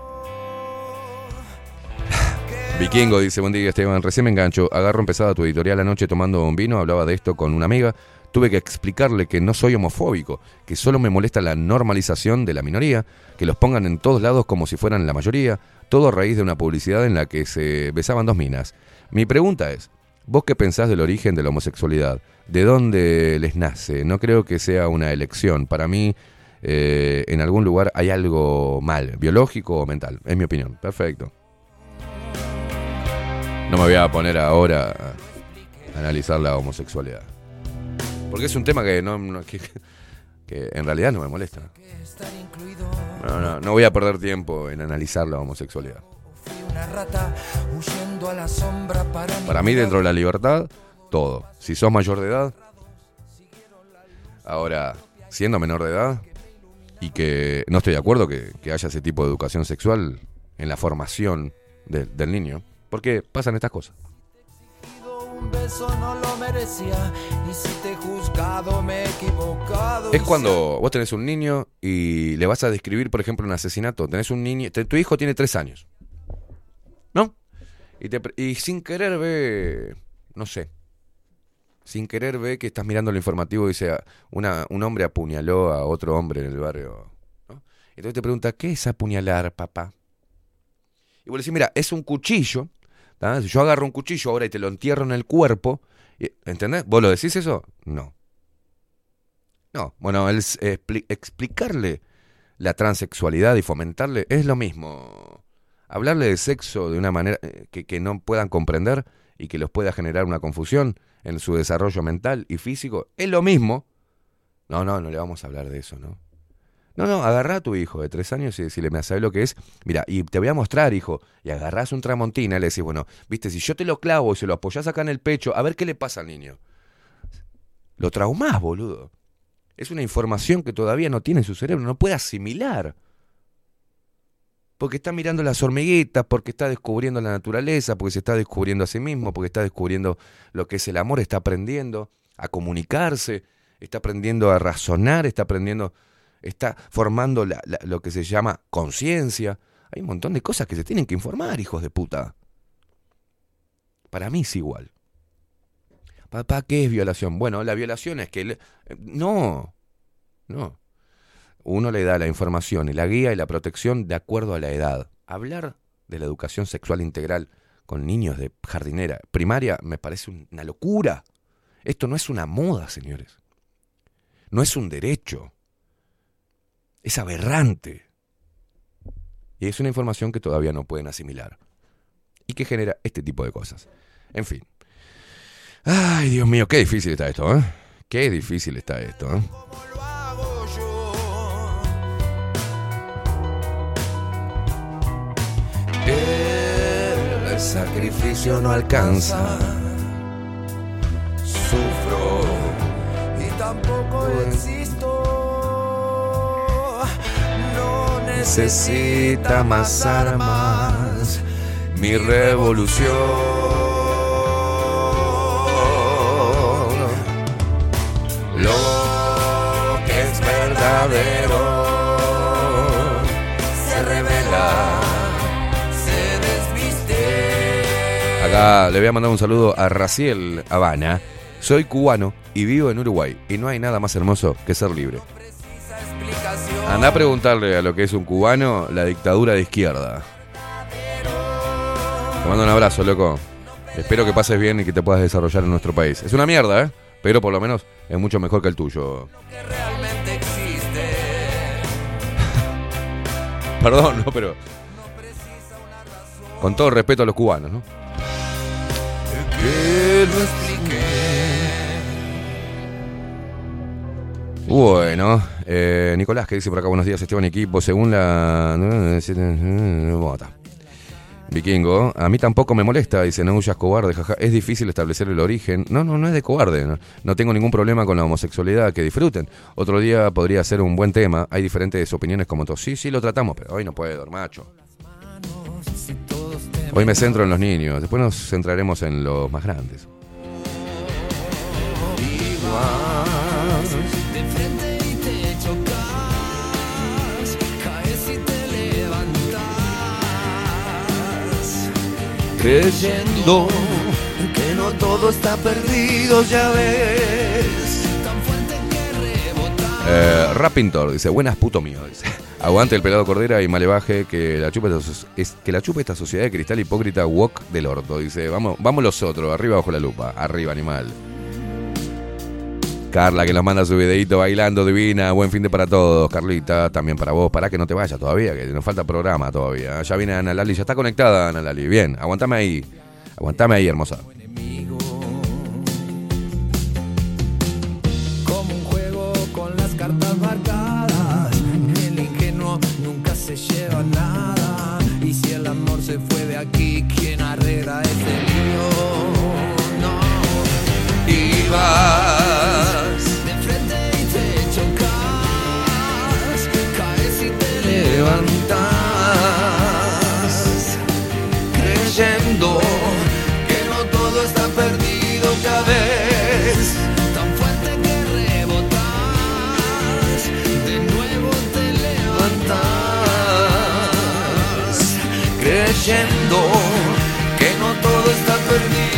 Vikingo dice, buen día Esteban, recién me engancho, agarro empezada tu editorial anoche tomando un vino, hablaba de esto con una amiga, tuve que explicarle que no soy homofóbico, que solo me molesta la normalización de la minoría, que los pongan en todos lados como si fueran la mayoría, todo a raíz de una publicidad en la que se besaban dos minas. Mi pregunta es, ¿vos qué pensás del origen de la homosexualidad? ¿De dónde les nace? No creo que sea una elección, para mí eh, en algún lugar hay algo mal, biológico o mental, es mi opinión. Perfecto. No me voy a poner ahora a analizar la homosexualidad, porque es un tema que, no, no que, que en realidad no me molesta. No, no, no voy a perder tiempo en analizar la homosexualidad. Para mí, dentro de la libertad, todo. Si sos mayor de edad, ahora, siendo menor de edad, y que no estoy de acuerdo que, que haya ese tipo de educación sexual en la formación de, del niño, porque pasan estas cosas. Un beso no lo merecía, y si te he juzgado me he equivocado. Es cuando vos tenés un niño y le vas a describir, por ejemplo, un asesinato. Tenés un niño, te, tu hijo tiene tres años, ¿no? Y, te, y sin querer ve, no sé, sin querer ve que estás mirando el informativo y dice, una, un hombre apuñaló a otro hombre en el barrio, ¿no? Entonces te pregunta, ¿qué es apuñalar, papá? Y vos le decís, mira, es un cuchillo. ¿Ah? Si yo agarro un cuchillo ahora y te lo entierro en el cuerpo, ¿entendés? ¿Vos lo decís eso? No. No, bueno, el, expli- explicarle la transexualidad y fomentarle es lo mismo. Hablarle de sexo de una manera que, que no puedan comprender y que los pueda generar una confusión en su desarrollo mental y físico, es lo mismo. No, no, no le vamos a hablar de eso, ¿no? No, no, agarrá a tu hijo de tres años y decirle, mira, ¿sabes lo que es? Mira, y te voy a mostrar, hijo. Y agarrás un tramontina y le decís, bueno, viste, si yo te lo clavo y se lo apoyás acá en el pecho, a ver qué le pasa al niño. Lo traumás, boludo. Es una información que todavía no tiene en su cerebro, no puede asimilar. Porque está mirando las hormiguitas, porque está descubriendo la naturaleza, porque se está descubriendo a sí mismo, porque está descubriendo lo que es el amor, está aprendiendo a comunicarse, está aprendiendo a razonar, está aprendiendo... Está formando la, la, lo que se llama conciencia. Hay un montón de cosas que se tienen que informar, hijos de puta. Para mí es igual. Papá, ¿qué es violación? Bueno, la violación es que... Le... No, no. Uno le da la información y la guía y la protección de acuerdo a la edad. Hablar de la educación sexual integral con niños de jardinera primaria me parece una locura. Esto no es una moda, señores. No es un derecho. Es aberrante. Y es una información que todavía no pueden asimilar. Y que genera este tipo de cosas. En fin. Ay, Dios mío, qué difícil está esto, ¿eh? Qué difícil está esto, ¿eh? El sacrificio no alcanza. Sufro y tampoco existo. No necesita más armas mi revolución. Lo que es verdadero se revela, se desviste. Acá le voy a mandar un saludo a Raciel Habana. Soy cubano y vivo en Uruguay y no hay nada más hermoso que ser libre. Andá a preguntarle a lo que es un cubano la dictadura de izquierda. Te mando un abrazo, loco. Espero que pases bien y que te puedas desarrollar en nuestro país. Es una mierda, ¿eh? Pero por lo menos es mucho mejor que el tuyo. Perdón, no, pero... Con todo respeto a los cubanos, ¿no? Que lo explique. Bueno, eh, Nicolás, que dice por acá, buenos días, Esteban y equipo. Según la... Bota. Vikingo, a mí tampoco me molesta, dice, no huyas cobarde, jaja. Es difícil establecer el origen. No, no, no es de cobarde. No, no tengo ningún problema con la homosexualidad, que disfruten. Otro día podría ser un buen tema. Hay diferentes opiniones como todos. Sí, sí, lo tratamos, pero hoy no puedo, macho. Hoy me centro en los niños, después nos centraremos en los más grandes. De frente y te chocas, caes y te levantas, creyendo que no todo está perdido, ya ves. Tan fuerte que rebota. Eh, Rapintor dice, buenas puto mío, dice. Aguante el pelado Cordera y Malevaje, que la chupe esta, es, que la chupe esta sociedad de cristal hipócrita wok del orto. Dice, vamos, vamos los otros, arriba bajo la lupa, arriba animal. Carla, que nos manda su videito bailando, divina, buen fin de para todos. Carlita, también para vos, para que no te vayas todavía, que nos falta programa todavía. Ya viene Ana Lali, ya está conectada Ana Lali. Bien, aguantame ahí, aguantame ahí, hermosa. Como un juego con las cartas marcadas, el ingenuo nunca se lleva nada. Y si el amor se fue de aquí, ¿quién arregla ese lío? No. Y vas de frente y te chocas, caes y te levantas, creyendo que no todo está perdido, cada vez tan fuerte que rebotas, de nuevo te levantas, creyendo que no todo está perdido.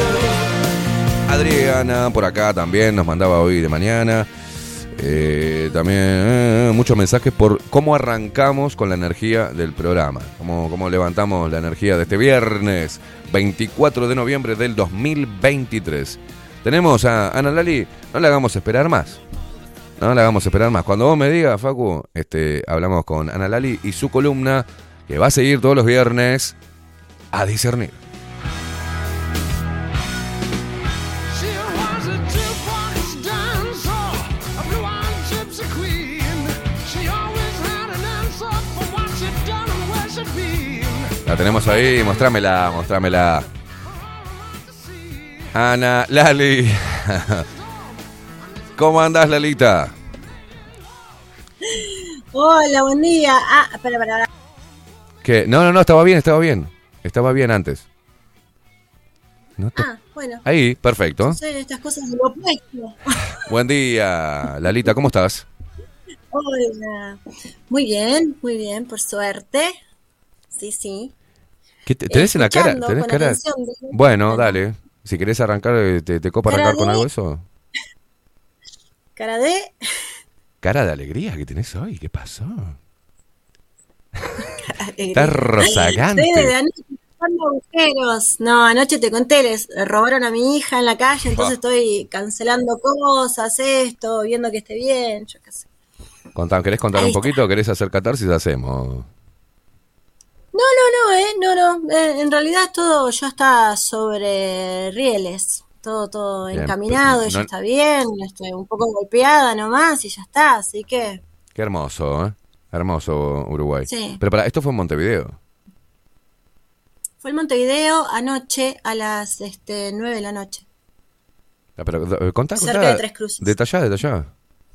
Adriana por acá también nos mandaba hoy de mañana. Eh, también eh, muchos mensajes por cómo arrancamos con la energía del programa. Cómo, cómo levantamos la energía de este viernes veinticuatro de noviembre del dos mil veintitrés. Tenemos a Ana Lali, no le hagamos esperar más. No le hagamos esperar más. Cuando vos me digas, Facu, este, hablamos con Ana Lali y su columna, que va a seguir todos los viernes, A Discernir. La tenemos ahí, mostrámela, mostrámela. Ana Lali. ¿Cómo andás, Lalita? Hola, buen día. Ah, espera, espera. ¿Qué? No, no, no, estaba bien, estaba bien. Estaba bien antes. ¿No te... Ah, bueno. Ahí, perfecto. Son estas cosas de lo opuesto. Buen día, Lalita, ¿cómo estás? Hola. Muy bien, muy bien, por suerte. Sí, sí. ¿Qué te, ¿Tenés en la cara? ¿Tenés cara? De... Bueno, dale. Si querés arrancar, ¿te, te copa arrancar de... con algo eso? Cara de... Cara de alegría que tenés hoy. ¿Qué pasó? Estás rozagante. Estoy desde anoche buscando agujeros. No, anoche te conté, les robaron a mi hija en la calle, entonces oh. estoy cancelando cosas, esto, viendo que esté bien, yo qué sé. Contá, ¿querés contar Ahí un poquito? Está. ¿Querés hacer catarsis? Hacemos... No, no, no, eh, no, no, eh, en realidad todo ya está sobre rieles, todo, todo Bien, encaminado, pues, ella no- está bien, estoy un poco golpeada nomás y ya está, así que Qué hermoso, ¿eh? Hermoso Uruguay. Sí. Pero para, esto fue en Montevideo. fue en Montevideo anoche a las este, nueve de la noche. Ah, pero eh, contá, Cerca contá. de Tres Cruces. Detallá, detallá.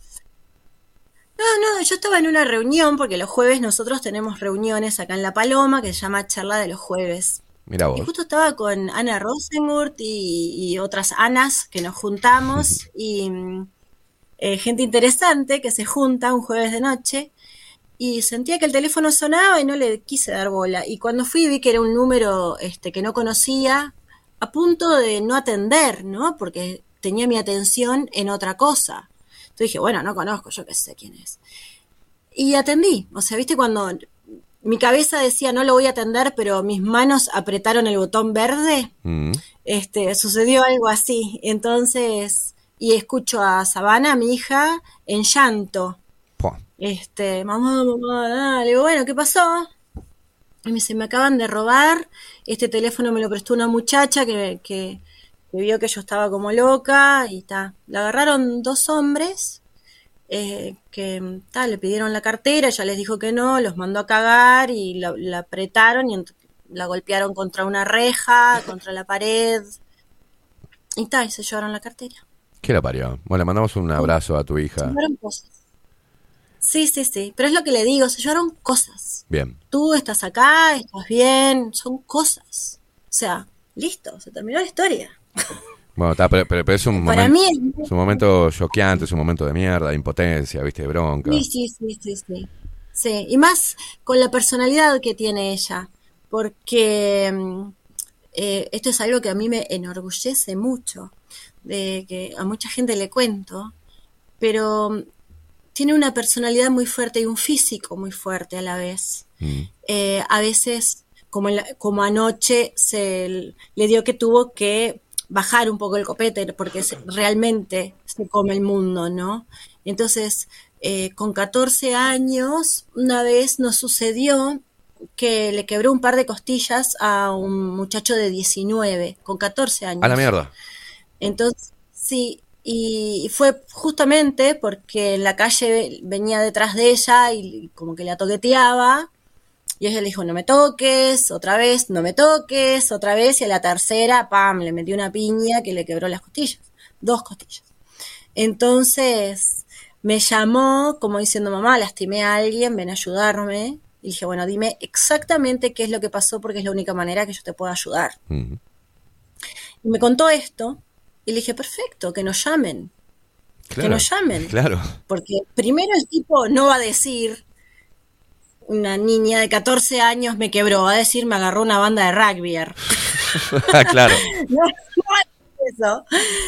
No, no, yo estaba en una reunión, porque los jueves nosotros tenemos reuniones acá en La Paloma, que se llama Charla de los Jueves. Mira Y vos. justo estaba con Ana Rosengurt y, y otras Anas que nos juntamos y mm, eh, gente interesante que se junta un jueves de noche y sentía que el teléfono sonaba y no le quise dar bola. Y cuando fui vi que era un número este, que no conocía, a punto de no atender, ¿no? Porque tenía mi atención en otra cosa. Entonces dije, bueno, no conozco, yo qué sé quién es. Y atendí, o sea, viste cuando mi cabeza decía no lo voy a atender, pero mis manos apretaron el botón verde, Mm. este, sucedió algo así. Entonces, y escucho a Sabana, mi hija, en llanto. Pua. Este, mamá, mamá, ah. Le digo, bueno, ¿qué pasó? Y me dice, me acaban de robar, este teléfono me lo prestó una muchacha que, que, que vio que yo estaba como loca y ta. La agarraron dos hombres eh, que ta, le pidieron la cartera, ella les dijo que no, los mandó a cagar y la, la apretaron y ent- la golpearon contra una reja, contra la pared y ta, y se llevaron la cartera. ¿Qué la parió? Bueno, le mandamos un abrazo a tu Se hija. llevaron cosas. Sí, sí, sí, pero es lo que le digo, se llevaron cosas. Bien. Tú estás acá, estás bien, son cosas. O sea, listo, se terminó la historia. Bueno, está, pero, pero, pero es un Para momento, mí es- es un momento choqueante, es un momento de mierda, de impotencia, viste, de bronca. Sí, sí, sí, sí, sí. Sí, y más con la personalidad que tiene ella, porque mm, eh, esto es algo que a mí me enorgullece mucho, de que a mucha gente le cuento, pero mm, tiene una personalidad muy fuerte y un físico muy fuerte a la vez. Mm. Eh, a veces, como, en la- como anoche, se l- le dio que tuvo que bajar un poco el copete porque se- realmente se come el mundo, ¿no? Entonces, eh, con catorce años, una vez nos sucedió que le quebró un par de costillas a un muchacho de diecinueve, con catorce años. A la mierda. Entonces, sí, y fue justamente porque en la calle venía detrás de ella y como que la toqueteaba, y ella le dijo, no me toques, otra vez, no me toques, otra vez, y a la tercera, pam, le metió una piña que le quebró las costillas, dos costillas. Entonces, me llamó como diciendo, mamá, lastimé a alguien, ven a ayudarme. Y dije, bueno, dime exactamente qué es lo que pasó porque es la única manera que yo te pueda ayudar. Mm. Y me contó esto y le dije, perfecto, que nos llamen, que Claro. nos llamen. Claro. Porque primero el tipo no va a decir, una niña de catorce años me quebró, va a decir, me agarró una banda de rugby. Claro. No, no es eso.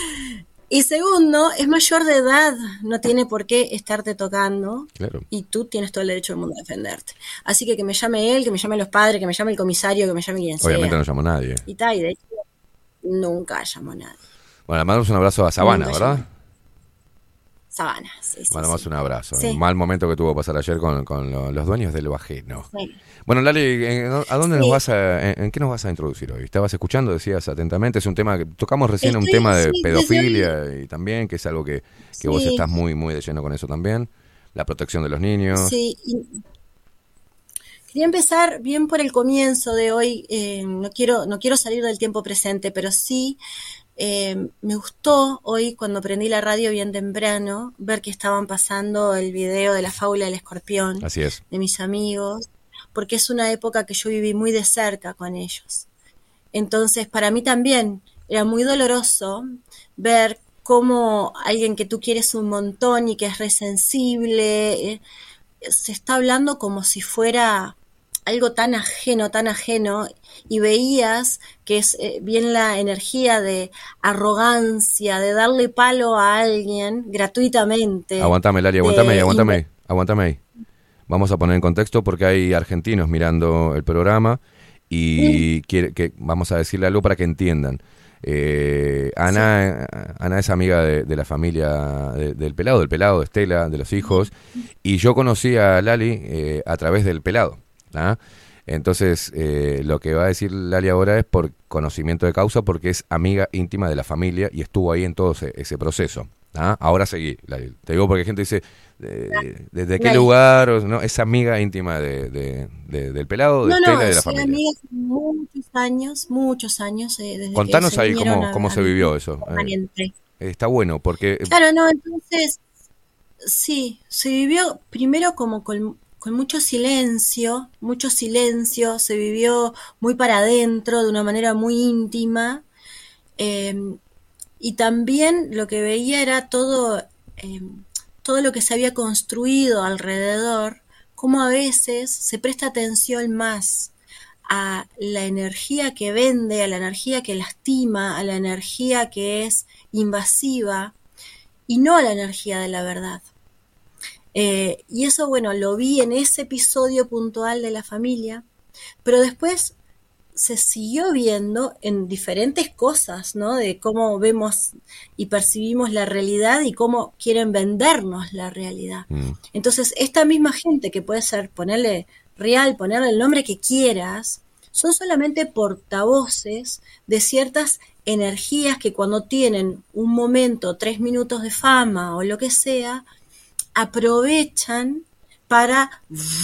Y segundo, es mayor de edad, no tiene por qué estarte tocando. Claro. Y tú tienes todo el derecho del mundo a defenderte. Así que que me llame él, que me llame los padres, que me llame el comisario, que me llame quien Obviamente sea. no llamó nadie. Y tal, y de hecho, nunca llamó a nadie. Bueno, le mandamos un abrazo a Sabana, Nunca ¿verdad? Sabana, sí, sí. Mandamos sí. un abrazo. Sí. Un mal momento que tuvo que pasar ayer con, con lo- los dueños del bajeno. Sí. Bueno, Lali, ¿en- ¿a dónde Sí. nos vas a, en, en qué nos vas a introducir hoy? Estabas escuchando, decías atentamente, es un tema que tocamos recién, un Estoy- tema de sí, desde pedofilia y también, que es algo que, que vos Sí. estás muy, muy de lleno con eso también. La protección de los niños. Sí, y quería empezar bien por el comienzo de hoy. eh, no quiero, no quiero salir del tiempo presente, pero sí eh, me gustó hoy cuando prendí la radio bien temprano ver que estaban pasando el video de la fábula del escorpión Así es. de mis amigos, porque es una época que yo viví muy de cerca con ellos. Entonces, para mí también era muy doloroso ver cómo alguien que tú quieres un montón y que es resensible, eh, se está hablando como si fuera algo tan ajeno, tan ajeno, y veías que es eh, bien la energía de arrogancia, de darle palo a alguien gratuitamente. Aguantame, Lali, de aguantame ahí, aguantame inve- ahí, aguantame ahí. Vamos a poner en contexto porque hay argentinos mirando el programa y quiere que vamos a decirle algo para que entiendan. Eh, Ana, Ana es amiga de, de la familia de- del pelado, del pelado, de Estela, de los hijos, y yo conocí a Lali eh, a través del pelado. ¿ah? Entonces, eh, lo que va a decir Lali ahora es por conocimiento de causa, porque es amiga íntima de la familia y estuvo ahí en todo ese, ese proceso. ¿Ah? Ahora seguí, Lali. Te digo porque gente dice, ¿desde de, de qué Lali. lugar? O, no, es amiga íntima de, de, de, del pelado, de No, Estela no, y de la soy familia. amiga hace muchos años, muchos años. Eh, desde Contanos que se ahí vinieron cómo, a- cómo a se mi vivió vida eso. Eh, permanente. está bueno, porque... Claro, no, entonces, sí, se vivió primero como con, con mucho silencio, mucho silencio, se vivió muy para adentro, de una manera muy íntima, eh, y también lo que veía era todo, eh, todo lo que se había construido alrededor, cómo a veces se presta atención más a la energía que vende, a la energía que lastima, a la energía que es invasiva, y no a la energía de la verdad. Eh, y eso, bueno, lo vi en ese episodio puntual de la familia, pero después se siguió viendo en diferentes cosas, ¿no? De cómo vemos y percibimos la realidad y cómo quieren vendernos la realidad. Mm. Entonces, esta misma gente que puede ser, ponerle real, ponerle el nombre que quieras, son solamente portavoces de ciertas energías que cuando tienen un momento, tres minutos de fama o lo que sea, aprovechan para,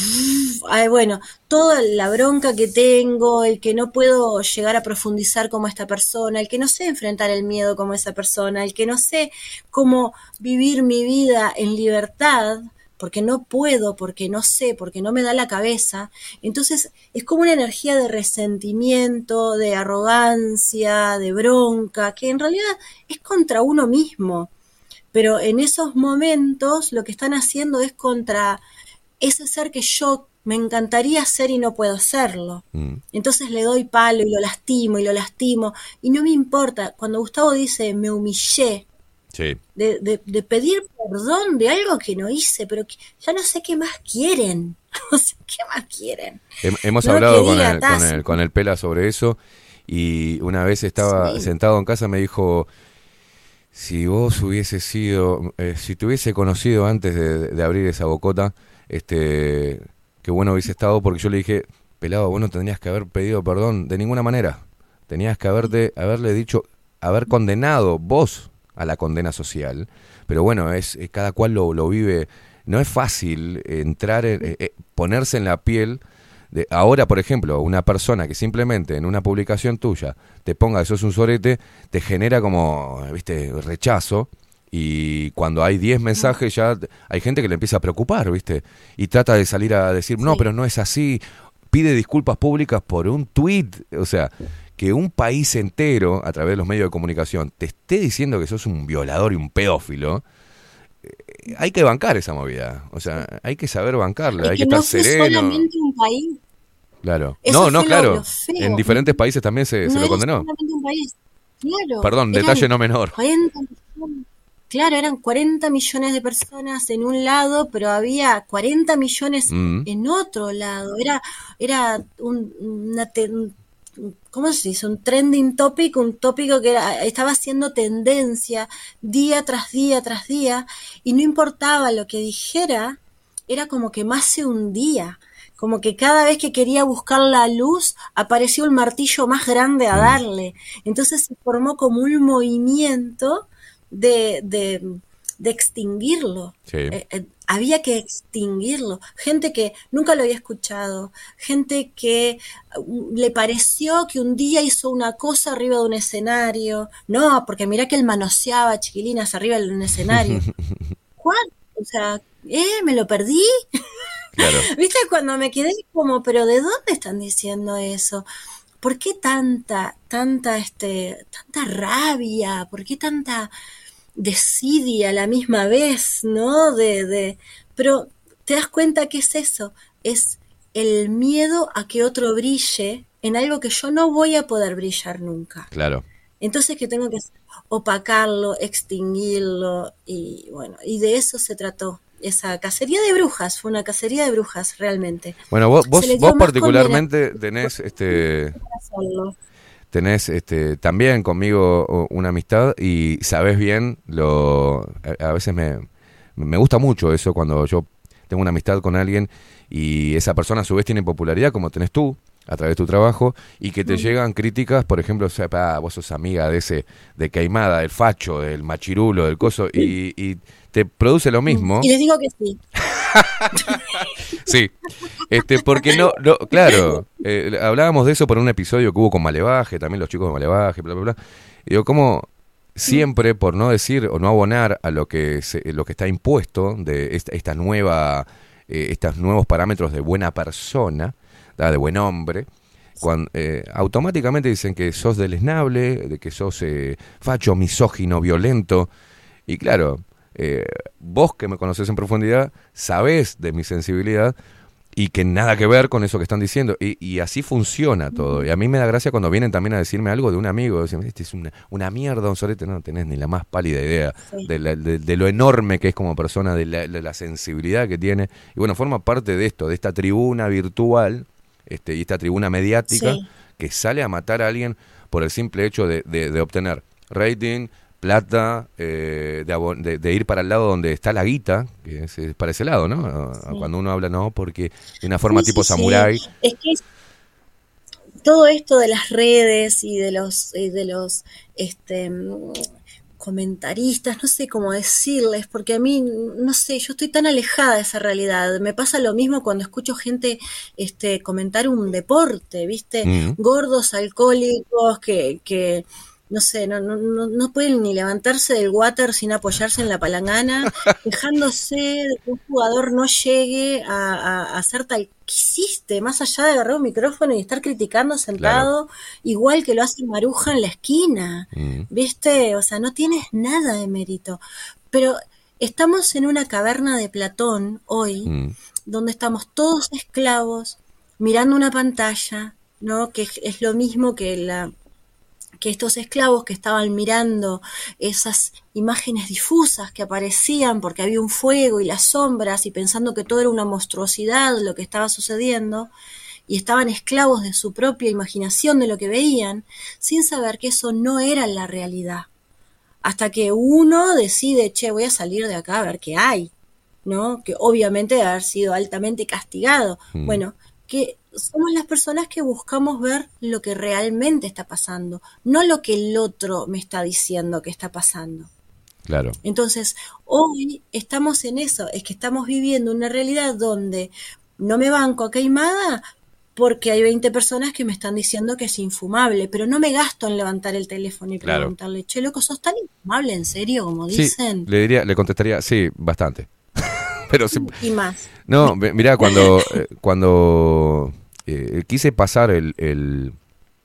ay, bueno, toda la bronca que tengo, el que no puedo llegar a profundizar como esta persona, el que no sé enfrentar el miedo como esa persona, el que no sé cómo vivir mi vida en libertad, porque no puedo, porque no sé, porque no me da la cabeza. Entonces es como una energía de resentimiento, de arrogancia, de bronca, que en realidad es contra uno mismo. Pero en esos momentos lo que están haciendo es contra ese ser que yo me encantaría ser y no puedo serlo. Mm. Entonces le doy palo y lo lastimo y lo lastimo. Y no me importa. Cuando Gustavo dice me humillé, Sí. de, de, de pedir perdón de algo que no hice, pero que ya no sé qué más quieren. No sé qué más quieren. Hem- hemos No, hablado que con diga, el, "Tas". con, el, con el Pela sobre eso y una vez estaba Sí. sentado en casa, me dijo, si vos hubieses sido, eh, si te hubiese conocido antes de, de abrir esa bocota, este, qué bueno hubiese estado, porque yo le dije, Pelado, vos no tendrías que haber pedido perdón de ninguna manera, tenías que haberte, haberle dicho, haber condenado vos a la condena social, pero bueno, es, es cada cual lo, lo vive, no es fácil entrar, en, eh, eh, ponerse en la piel de, ahora, por ejemplo, una persona que simplemente en una publicación tuya te ponga que sos un sorete, te genera como, viste, rechazo, y cuando hay diez mensajes ya hay gente que le empieza a preocupar, viste, y trata de salir a decir, no, pero no es así, pide disculpas públicas por un tuit, o sea, que un país entero, a través de los medios de comunicación, te esté diciendo que sos un violador y un pedófilo, eh, hay que bancar esa movida. O sea, hay que saber bancarla, Es hay que que no estar fue sereno. solamente un país. Claro. Eso No, fue no, lo- claro. lo feo. En diferentes países también se, se No lo era condenó. solamente un país. Claro. Perdón, eran detalle no menor. cuarenta millones. Claro, eran cuarenta millones de personas en un lado, pero había cuarenta millones Mm. en otro lado. Era, era un, una te- un- ¿cómo se dice? Un trending topic, un tópico que era- estaba haciendo tendencia día tras día tras día, y no importaba lo que dijera, era como que más se hundía. Como que cada vez que quería buscar la luz, apareció un martillo más grande a darle. Entonces se formó como un movimiento de, de, de extinguirlo. Sí. Eh, eh, había que extinguirlo. Gente que nunca lo había escuchado, gente que uh, le pareció que un día hizo una cosa arriba de un escenario. No, porque mirá que él manoseaba chiquilinas arriba de un escenario. ¿Cuál? O sea, ¿eh? ¿Me lo perdí? Claro. ¿Viste? Cuando me quedé como, pero ¿de dónde están diciendo eso? ¿Por qué tanta, tanta, este, tanta rabia? ¿Por qué tanta desidia a la misma vez, ¿no? De, de, pero te das cuenta que es eso, es el miedo a que otro brille en algo que yo no voy a poder brillar nunca. Claro. Entonces que tengo que opacarlo, extinguirlo, y bueno, y de eso se trató. Esa cacería de brujas, fue una cacería de brujas realmente. Bueno, vos, vos, Se le dio vos más particularmente tenés este hacerlo. tenés este también conmigo o- una amistad y sabés bien lo a, a veces me me gusta mucho eso cuando yo tengo una amistad con alguien y esa persona a su vez tiene popularidad como tenés tú, a través de tu trabajo, y que te llegan críticas, por ejemplo, o sea, ah, vos sos amiga de ese, de Queimada, del facho, del machirulo, del coso, y, y te produce lo mismo. Y les digo que sí. Sí, este, porque no, no claro, eh, hablábamos de eso por un episodio que hubo con Malevaje, también los chicos de Malevaje, bla, bla, bla. Y digo, como siempre, por no decir o no abonar a lo que se, lo que está impuesto de esta, esta nueva, eh, estos nuevos parámetros de buena persona, de buen hombre, cuando, eh, automáticamente dicen que sos deleznable, de que sos eh, facho, misógino, violento, y claro, eh, vos que me conocés en profundidad, sabés de mi sensibilidad y que nada que ver con eso que están diciendo, y, y así funciona todo, y a mí me da gracia cuando vienen también a decirme algo de un amigo, decirme, este es una, una mierda, un sorete, no tenés ni la más pálida idea sí. de, la, de, de lo enorme que es como persona, de la, de la sensibilidad que tiene, y bueno, forma parte de esto, de esta tribuna virtual, Este, y esta tribuna mediática sí. que sale a matar a alguien por el simple hecho de, de, de obtener rating, plata, eh, de, de, de ir para el lado donde está la guita, que es, es para ese lado, ¿no? Sí. Cuando uno habla, no, porque de una forma sí, tipo sí, samurái. Sí. Es que todo esto de las redes y de los, de los este comentaristas, no sé cómo decirles, porque a mí, no sé, yo estoy tan alejada de esa realidad. Me pasa lo mismo cuando escucho gente este, comentar un deporte, ¿viste? Mm. Gordos, alcohólicos, que, que no sé, no, no, no pueden ni levantarse del water sin apoyarse en la palangana, quejándose de que un jugador no llegue a, a, a hacer tal que hiciste, más allá de agarrar un micrófono y estar criticando sentado, claro. igual que lo hace Maruja en la esquina, mm. ¿viste? O sea, no tienes nada de mérito. Pero estamos en una caverna de Platón hoy, mm. donde estamos todos esclavos, mirando una pantalla, ¿no? Que es, es lo mismo que la... que estos esclavos que estaban mirando esas imágenes difusas que aparecían porque había un fuego y las sombras y pensando que todo era una monstruosidad lo que estaba sucediendo y estaban esclavos de su propia imaginación de lo que veían, sin saber que eso no era la realidad. Hasta que uno decide, che, voy a salir de acá a ver qué hay, ¿no? Que obviamente debe haber sido altamente castigado. Mm. Bueno, que somos las personas que buscamos ver lo que realmente está pasando, no lo que el otro me está diciendo que está pasando. Claro. Entonces, hoy estamos en eso, es que estamos viviendo una realidad donde no me banco a Queimada porque hay veinte personas que me están diciendo que es infumable, pero no me gasto en levantar el teléfono y claro. preguntarle, che, loco, ¿sos tan infumable, en serio, como sí, dicen? Le diría, le contestaría, sí, bastante. Pero se... Y más. No, mirá, cuando... eh, cuando... Eh, quise pasar el, el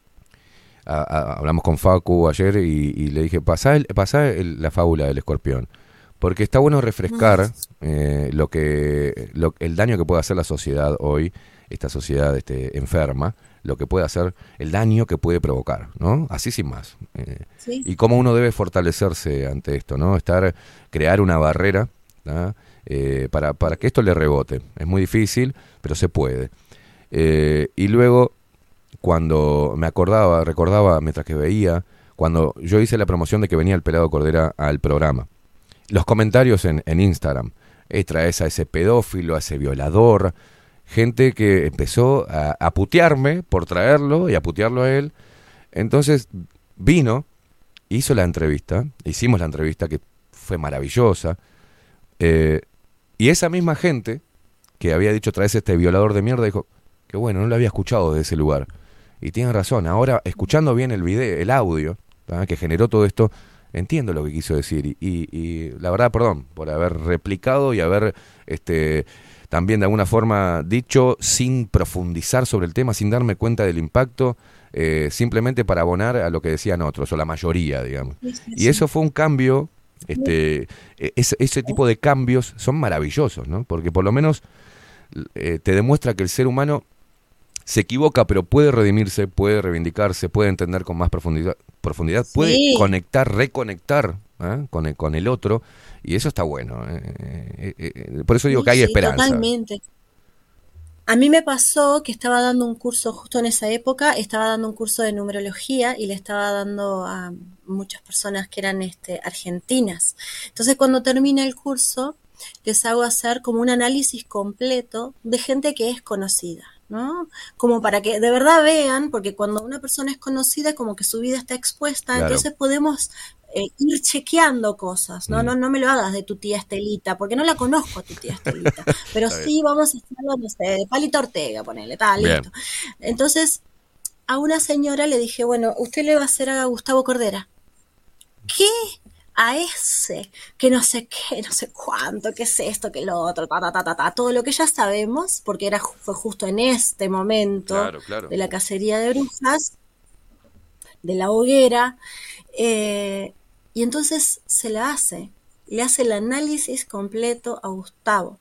a, a, hablamos con Facu ayer y, y le dije pasá, el, pasá el, la fábula del escorpión porque está bueno refrescar eh, lo que lo, el daño que puede hacer la sociedad hoy, esta sociedad este, enferma, lo que puede hacer, el daño que puede provocar, ¿no? Así sin más. Eh, ¿Sí? Y cómo uno debe fortalecerse ante esto, ¿no? Estar, crear una barrera, ¿no? eh, para, para que esto le rebote. Es muy difícil, pero se puede. Eh, y luego cuando me acordaba, recordaba mientras que veía, cuando yo hice la promoción de que venía el Pelado Cordera al programa, los comentarios en, en Instagram, eh, traes a ese pedófilo, a ese violador, gente que empezó a, a putearme por traerlo y a putearlo a él. Entonces vino, hizo la entrevista, hicimos la entrevista que fue maravillosa, eh, y esa misma gente que había dicho traes a este violador de mierda, dijo que bueno, no lo había escuchado desde ese lugar. Y tiene razón, ahora escuchando bien el video, el audio, ¿verdad? Que generó todo esto, entiendo lo que quiso decir. Y, y, y la verdad, perdón, por haber replicado y haber este también de alguna forma dicho sin profundizar sobre el tema, sin darme cuenta del impacto, eh, simplemente para abonar a lo que decían otros, o la mayoría, digamos. Sí, sí, y eso fue un cambio, este ese, ese tipo de cambios son maravillosos, ¿no? Porque por lo menos eh, te demuestra que el ser humano se equivoca, pero puede redimirse, puede reivindicarse, puede entender con más profundidad, profundidad sí. puede conectar, reconectar ¿eh? con, el, con el otro, y eso está bueno. Eh, eh, eh, por eso digo sí, que hay sí, esperanza. Totalmente. A mí me pasó que estaba dando un curso justo en esa época, estaba dando un curso de numerología y le estaba dando a muchas personas que eran este, argentinas. Entonces cuando termina el curso, les hago hacer como un análisis completo de gente que es conocida, ¿no? Como para que de verdad vean, porque cuando una persona es conocida, como que su vida está expuesta, Claro. entonces podemos eh, ir chequeando cosas, ¿no? Mm. No, no me lo hagas de tu tía Estelita, porque no la conozco a tu tía Estelita, pero Está sí bien. vamos a hacerlo, no sé, de Palito Ortega, ponele, tal, Bien. listo. Entonces, a una señora le dije, bueno, usted le va a hacer a Gustavo Cordera. ¿Qué? A ese, que no sé qué, no sé cuánto, qué es esto, que lo otro, ta, ta, ta, ta, ta, todo lo que ya sabemos, porque era, fue justo en este momento Claro, claro. de la cacería de brujas, de la hoguera, eh, y entonces se la hace, le hace el análisis completo a Gustavo.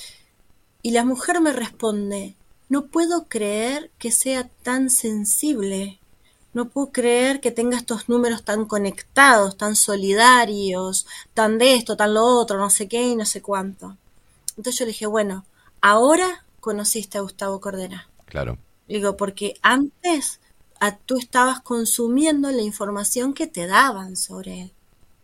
Y la mujer me responde, no puedo creer que sea tan sensible. No puedo creer que tenga estos números tan conectados, tan solidarios, tan de esto, tan lo otro, no sé qué y no sé cuánto. Entonces yo le dije, bueno, ahora conociste a Gustavo Cordera. Claro. Digo, porque antes a, tú estabas consumiendo la información que te daban sobre él,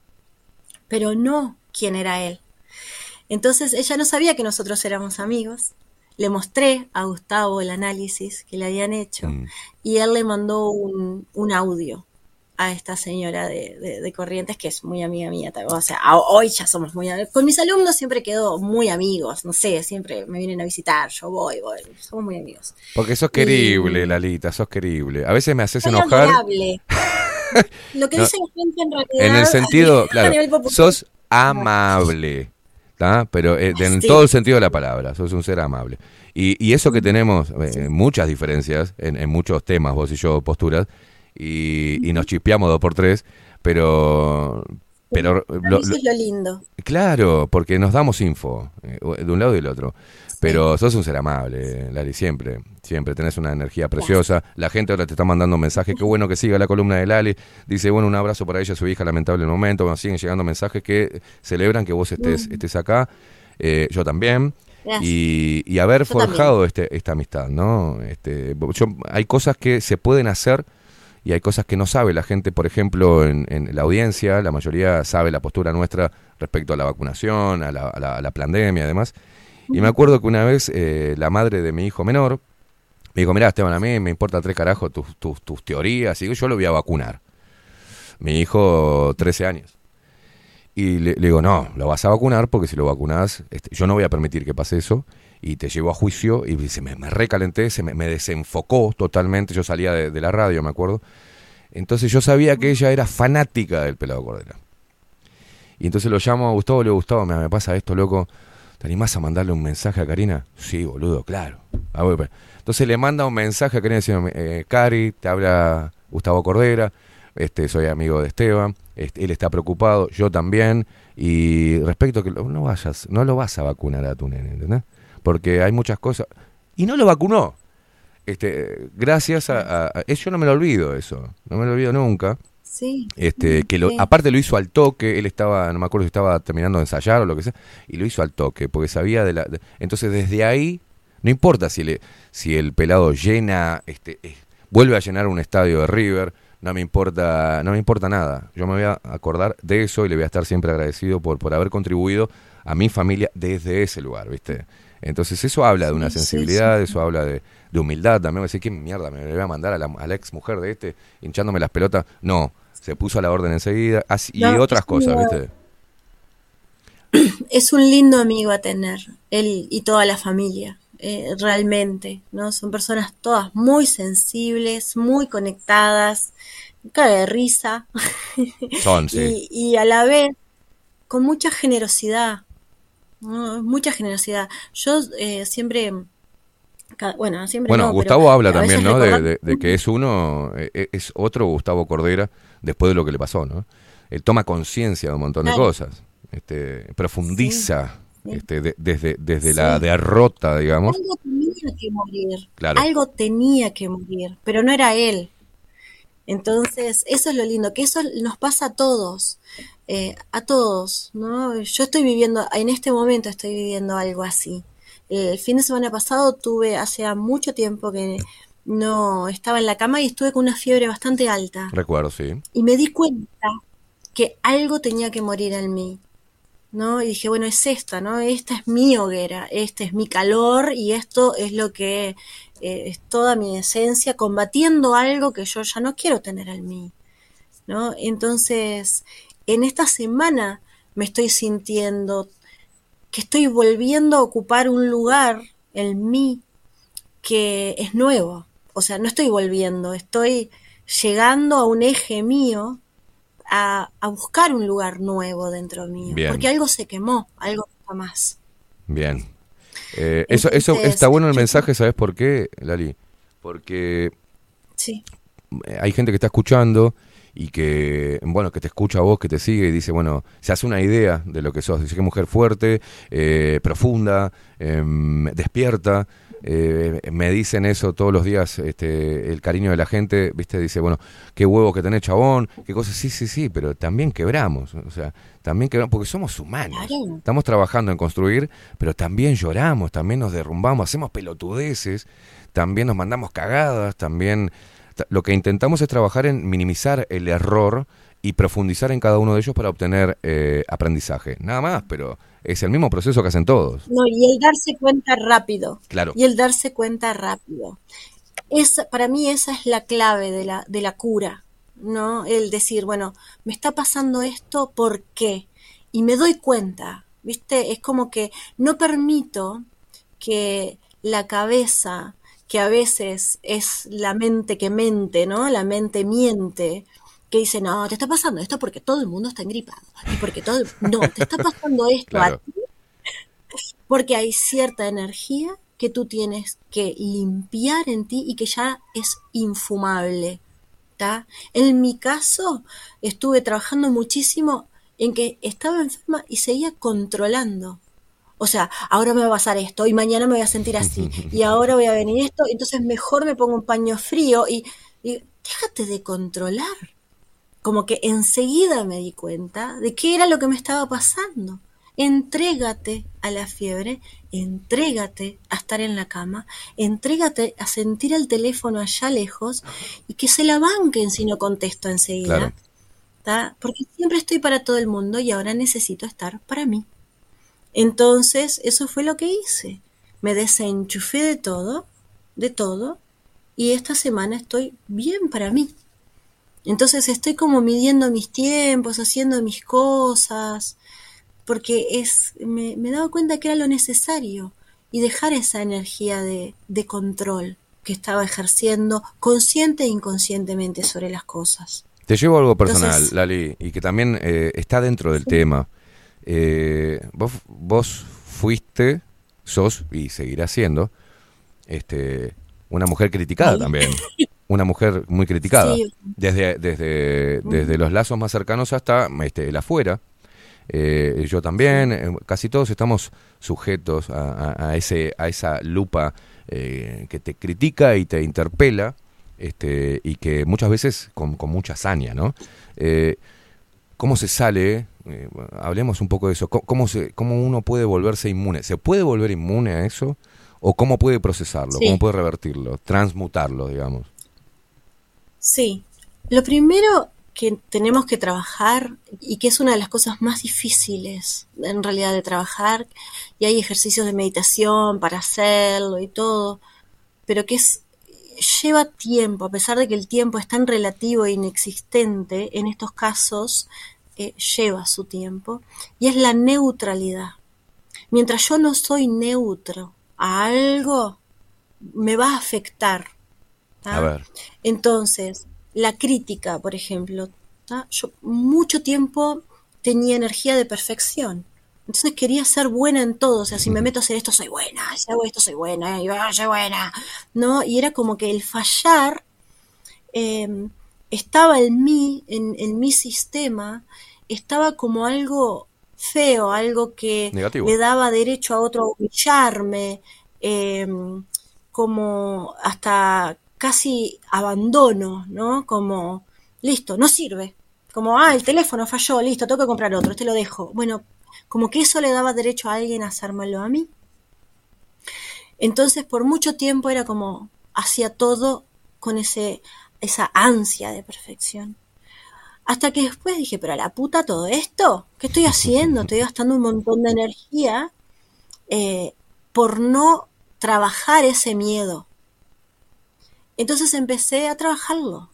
pero no quién era él. Entonces ella no sabía que nosotros éramos amigos. Le mostré a Gustavo el análisis que le habían hecho Mm. y él le mandó un, un audio a esta señora de, de, de Corrientes, que es muy amiga mía. O sea, a- hoy ya somos muy amigos. Con mis alumnos siempre quedo muy amigos, no sé, siempre me vienen a visitar, yo voy, voy, somos muy amigos. Porque sos querible, Lalita, sos querible. A veces me haces Soy enojar. adorable. Lo que No, dice la gente en realidad... En el sentido, a claro, nivel popular. sos amable, ¿tá? Pero eh, en Sí. todo el sentido de la palabra, sos un ser amable. Y, y eso que tenemos eh, muchas diferencias en, en muchos temas, vos y yo, posturas, y, y nos chispeamos dos por tres, pero... pero lo- Eso lo- es lo lindo. claro, porque nos damos info, eh, de un lado y del otro. Pero sos un ser amable, Lali, siempre, siempre tenés una energía preciosa. La gente ahora te está mandando mensajes, qué bueno que siga la columna de Lali. Dice, bueno, un abrazo para ella, su hija, lamentable el momento. Bueno, siguen llegando mensajes que celebran que vos estés, estés acá. Eh, yo también. Gracias. Y, y haber Yo forjado este, esta amistad, ¿no? Este, yo, hay cosas que se pueden hacer y hay cosas que no sabe la gente. Por ejemplo, en, en la audiencia, la mayoría sabe la postura nuestra respecto a la vacunación, a la, a la, a la pandemia y demás. Y me acuerdo que una vez eh, la madre de mi hijo menor me dijo, mirá, Esteban, a mí me importa tres carajos tus, tus, tus teorías, y yo lo voy a vacunar. Mi hijo, trece años. Y le, le digo, no, lo vas a vacunar porque si lo vacunás, este, yo no voy a permitir que pase eso, y te llevo a juicio. Y se me, me recalenté, se me, me desenfocó totalmente. Yo salía de, de la radio, me acuerdo. Entonces yo sabía que ella era fanática del Pelado Cordera. Y entonces lo llamo a Gustavo, le digo, Gustavo, me, me pasa esto, loco. ¿Te animás a mandarle un mensaje a Karina? Sí, boludo, claro. Ah, voy, pues. Entonces le manda un mensaje a Karina diciendo, eh, Cari, te habla Gustavo Cordera, este, soy amigo de Esteban, este, él está preocupado, yo también, y respecto a que lo- no vayas, no lo vas a vacunar a tu nene, ¿entendés? Porque hay muchas cosas, y no lo vacunó. Este, gracias a, a, a- yo no me lo olvido eso, no me lo olvido nunca. Sí. Este, que lo, Sí. aparte lo hizo al toque, él estaba, no me acuerdo si estaba terminando de ensayar o lo que sea, y lo hizo al toque, porque sabía de la... de- entonces desde ahí, no importa si, le, si el pelado llena, este, eh, vuelve a llenar un estadio de River, no me importa, no me importa nada. Yo me voy a acordar de eso y le voy a estar siempre agradecido por, por haber contribuido a mi familia desde ese lugar, ¿viste? Entonces eso habla de una Sí, sí, sensibilidad, sí. eso habla de, de humildad también. Voy a decir, ¿qué mierda me voy a mandar a la, a la ex mujer de este hinchándome las pelotas? No, se puso a la orden enseguida, así, y No, otras es cosas, una- ¿viste? Es un lindo amigo a tener, él y toda la familia, eh, realmente, ¿no? Son personas todas muy sensibles, muy conectadas, caga de risa, Son, sí. y, y a la vez con mucha generosidad, ¿no? Mucha generosidad. Yo eh, siempre, ca- bueno, siempre Bueno, no, pero Gustavo habla a también, veces ¿no? De, recordar- de- de que es uno, eh, es otro Gustavo Cordera después de lo que le pasó, ¿no? Él toma conciencia de un montón de Claro. cosas, este, profundiza Sí, sí. este, de- desde, desde Sí. la derrota, digamos. Algo tenía que morir, Claro. algo tenía que morir, pero no era él. Entonces, eso es lo lindo, que eso nos pasa a todos, eh, a todos, ¿no? Yo estoy viviendo, en este momento estoy viviendo algo así. El fin de semana pasado tuve, hace mucho tiempo que no estaba en la cama y estuve con una fiebre bastante alta. Recuerdo, sí. Y me di cuenta que algo tenía que morir en mí, ¿no? Y dije, bueno, es esta, ¿no? Esta es mi hoguera, este es mi calor y esto es lo que eh, es toda mi esencia combatiendo algo que yo ya no quiero tener en mí, ¿no? Entonces, en esta semana me estoy sintiendo que estoy volviendo a ocupar un lugar en mí que es nuevo. O sea, no estoy volviendo, estoy llegando a un eje mío a, a buscar un lugar nuevo dentro mío. Bien. Porque algo se quemó, algo no está más. Bien. Eh, eso, eso está bueno el mensaje, ¿sabes por qué, Lali? Porque sí. hay gente que está escuchando y que, bueno, que te escucha a vos, que te sigue y dice, bueno, se hace una idea de lo que sos. Dice que mujer fuerte, eh, profunda, eh, despierta. Eh, me dicen eso todos los días, este, el cariño de la gente, viste, dice, bueno, qué huevo que tenés, chabón, qué cosas, sí, sí, sí, pero también quebramos, o sea, también quebramos, porque somos humanos, Claro. estamos trabajando en construir, pero también lloramos, también nos derrumbamos, hacemos pelotudeces, también nos mandamos cagadas, también, ta- lo que intentamos es trabajar en minimizar el error y profundizar en cada uno de ellos para obtener eh, aprendizaje, nada más, pero es el mismo proceso que hacen todos. No, y el darse cuenta rápido. Claro. Y el darse cuenta rápido. Esa, para mí esa es la clave de la, de la cura, ¿no? El decir, bueno, me está pasando esto, ¿por qué? Y me doy cuenta, ¿viste? Es como que no permito que la cabeza, que a veces es la mente que mente, ¿no? La mente miente, que dice, no, te está pasando esto porque todo el mundo está engripado. Y porque todo, no, te está pasando esto Claro. a ti porque hay cierta energía que tú tienes que limpiar en ti y que ya es infumable, ¿tá? En mi caso, estuve trabajando muchísimo en que estaba enferma y seguía controlando. O sea, ahora me va a pasar esto y mañana me voy a sentir así y ahora voy a venir esto, entonces mejor me pongo un paño frío y, y déjate de controlar. Como que enseguida me di cuenta de qué era lo que me estaba pasando. Entrégate a la fiebre, entrégate a estar en la cama, entrégate a sentir el teléfono allá lejos y que se la banquen si no contesto enseguida. Claro. ¿Tá? Porque siempre estoy para todo el mundo y ahora necesito estar para mí. Entonces, eso fue lo que hice. Me desenchufé de todo, de todo, y esta semana estoy bien para mí. Entonces estoy como midiendo mis tiempos, haciendo mis cosas, porque es me, me he dado cuenta que era lo necesario y dejar esa energía de, de control que estaba ejerciendo consciente e inconscientemente sobre las cosas. Te llevo algo personal, Entonces, Lali, y que también eh, está dentro del tema. Eh, vos, vos fuiste, sos y seguirás siendo este, una mujer criticada Ay. también. Una mujer muy criticada. Sí. Desde, desde, desde los lazos más cercanos hasta este, el afuera. Eh, yo también, eh, casi todos estamos sujetos a, a, a, ese, a esa lupa eh, que te critica y te interpela, este, y que muchas veces con, con mucha hazaña, ¿no? Eh, ¿Cómo se sale? Eh, hablemos un poco de eso. ¿Cómo, cómo, se, ¿Cómo uno puede volverse inmune? ¿Se puede volver inmune a eso? ¿O cómo puede procesarlo? Sí. ¿Cómo puede revertirlo? Transmutarlo, digamos. Sí, lo primero que tenemos que trabajar y que es una de las cosas más difíciles en realidad de trabajar, y hay ejercicios de meditación para hacerlo y todo, pero que es lleva tiempo, a pesar de que el tiempo es tan relativo e inexistente, en estos casos eh, lleva su tiempo, y es la neutralidad. Mientras yo no soy neutro a algo, me va a afectar. ¿tá? A ver. Entonces, la crítica, por ejemplo, ¿tá? Yo mucho tiempo tenía energía de perfección. Entonces quería ser buena en todo. O sea, si me meto a hacer esto, soy buena. Si hago esto, soy buena. Y ah, soy buena. ¿No? Y era como que el fallar eh, estaba en mí, en, en mi sistema, estaba como algo feo, algo que Negativo. le daba derecho a otro a humillarme, eh, como hasta casi abandono, ¿no? Como, listo, no sirve. Como, ah, el teléfono falló, listo, tengo que comprar otro, este lo dejo. Bueno, como que eso le daba derecho a alguien a hacérmelo a mí. Entonces, por mucho tiempo era como, hacía todo con ese, esa ansia de perfección. Hasta que después dije, pero a la puta todo esto, ¿qué estoy haciendo? Estoy gastando un montón de energía eh, por no trabajar ese miedo. Entonces empecé a trabajarlo,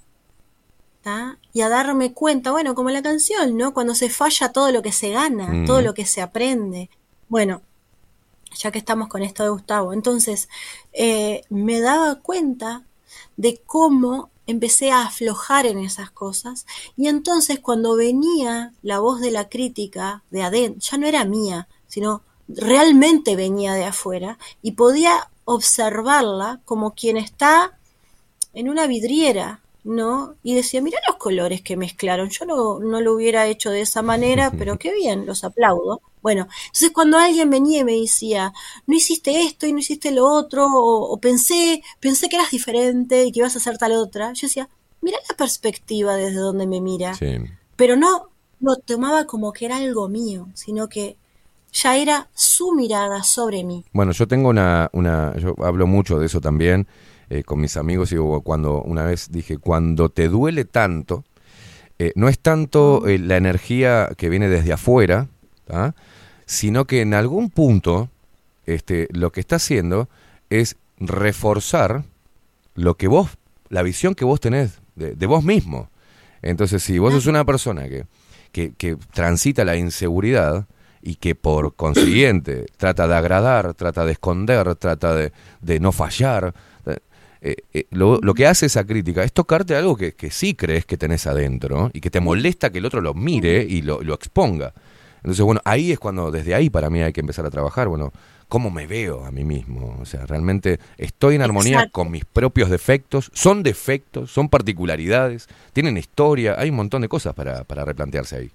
¿tá? Y a darme cuenta, bueno, como la canción, ¿no? Cuando se falla todo lo que se gana, mm. todo lo que se aprende. Bueno, ya que estamos con esto de Gustavo, entonces eh, me daba cuenta de cómo empecé a aflojar en esas cosas, y entonces cuando venía la voz de la crítica de adentro, ya no era mía, sino realmente venía de afuera, y podía observarla como quien está en una vidriera, ¿no? Y decía, mira los colores que mezclaron, yo no, no lo hubiera hecho de esa manera, pero qué bien, los aplaudo. Bueno, entonces cuando alguien venía y me decía, no hiciste esto y no hiciste lo otro, o, o pensé, pensé que eras diferente y que ibas a hacer tal otra, yo decía, mira la perspectiva desde donde me mira, sí. Pero no lo tomaba como que era algo mío, sino que ya era su mirada sobre mí. Bueno, yo tengo una, una yo hablo mucho de eso también eh, con mis amigos, y cuando una vez dije, cuando te duele tanto, eh, no es tanto eh, la energía que viene desde afuera, ¿ah? Sino que en algún punto este, lo que está haciendo es reforzar lo que vos, la visión que vos tenés de, de vos mismo. Entonces, si vos sos una persona que, que, que transita la inseguridad y que por consiguiente trata de agradar, trata de esconder, trata de, de no fallar, eh, eh, lo, lo que hace esa crítica es tocarte algo que, que sí crees que tenés adentro y que te molesta que el otro lo mire y lo, lo exponga. Entonces, bueno, ahí es cuando, desde ahí para mí hay que empezar a trabajar, bueno, cómo me veo a mí mismo, o sea, realmente estoy en armonía Exacto. con mis propios defectos, son defectos, son particularidades, tienen historia, hay un montón de cosas para, para replantearse ahí.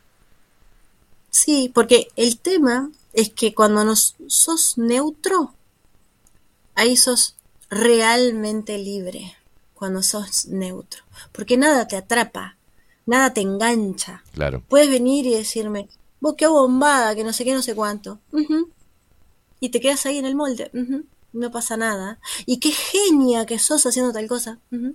Sí, porque el tema es que cuando nos sos neutro, ahí sos realmente libre, cuando sos neutro, porque nada te atrapa, nada te engancha. Claro. Puedes venir y decirme, vos qué bombada, que no sé qué, no sé cuánto. Uh-huh. Y te quedas ahí en el molde. Uh-huh. No pasa nada. Y qué genia que sos haciendo tal cosa. Uh-huh.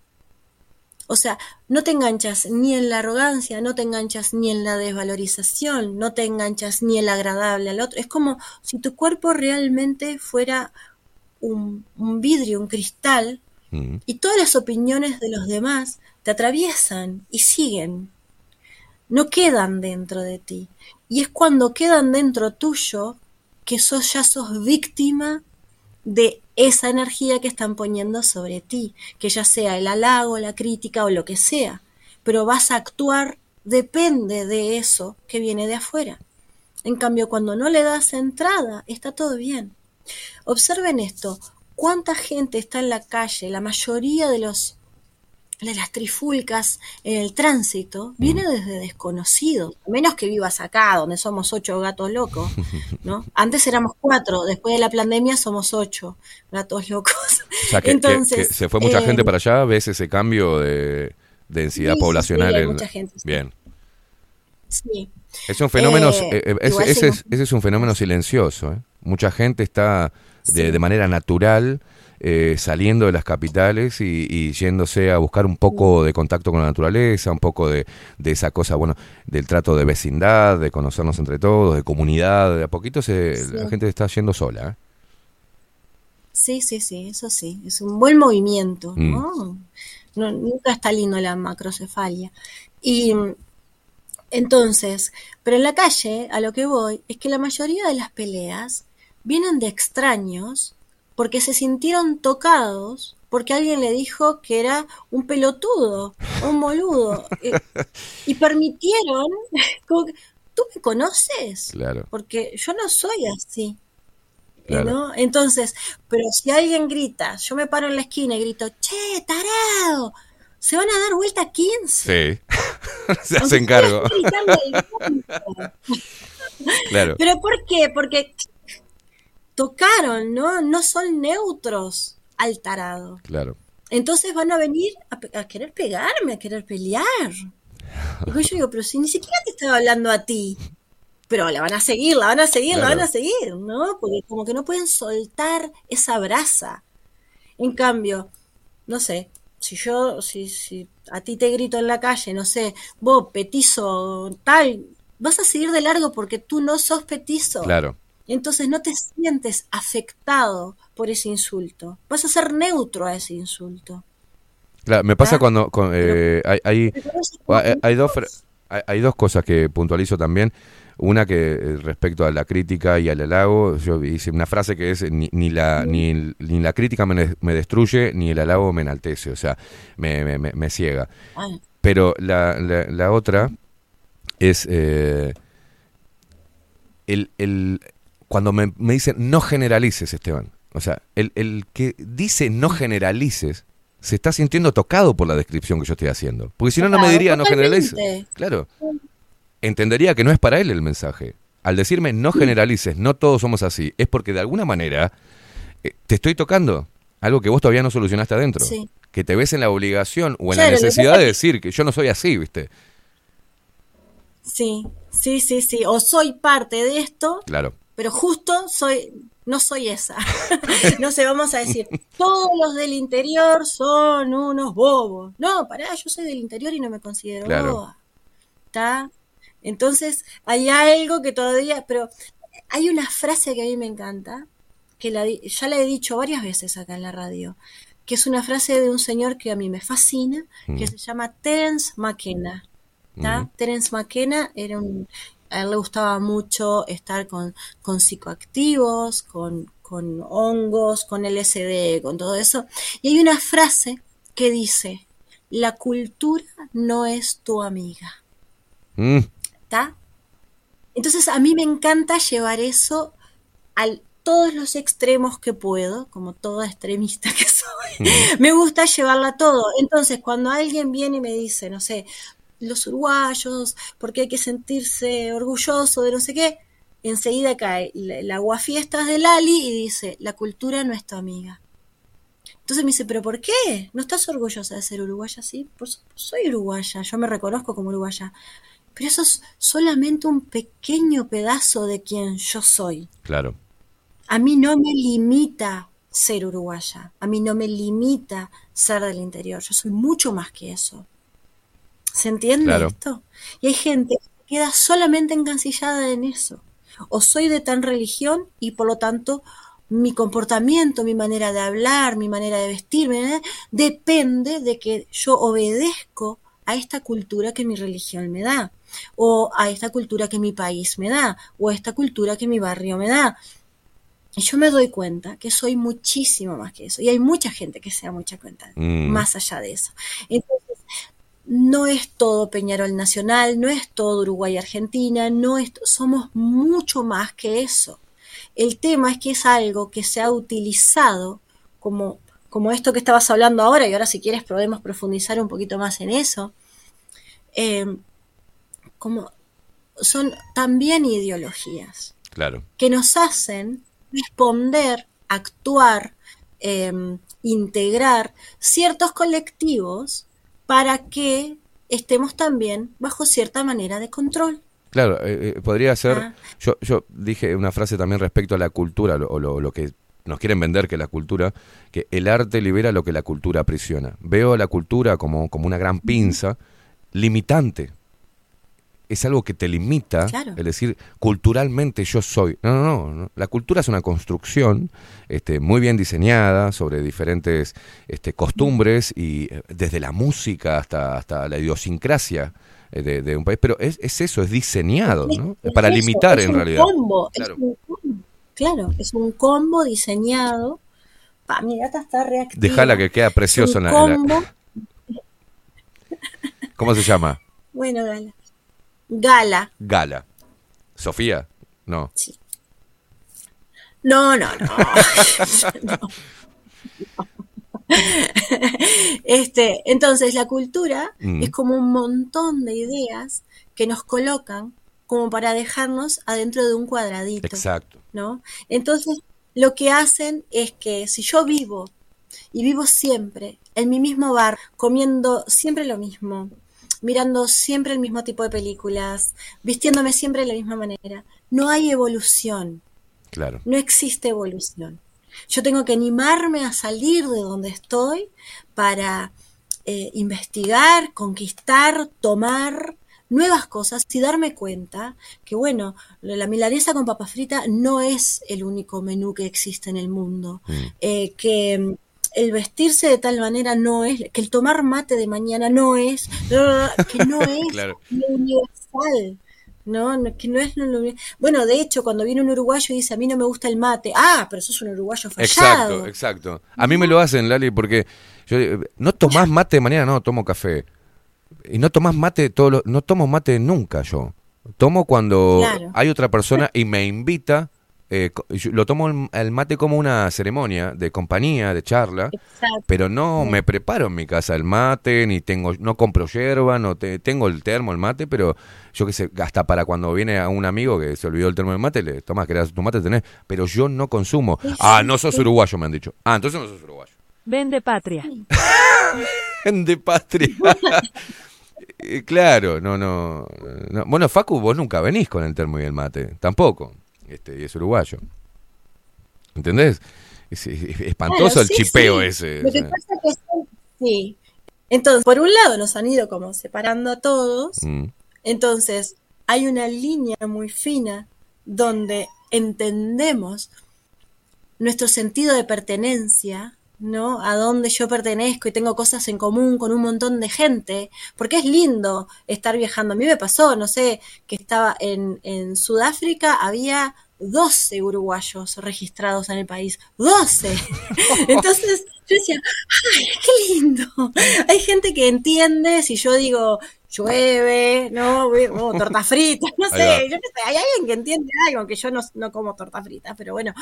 O sea, no te enganchas ni en la arrogancia, no te enganchas ni en la desvalorización, no te enganchas ni en la agradable al otro. Es como si tu cuerpo realmente fuera un, un vidrio, un cristal, uh-huh. y todas las opiniones de los demás te atraviesan y siguen. No quedan dentro de ti. Y es cuando quedan dentro tuyo que sos, ya sos víctima de esa energía que están poniendo sobre ti, que ya sea el halago, la crítica o lo que sea. Pero vas a actuar, depende de eso que viene de afuera. En cambio, cuando no le das entrada, está todo bien. Observen esto, cuánta gente está en la calle, la mayoría de los de las trifulcas en el tránsito viene desde desconocidos, a menos que vivas acá donde somos ocho gatos locos, ¿no? Antes éramos cuatro, después de la pandemia somos ocho gatos locos. O sea, que, Entonces, que, que se fue mucha eh, gente para allá, ¿ves ese cambio de densidad sí, poblacional? Sí, hay en... mucha gente. Sí. Bien. Sí. Es un fenómeno, eh, eh, ese, ese, es, ese es un fenómeno silencioso, ¿eh? Mucha gente está de, sí. de manera natural Eh, saliendo de las capitales y, y yéndose a buscar un poco de contacto con la naturaleza, un poco de, de esa cosa, bueno, del trato de vecindad, de conocernos entre todos, de comunidad, de a poquito se, sí. la gente está yendo sola. ¿eh? Sí, sí, sí, eso sí, es un buen movimiento, mm. ¿no? No, nunca está lindo la macrocefalia. Y entonces, pero en la calle, a lo que voy, es que la mayoría de las peleas vienen de extraños porque se sintieron tocados, porque alguien le dijo que era un pelotudo, un boludo, eh, y permitieron, como que, ¿tú me conoces? Claro. Porque yo no soy así, claro. ¿no? Entonces, pero si alguien grita, yo me paro en la esquina y grito, che, tarado, se van a dar vuelta quince. Sí, se hacen cargo. Claro. ¿Pero por qué? Porque tocaron, ¿no? No son neutros al tarado. Claro. Entonces van a venir a, a querer pegarme, a querer pelear. Y yo digo, pero si ni siquiera te estaba hablando a ti. Pero la van a seguir, la van a seguir, claro. la van a seguir, ¿no? Porque como que no pueden soltar esa brasa. En cambio, no sé, si yo, si, si a ti te grito en la calle, no sé, vos, petizo, tal, vas a seguir de largo porque tú no sos petizo. Claro. Entonces no te sientes afectado por ese insulto. Vas a ser neutro a ese insulto. Claro, me pasa ¿Ah? cuando con, eh, hay, hay, hay, hay dos, fra- hay, hay dos cosas que puntualizo también. Una que eh, respecto a la crítica y al halago, yo hice una frase que es ni, ni la ni, ni la crítica me, me destruye, ni el halago me enaltece, o sea, me, me, me, me ciega. Ay. Pero la, la, la otra es eh, el, el cuando me, me dicen no generalices, Esteban. O sea, el, el que dice no generalices se está sintiendo tocado por la descripción que yo estoy haciendo. Porque si no, no me diría no generalices. Claro. Entendería que no es para él el mensaje. Al decirme no generalices, no todos somos así, es porque de alguna manera eh, te estoy tocando algo que vos todavía no solucionaste adentro. Sí. Que te ves en la obligación o en Claro, la necesidad lo- de decir que yo no soy así, ¿viste? Sí, sí, sí, sí. O soy parte de esto, Claro. pero justo soy, no soy esa. No sé, vamos a decir, todos los del interior son unos bobos. No, pará, yo soy del interior y no me considero Claro. boba. ¿Está? Entonces, hay algo que todavía, pero hay una frase que a mí me encanta, que la, di- ya la he dicho varias veces acá en la radio, que es una frase de un señor que a mí me fascina, que Mm. se llama Terence McKenna. ¿Tá? Mm. Terence McKenna era un, a él le gustaba mucho estar con, con psicoactivos, con, con hongos, con L S D, con todo eso. Y hay una frase que dice, la cultura no es tu amiga. Mm. ¿Está? Entonces a mí me encanta llevar eso a todos los extremos que puedo, como toda extremista que soy. Me gusta llevarla a todo. Entonces cuando alguien viene y me dice, no sé, los uruguayos, porque hay que sentirse orgulloso de no sé qué, enseguida cae la, la aguafiestas de Lali y dice, la cultura no es tu amiga. Entonces me dice, ¿pero por qué? ¿No estás orgullosa de ser uruguaya? Sí, pues soy uruguaya, yo me reconozco como uruguaya. Pero eso es solamente un pequeño pedazo de quien yo soy. Claro. A mí no me limita ser uruguaya, a mí no me limita ser del interior, yo soy mucho más que eso. ¿Se entiende Claro. esto? Y hay gente que queda solamente encancillada en eso. O soy de tan religión y por lo tanto mi comportamiento, mi manera de hablar, mi manera de vestirme, ¿eh? depende de que yo obedezco a esta cultura que mi religión me da, o a esta cultura que mi país me da, o a esta cultura que mi barrio me da. Y yo me doy cuenta que soy muchísimo más que eso. Y hay mucha gente que se da mucha cuenta, Mm. más allá de eso. Entonces, no es todo Peñarol Nacional, no es todo Uruguay y Argentina, no es, somos mucho más que eso. El tema es que es algo que se ha utilizado como, como esto que estabas hablando ahora, y ahora si quieres podemos profundizar un poquito más en eso. Eh, como son también ideologías Claro. que nos hacen responder, actuar, eh, integrar ciertos colectivos para que estemos también bajo cierta manera de control. Claro, eh, eh, podría ser, Ah. yo yo dije una frase también respecto a la cultura, lo- o lo, lo que nos quieren vender que es la cultura, que el arte libera lo que la cultura aprisiona. Veo a la cultura como, como una gran pinza limitante. Es algo que te limita, Claro. es decir, culturalmente yo soy. No, no, no, no. La cultura es una construcción este, muy bien diseñada sobre diferentes este, costumbres y eh, desde la música hasta, hasta la idiosincrasia eh, de, de un país. Pero es, es eso, es diseñado, ¿no? Es Para eso, limitar es en un realidad. combo, es Claro. un combo. Claro, es un combo diseñado. Pa, mi gata está reactiva. Dejala que queda precioso en Es la, un en la- combo. ¿Cómo se llama? Bueno, Gala. Gala. Gala. ¿Sofía? No. No, no, no. No. Este, entonces la cultura Mm. es como un montón de ideas que nos colocan como para dejarnos adentro de un cuadradito. Exacto. ¿No? Entonces, lo que hacen es que si yo vivo y vivo siempre en mi mismo bar, comiendo siempre lo mismo, mirando siempre el mismo tipo de películas, vistiéndome siempre de la misma manera, no hay evolución, Claro. no existe evolución. Yo tengo que animarme a salir de donde estoy para eh, investigar, conquistar, tomar nuevas cosas y darme cuenta que, bueno, la milanesa con papa frita no es el único menú que existe en el mundo, mm. eh, que el vestirse de tal manera no es, que el tomar mate de mañana no es, que no es claro. lo universal. No, no, que no es lo, bueno, de hecho, cuando viene un uruguayo y dice a mí no me gusta el mate, ah, pero sos un uruguayo fallado. Exacto, exacto. A mí me lo hacen, Lali, porque yo no tomás mate de mañana, no, tomo café. Y no tomás mate, todo lo, no tomo mate nunca yo. Tomo cuando claro. hay otra persona y me invita, eh, yo lo tomo el, el mate como una ceremonia de compañía, de charla, exacto. pero no sí. me preparo en mi casa el mate, ni tengo, no compro yerba, no te, tengo el termo, el mate, pero yo qué sé, hasta para cuando viene a un amigo que se olvidó el termo del mate, le tomás, querés tu mate, tenés, pero yo no consumo. Sí, ah, no sos sí. uruguayo, me han dicho. Ah, entonces no sos uruguayo. Vende patria. Vende patria. Claro, no, no, no. Bueno, Facu, vos nunca venís con el termo y el mate, tampoco. Este, y es uruguayo. ¿Entendés? Es, es espantoso claro, el sí, chipeo sí. ese. Lo que o sea. pasa es que sí. Entonces, por un lado nos han ido como separando a todos. Mm. Entonces, hay una línea muy fina donde entendemos nuestro sentido de pertenencia, ¿no? A dónde yo pertenezco y tengo cosas en común con un montón de gente, porque es lindo estar viajando. A mí me pasó, no sé, que estaba en, en Sudáfrica, había doce uruguayos registrados en el país, doce. Entonces yo decía, ¡ay, qué lindo! Hay gente que entiende si yo digo llueve, no, oh, torta frita, no sé, yo qué sé, hay alguien que entiende algo, aunque yo no, no como torta frita, pero bueno,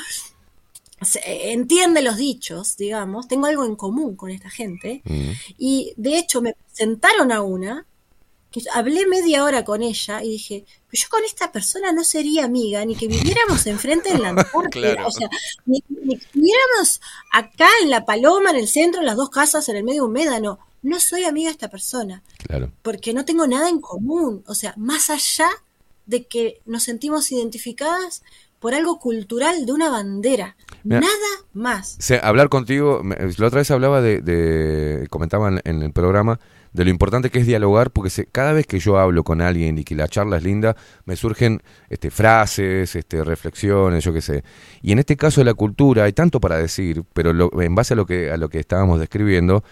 entiende los dichos, digamos, tengo algo en común con esta gente, mm. y de hecho me presentaron a una, que hablé media hora con ella, y dije, pero yo con esta persona no sería amiga, ni que viviéramos enfrente en la Antártida, claro. o sea, ni, ni que viviéramos acá en La Paloma, en el centro, en las dos casas, en el medio de un médano, no soy amiga de esta persona, claro. porque no tengo nada en común, o sea, más allá de que nos sentimos identificadas por algo cultural de una bandera, Mira, nada más. O sea, hablar contigo, la otra vez hablaba de, de comentaban en el programa, de lo importante que es dialogar, porque se, cada vez que yo hablo con alguien y que la charla es linda, me surgen este, frases, este, reflexiones, yo qué sé. Y en este caso de la cultura hay tanto para decir, pero lo, en base a lo que a lo que estábamos describiendo,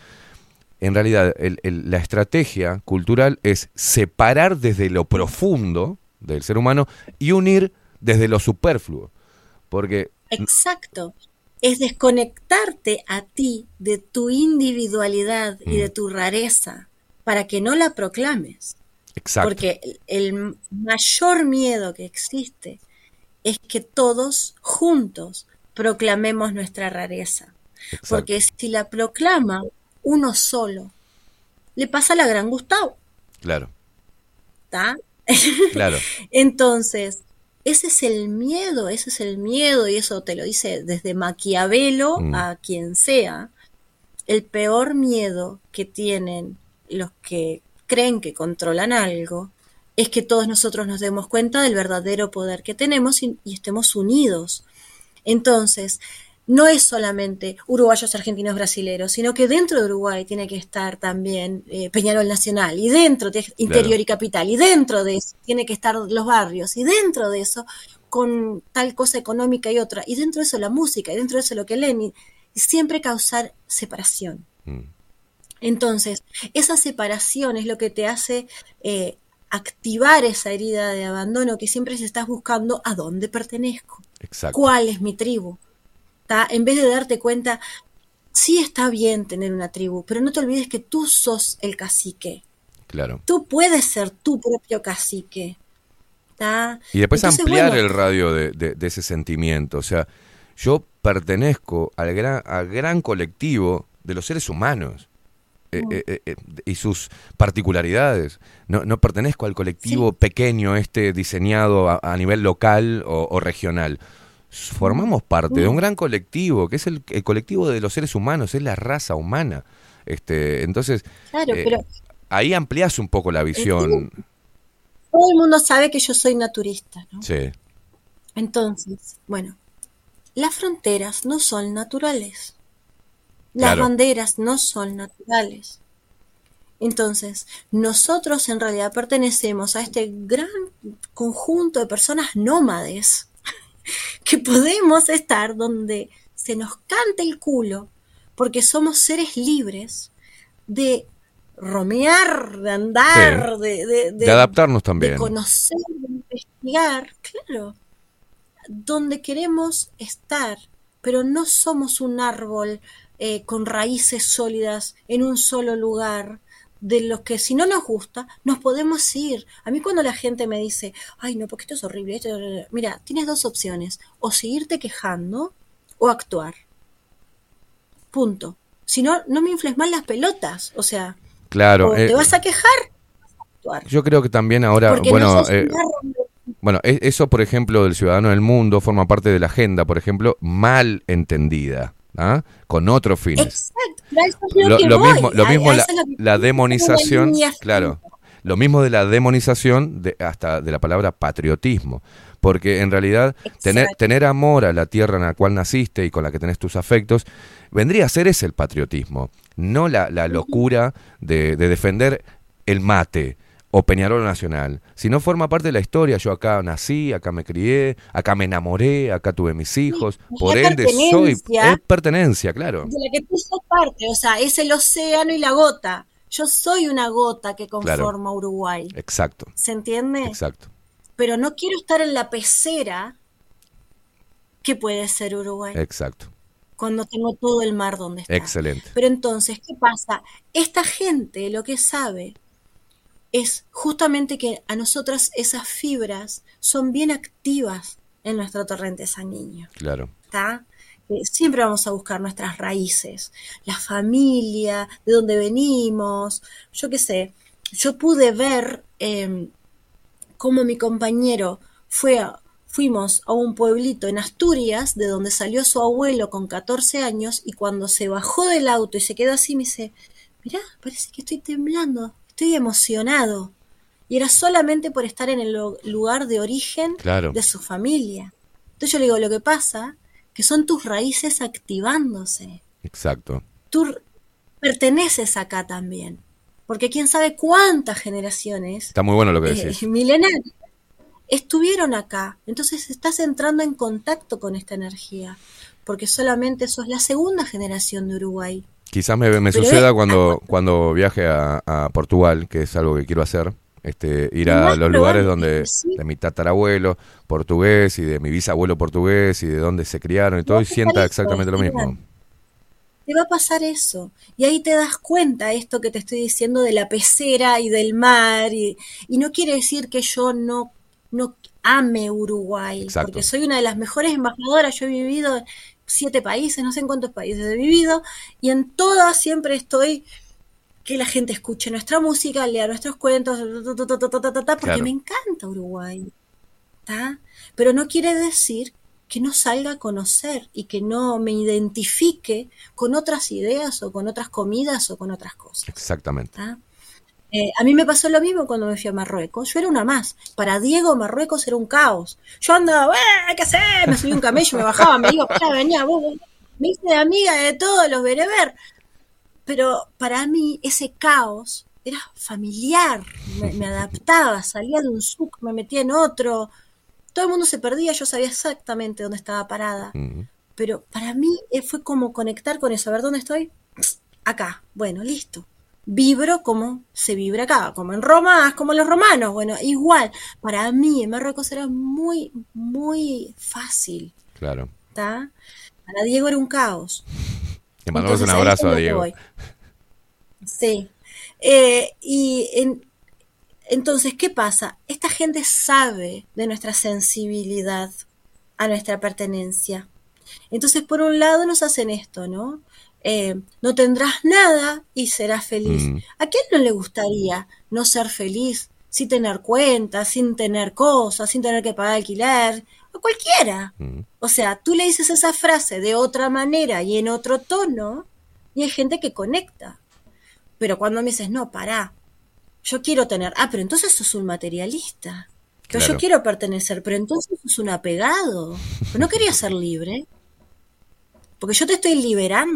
en realidad el, el, la estrategia cultural es separar desde lo profundo del ser humano y unir desde lo superfluo, porque... Exacto, es desconectarte a ti de tu individualidad mm. y de tu rareza para que no la proclames. Exacto. Porque el, el mayor miedo que existe es que todos juntos proclamemos nuestra rareza. Exacto. Porque si la proclama uno solo, le pasa a la Gran Gustavo. Claro. ¿Está? Claro. Entonces... ese es el miedo, ese es el miedo, y eso te lo dice desde Maquiavelo mm. a quien sea. El peor miedo que tienen los que creen que controlan algo es que todos nosotros nos demos cuenta del verdadero poder que tenemos y, y estemos unidos. Entonces, no es solamente uruguayos, argentinos, brasileros, sino que dentro de Uruguay tiene que estar también eh, Peñarol Nacional, y dentro de Interior claro. y Capital, y dentro de eso tiene que estar los barrios, y dentro de eso con tal cosa económica y otra, y dentro de eso la música, y dentro de eso lo que leen, y, y siempre causar separación. Mm. Entonces, esa separación es lo que te hace eh, activar esa herida de abandono que siempre se estás buscando a dónde pertenezco, Exacto. cuál es mi tribu. En vez de darte cuenta, sí está bien tener una tribu, pero no te olvides que tú sos el cacique. Claro. Tú puedes ser tu propio cacique. ¿Tá? Y después Entonces, ampliar bueno, el radio de, de, de ese sentimiento. O sea, yo pertenezco al gran, al gran colectivo de los seres humanos eh, eh, eh, eh, y sus particularidades. No, no pertenezco al colectivo sí. pequeño este diseñado a, a nivel local o, o regional. Formamos parte de un gran colectivo, que es el, el colectivo de los seres humanos, es la raza humana. Este, entonces, claro, eh, pero ahí ampliás un poco la visión. Todo el mundo sabe que yo soy naturista, ¿no? Sí. Entonces, bueno, las fronteras no son naturales. Las claro. banderas no son naturales. Entonces, nosotros en realidad pertenecemos a este gran conjunto de personas nómades que podemos estar donde se nos cante el culo, porque somos seres libres de romear, de andar, Sí. de, de, De adaptarnos también. de conocer, de investigar, claro, donde queremos estar, pero no somos un árbol eh, con raíces sólidas en un solo lugar, de los que si no nos gusta, nos podemos ir. A mí cuando la gente me dice, ay no, porque esto es horrible, esto... mira, tienes dos opciones, o seguirte quejando o actuar. Punto. Si no, no me infles más las pelotas, o sea, Claro. o eh, te vas a quejar, vas a actuar. yo creo que también ahora, Porque bueno, no sos eh, un árbol. bueno, e- eso por ejemplo del ciudadano del mundo forma parte de la agenda, por ejemplo, mal entendida, ¿ah? Con otros fines. Exacto, a eso es lo, Lo, que lo voy. mismo, lo A- mismo a la, eso es lo que- la esa demonización, es la línea claro, lo mismo de la demonización de, hasta de la palabra patriotismo, porque en realidad tener, tener amor a la tierra en la cual naciste y con la que tenés tus afectos, vendría a ser ese el patriotismo, no la, la locura de, de defender el mate o Peñarol Nacional, sino forma parte de la historia. Yo acá nací, acá me crié, acá me enamoré, acá tuve mis hijos, Sí, por la ende soy pertenencia. es pertenencia, claro. de la que tú sos parte, o sea, es el océano y la gota. Yo soy una gota que conforma Uruguay. Exacto, ¿Se entiende? exacto. Pero no quiero estar en la pecera que puede ser Uruguay, Exacto. cuando tengo todo el mar donde está. Excelente. Pero entonces, ¿qué pasa? Esta gente lo que sabe es justamente que a nosotras esas fibras son bien activas en nuestro torrente sanguíneo. Claro. ¿Está? Eh, siempre vamos a buscar nuestras raíces, la familia, de dónde venimos, yo qué sé. Yo pude ver eh, cómo mi compañero fue a, fuimos a un pueblito en Asturias, de donde salió su abuelo con catorce años, y cuando se bajó del auto y se quedó así, me dice, mirá, parece que estoy temblando, estoy emocionado. Y era solamente por estar en el lo- lugar de origen Claro. de su familia. Entonces yo le digo, lo que pasa, que son tus raíces activándose. Exacto. Tú r- perteneces acá también. Porque quién sabe cuántas generaciones Está muy bueno lo que eh, decís. milenarias estuvieron acá. Entonces estás entrando en contacto con esta energía. Porque solamente sos la segunda generación de Uruguay. Quizás me, me Pero suceda es- cuando, cuando viaje a, a Portugal, que es algo que quiero hacer, este, ir Lo a más los probable lugares es donde que sí. de mi tatarabuelo portugués y de mi bisabuelo portugués y de donde se criaron y todo, y Vos sienta fijate exactamente lo eso, mismo. Esteban. Te va a pasar eso. Y ahí te das cuenta esto que te estoy diciendo de la pecera y del mar. Y, y no quiere decir que yo no, no ame Uruguay. Exacto. Porque soy una de las mejores embajadoras. Yo he vivido en siete países, no sé en cuántos países he vivido. Y en todas siempre estoy que la gente escuche nuestra música, lea nuestros cuentos, ta, ta, ta, ta, ta, ta, ta, porque Claro. me encanta Uruguay. ¿Tá? Pero no quiere decir que no salga a conocer y que no me identifique con otras ideas o con otras comidas o con otras cosas. Exactamente. ¿Tá? Eh, a mí me pasó lo mismo cuando me fui a Marruecos. Yo era una más. Para Diego, Marruecos era un caos. Yo andaba, "Eh, ¿qué hacer?" Me subí a un camello, me bajaba, me iba, para venía, vos, vos. Me hice de amiga de todos los bereber. Pero para mí ese caos era familiar. Me, me adaptaba, salía de un souk, me metía en otro. Todo el mundo se perdía, yo sabía exactamente dónde estaba parada. Mm. Pero para mí eh, fue como conectar con eso. A ver, ¿dónde estoy? Acá. Bueno, listo. Vibro como se vibra acá, como en Roma, como los romanos. Bueno, igual. Para mí en Marruecos era muy, muy fácil. Claro. ¿Tá? Para Diego era un caos. Le mandamos un Entonces, ahí abrazo es a lo que Diego. voy. Sí. Eh, y en- entonces, ¿qué pasa? Esta gente sabe de nuestra sensibilidad a nuestra pertenencia. Entonces, por un lado nos hacen esto, ¿no? Eh, no tendrás nada y serás feliz. Mm. ¿A quién no le gustaría no ser feliz sin tener cuentas, sin tener cosas, sin tener que pagar alquiler? A cualquiera. Mm. O sea, tú le dices esa frase de otra manera y en otro tono y hay gente que conecta. Pero cuando me dices, no, pará, yo quiero tener, ah, pero entonces sos un materialista. Pero Claro. yo quiero pertenecer, pero entonces sos un apegado. Pero no quería ser libre. Porque yo te estoy liberando.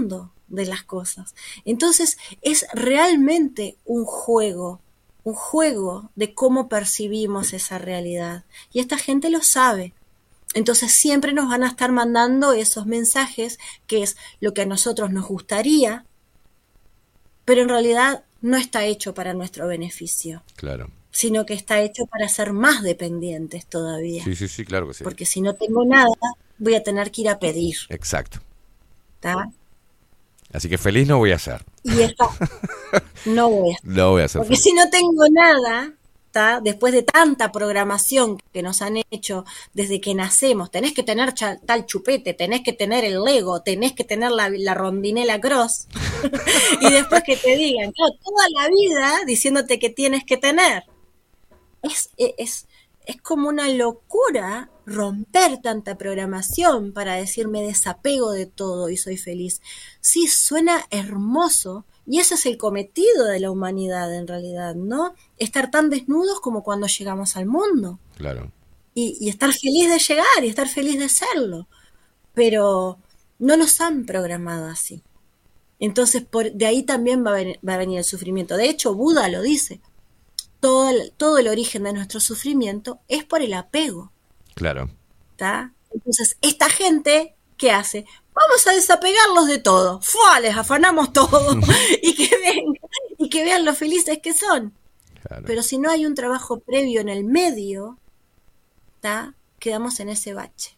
de las cosas. Entonces es realmente un juego, un juego de cómo percibimos esa realidad. Y esta gente lo sabe. Entonces siempre nos van a estar mandando esos mensajes, que es lo que a nosotros nos gustaría, pero en realidad no está hecho para nuestro beneficio. Claro. Sino que está hecho para ser más dependientes todavía. Sí, sí, sí, claro que sí. Porque si no tengo nada, voy a tener que ir a pedir. Exacto. ¿Está? Así que feliz no voy a ser. Y esta, no voy a ser. No voy a ser Porque feliz. si no tengo nada, ¿tá? Después de tanta programación que nos han hecho desde que nacemos, tenés que tener cha- tal chupete, tenés que tener el Lego, tenés que tener la, la rondinela Cross, y después que te digan, claro, toda la vida diciéndote que tienes que tener. Es, es, es como una locura romper tanta programación para decir me desapego de todo y soy feliz. Sí, suena hermoso, y ese es el cometido de la humanidad en realidad, ¿no? Estar tan desnudos como cuando llegamos al mundo. Claro. Y, y estar feliz de llegar y estar feliz de serlo. Pero no nos han programado así. Entonces por, de ahí también va a, venir, va a venir el sufrimiento. De hecho, Buda lo dice. Todo el, todo el origen de nuestro sufrimiento es por el apego. Claro. ¿Tá? Entonces, esta gente, ¿qué hace? Vamos a desapegarlos de todo. ¡Fua! Les afanamos todo. y, que vengan, y que vean lo felices que son. Claro. Pero si no hay un trabajo previo en el medio, ¿tá? Quedamos en ese bache.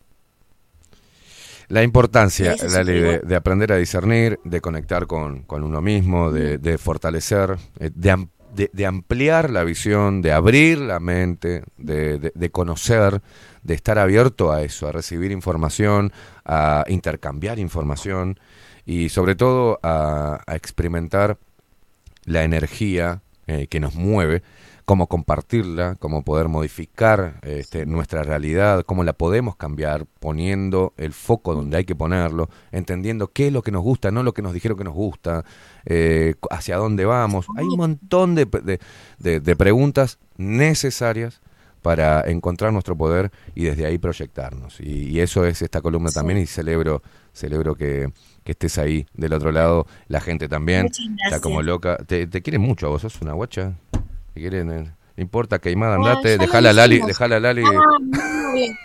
La importancia, Y eso es Lali, de, igual. de aprender a discernir, de conectar con, con uno mismo, de, de fortalecer, eh, de, am- de, de ampliar la visión, de abrir la mente, de, de, de conocer, de estar abierto a eso, a recibir información, a intercambiar información y sobre todo a, a experimentar la energía eh, que nos mueve, cómo compartirla, cómo poder modificar este, nuestra realidad, cómo la podemos cambiar poniendo el foco donde hay que ponerlo, entendiendo qué es lo que nos gusta, no lo que nos dijeron que nos gusta, eh, hacia dónde vamos. Hay un montón de, de, de, de preguntas necesarias para encontrar nuestro poder y desde ahí proyectarnos. Y, y eso es esta columna sí. también, y celebro celebro que, que estés ahí del otro lado. La gente también está como loca. Te, te quieren mucho a vos, sos una guacha. Te quieren, eh, no importa, Caimada, andate, ah, dejala a Lali, dejala a Lali. Ah, muy bien.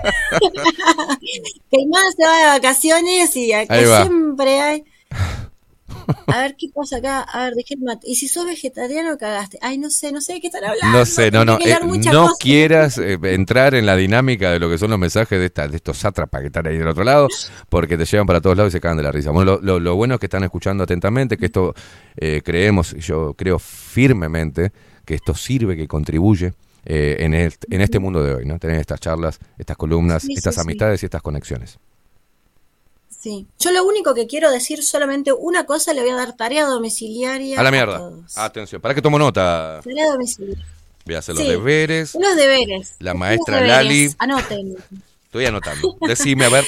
Caimada se va de vacaciones y acá siempre hay... A ver, ¿qué pasa acá? A ver, dejé el mate. ¿Y si sos vegetariano cagaste? Ay, no sé, no sé de qué están hablando. No sé, no, no, eh, no cosas. quieras eh, entrar en la dinámica de lo que son los mensajes de, esta, de estos sátrapas que están ahí del otro lado, porque te llevan para todos lados y se cagan de la risa. Bueno, lo, lo, lo bueno es que están escuchando atentamente, que esto eh, creemos, yo creo firmemente, que esto sirve, que contribuye eh, en, el, en este mundo de hoy, ¿no? Tener estas charlas, estas columnas, sí, estas sí, amistades sí. y estas conexiones. Sí. Yo lo único que quiero decir, solamente una cosa, le voy a dar tarea domiciliaria a la mierda. A todos. Atención, ¿para qué tomo nota? Tarea domiciliaria. Voy a hacer sí. los deberes. Los deberes. La maestra deberes. Lali. Anoten. Estoy anotando. Decime, a ver.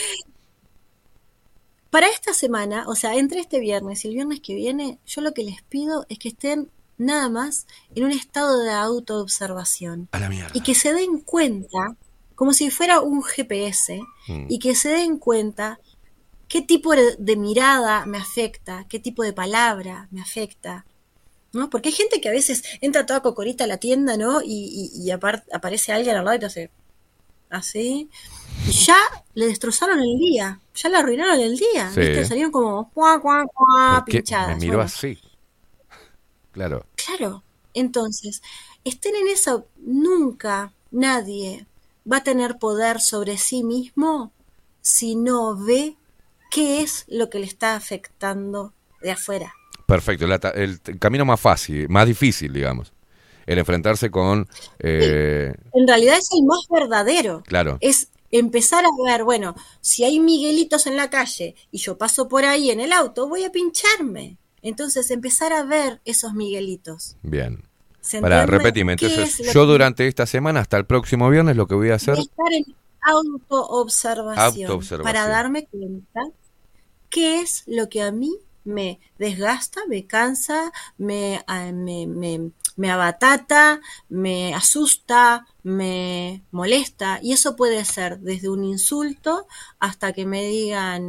Para esta semana, o sea, entre este viernes y el viernes que viene, yo lo que les pido es que estén nada más en un estado de autoobservación. A la mierda. Y que se den cuenta, como si fuera un G P S, mm. y que se den cuenta qué tipo de, de mirada me afecta, qué tipo de palabra me afecta, ¿no? Porque hay gente que a veces entra toda cocorita a la tienda, ¿no? Y, y, y apart, aparece alguien al lado y te hace así, y ya le destrozaron el día, ya le arruinaron el día, sí. ¿viste? Salieron como cuá, cuá, cuá, pinchadas. Me miró bueno. así. Claro. Claro. Entonces, estén en eso. Nunca nadie va a tener poder sobre sí mismo si no ve qué es lo que le está afectando de afuera. Perfecto. El, el, el camino más fácil, más difícil, digamos. El enfrentarse con... Eh... Sí. En realidad es el más verdadero. Claro. Es empezar a ver, bueno, si hay Miguelitos en la calle y yo paso por ahí en el auto, voy a pincharme. Entonces, empezar a ver esos Miguelitos. Bien. Para repetirme, entonces, yo que... durante esta semana, hasta el próximo viernes, lo que voy a hacer... Voy a estar en autoobservación, autoobservación. Para darme cuenta qué es lo que a mí me desgasta, me cansa, me, me, me, me abatata, me asusta, me molesta. Y eso puede ser desde un insulto hasta que me digan...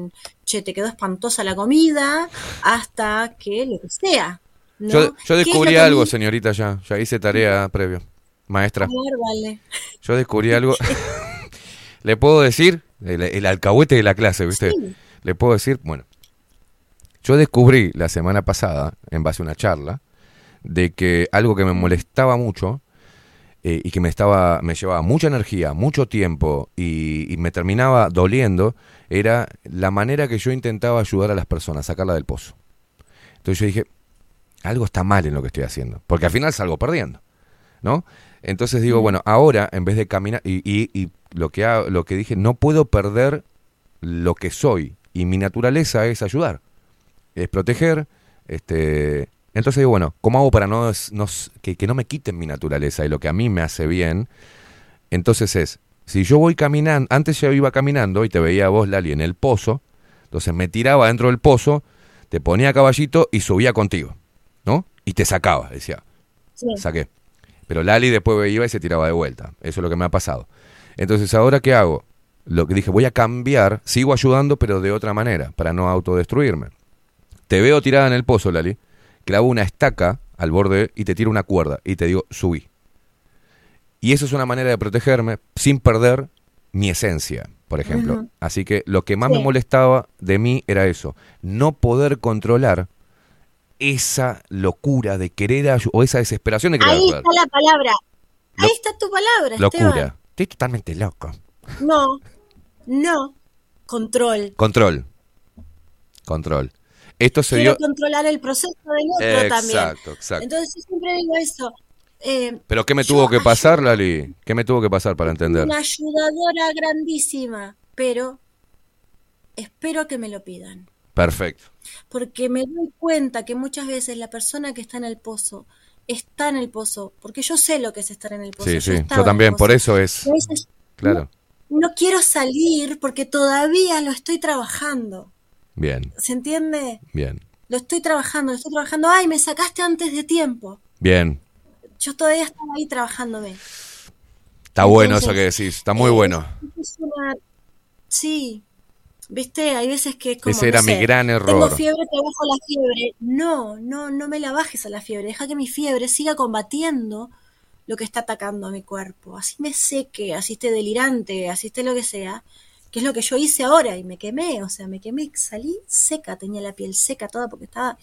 che, te quedó espantosa la comida, hasta que lo que sea. ¿no? Yo, yo ¿Qué es descubrí lo que algo, a mí- señorita, ya. Ya hice tarea previo. Maestra. A ver, vale. Yo descubrí algo. ¿Le puedo decir? El, el alcahuete de la clase, ¿viste? Sí. Le puedo decir, bueno. Yo descubrí la semana pasada, en base a una charla, de que algo que me molestaba mucho eh, y que me estaba me llevaba mucha energía, mucho tiempo y, y me terminaba doliendo, era la manera que yo intentaba ayudar a las personas, sacarla del pozo. Entonces yo dije, algo está mal en lo que estoy haciendo, porque al final salgo perdiendo, ¿no? Entonces digo, bueno, ahora en vez de caminar, y, y, y lo que ha, lo que dije, no puedo perder lo que soy, y mi naturaleza es ayudar, es proteger, este, entonces digo, bueno, ¿cómo hago para no, no que, que no me quiten mi naturaleza y lo que a mí me hace bien? Entonces es, si yo voy caminando, antes yo iba caminando y te veía a vos, Lali, en el pozo, entonces me tiraba dentro del pozo, te ponía a caballito y subía contigo, ¿no? Y te sacaba, decía, Sí. saqué. Pero Lali después iba y se tiraba de vuelta. Eso es lo que me ha pasado. Entonces, ¿ahora qué hago? Lo que dije, voy a cambiar, sigo ayudando, pero de otra manera, para no autodestruirme. Te veo tirada en el pozo, Lali, clavo una estaca al borde y te tiro una cuerda y te digo, subí. Y eso es una manera de protegerme sin perder mi esencia, por ejemplo. Ujú. Así que lo que más Sí. me molestaba de mí era eso, no poder controlar esa locura de querer ayudar, o esa desesperación de querer Ahí ayudar. está la palabra. Lo- Ahí está tu palabra, Locura. Esteban. Estoy totalmente loco. No, no. Control. Control. Control. Esto se Quiero dio... controlar el proceso del otro también. Exacto, exacto. Entonces yo siempre digo eso. Eh, ¿Pero qué me yo tuvo que ayudo. pasar, Lali? ¿Qué me tuvo que pasar para entender? Una ayudadora grandísima, pero espero que me lo pidan. Perfecto. Porque me doy cuenta que muchas veces la persona que está en el pozo está en el pozo, porque yo sé lo que es estar en el pozo. Sí, yo sí. estaba Yo en también, el por pozo. eso es... A veces Claro. no quiero salir porque todavía lo estoy trabajando. Bien, ¿Se entiende? bien, Lo estoy trabajando, lo estoy trabajando. Ay, me sacaste antes de tiempo. bien. Yo todavía estaba ahí trabajándome. Está bueno Entonces, eso que decís. Está muy eh, bueno. es una- Sí, viste, hay veces que es como, Ese era no mi sé, gran error. tengo fiebre, te bajo la fiebre. No, no, no me la bajes a la fiebre. Deja que mi fiebre siga combatiendo lo que está atacando a mi cuerpo. Así me seque, así esté delirante, así esté lo que sea, que es lo que yo hice ahora y me quemé, o sea, me quemé, salí seca, tenía la piel seca toda porque estaba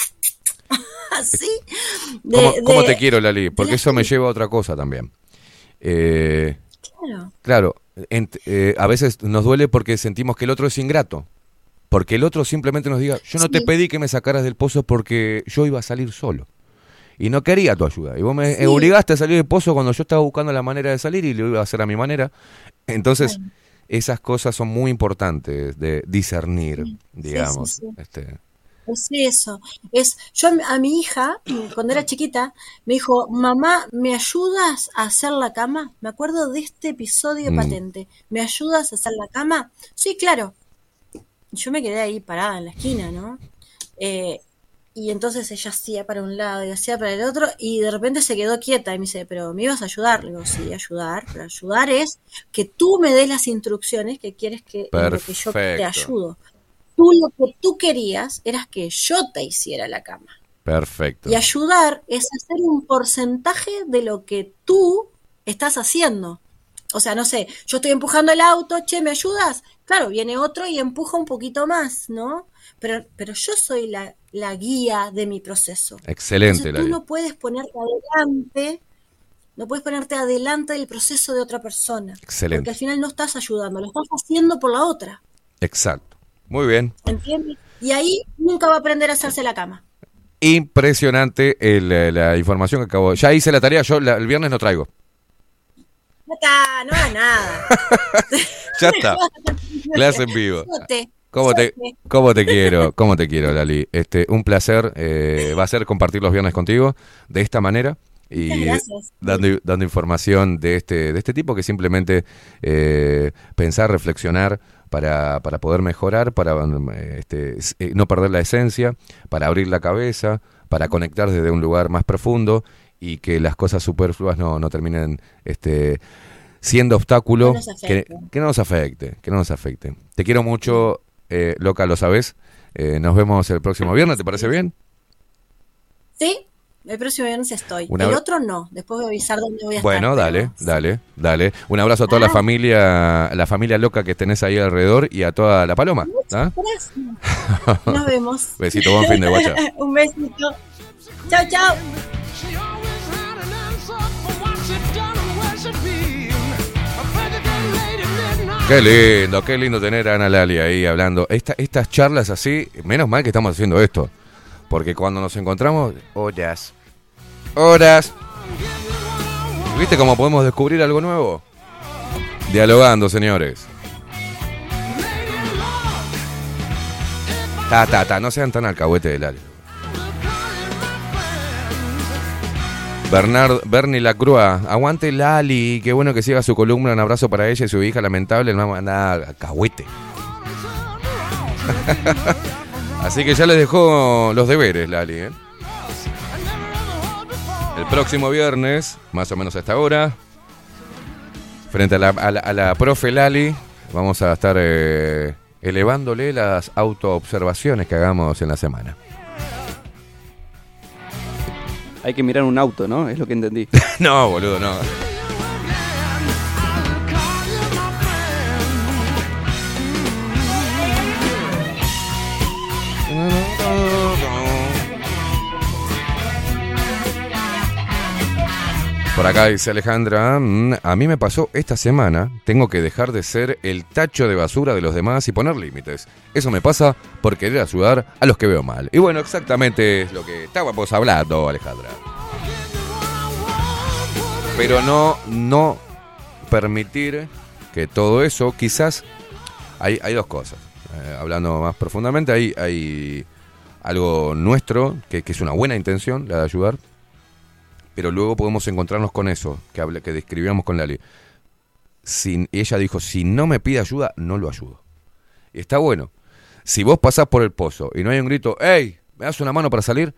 así. de- ¿Cómo, cómo de- te quiero, Lali? Porque de- eso me lleva a otra cosa también. Eh, Claro. claro, ent- eh, a veces nos duele porque sentimos que el otro es ingrato. Porque el otro simplemente nos diga, yo no te Sí. pedí que me sacaras del pozo porque yo iba a salir solo. Y no quería tu ayuda. Y vos me Sí. obligaste a salir del pozo cuando yo estaba buscando la manera de salir y lo iba a hacer a mi manera. Entonces, Bueno. esas cosas son muy importantes de discernir, Sí, digamos. sí, sí. Este, Es eso, es, yo a mi- a mi hija, cuando era chiquita, me dijo, mamá, ¿me ayudas a hacer la cama? Me acuerdo de este episodio Mm. patente, ¿me ayudas a hacer la cama? Sí, claro. Yo me quedé ahí parada en la esquina, ¿no? Eh, y entonces ella hacía para un lado y hacía para el otro, y de repente se quedó quieta y me dice, pero ¿me ibas a ayudar? Le digo, sí, ayudar, pero ayudar es que tú me des las instrucciones que quieres que, en lo que yo te Perfecto. ayudo. Tú lo que tú querías era que yo te hiciera la cama. perfecto. Y ayudar es hacer un porcentaje de lo que tú estás haciendo. O sea, no sé, yo estoy empujando el auto, che, ¿me ayudas? Claro, viene otro y empuja un poquito más, ¿no? Pero, pero yo soy la, la guía de mi proceso. Excelente, Entonces, tú Lali. no puedes ponerte adelante, no puedes ponerte adelante del proceso de otra persona. Excelente. Porque al final no estás ayudando, lo estás haciendo por la otra. Exacto. Muy bien. ¿Entiendes? Y ahí nunca va a aprender a hacerse la cama. Impresionante el, eh, la información que acabo. Ya hice la tarea, yo la- el viernes no traigo. No está, no hagas nada. Ya está. Clase en vivo. Sote, ¿Cómo te, sote. cómo te quiero? ¿Cómo te quiero, Lali? Este, un placer eh, va a ser compartir los viernes contigo de esta manera y Muchas gracias. dando, dando información de este, de este tipo que simplemente eh, pensar, reflexionar para, para poder mejorar, para eh, este, s- eh, no perder la esencia, para abrir la cabeza, para conectar desde un lugar más profundo y que las cosas superfluas no, no terminen este, siendo obstáculo No nos que, afecten. que no nos afecte, que no nos afecte. Te quiero mucho. eh, loca, lo sabés. Eh, nos vemos el próximo viernes, ¿te parece bien? Sí, el próximo viernes estoy. Una... El otro no, después voy a avisar dónde voy a bueno, estar. Bueno, dale, pero... dale, dale. Un abrazo a toda ah. la familia, la familia loca que tenés ahí alrededor y a toda la paloma. ¿Ah? Nos vemos. Besito, buen fin de guacha. Un besito. Chao, chao. Qué lindo, qué lindo tener a Ana Lali ahí hablando. Esta, estas charlas así, menos mal que estamos haciendo esto. Porque cuando nos encontramos, horas, horas. ¿Viste cómo podemos descubrir algo nuevo? Dialogando, señores. Ta, ta, ta, no sean tan alcahuete de Lali. Bernard, Bernie Lacroix, aguante Lali, qué bueno que siga su columna, un abrazo para ella y su hija lamentable, no anda cahuete. Así que ya les dejó los deberes, Lali, ¿eh? El próximo viernes, más o menos a esta hora, frente a la, a la, a la profe Lali, vamos a estar eh, elevándole las autoobservaciones que hagamos en la semana. Hay que mirar un auto, ¿no? Es lo que entendí. No, boludo, no. Por acá dice Alejandra, a mí me pasó esta semana, tengo que dejar de ser el tacho de basura de los demás y poner límites. Eso me pasa por querer ayudar a los que veo mal. Y bueno, exactamente es lo que estábamos hablando, Alejandra. Pero no, no permitir que todo eso, quizás, hay, hay dos cosas. Eh, hablando más profundamente, hay, hay algo nuestro, que, que es una buena intención, la de ayudar. Pero luego podemos encontrarnos con eso que, hable, que describíamos con Lali. Si, ella dijo, si no me pide ayuda, no lo ayudo. Y está bueno. Si vos pasás por el pozo y no hay un grito, ¡hey! ¿Me das una mano para salir?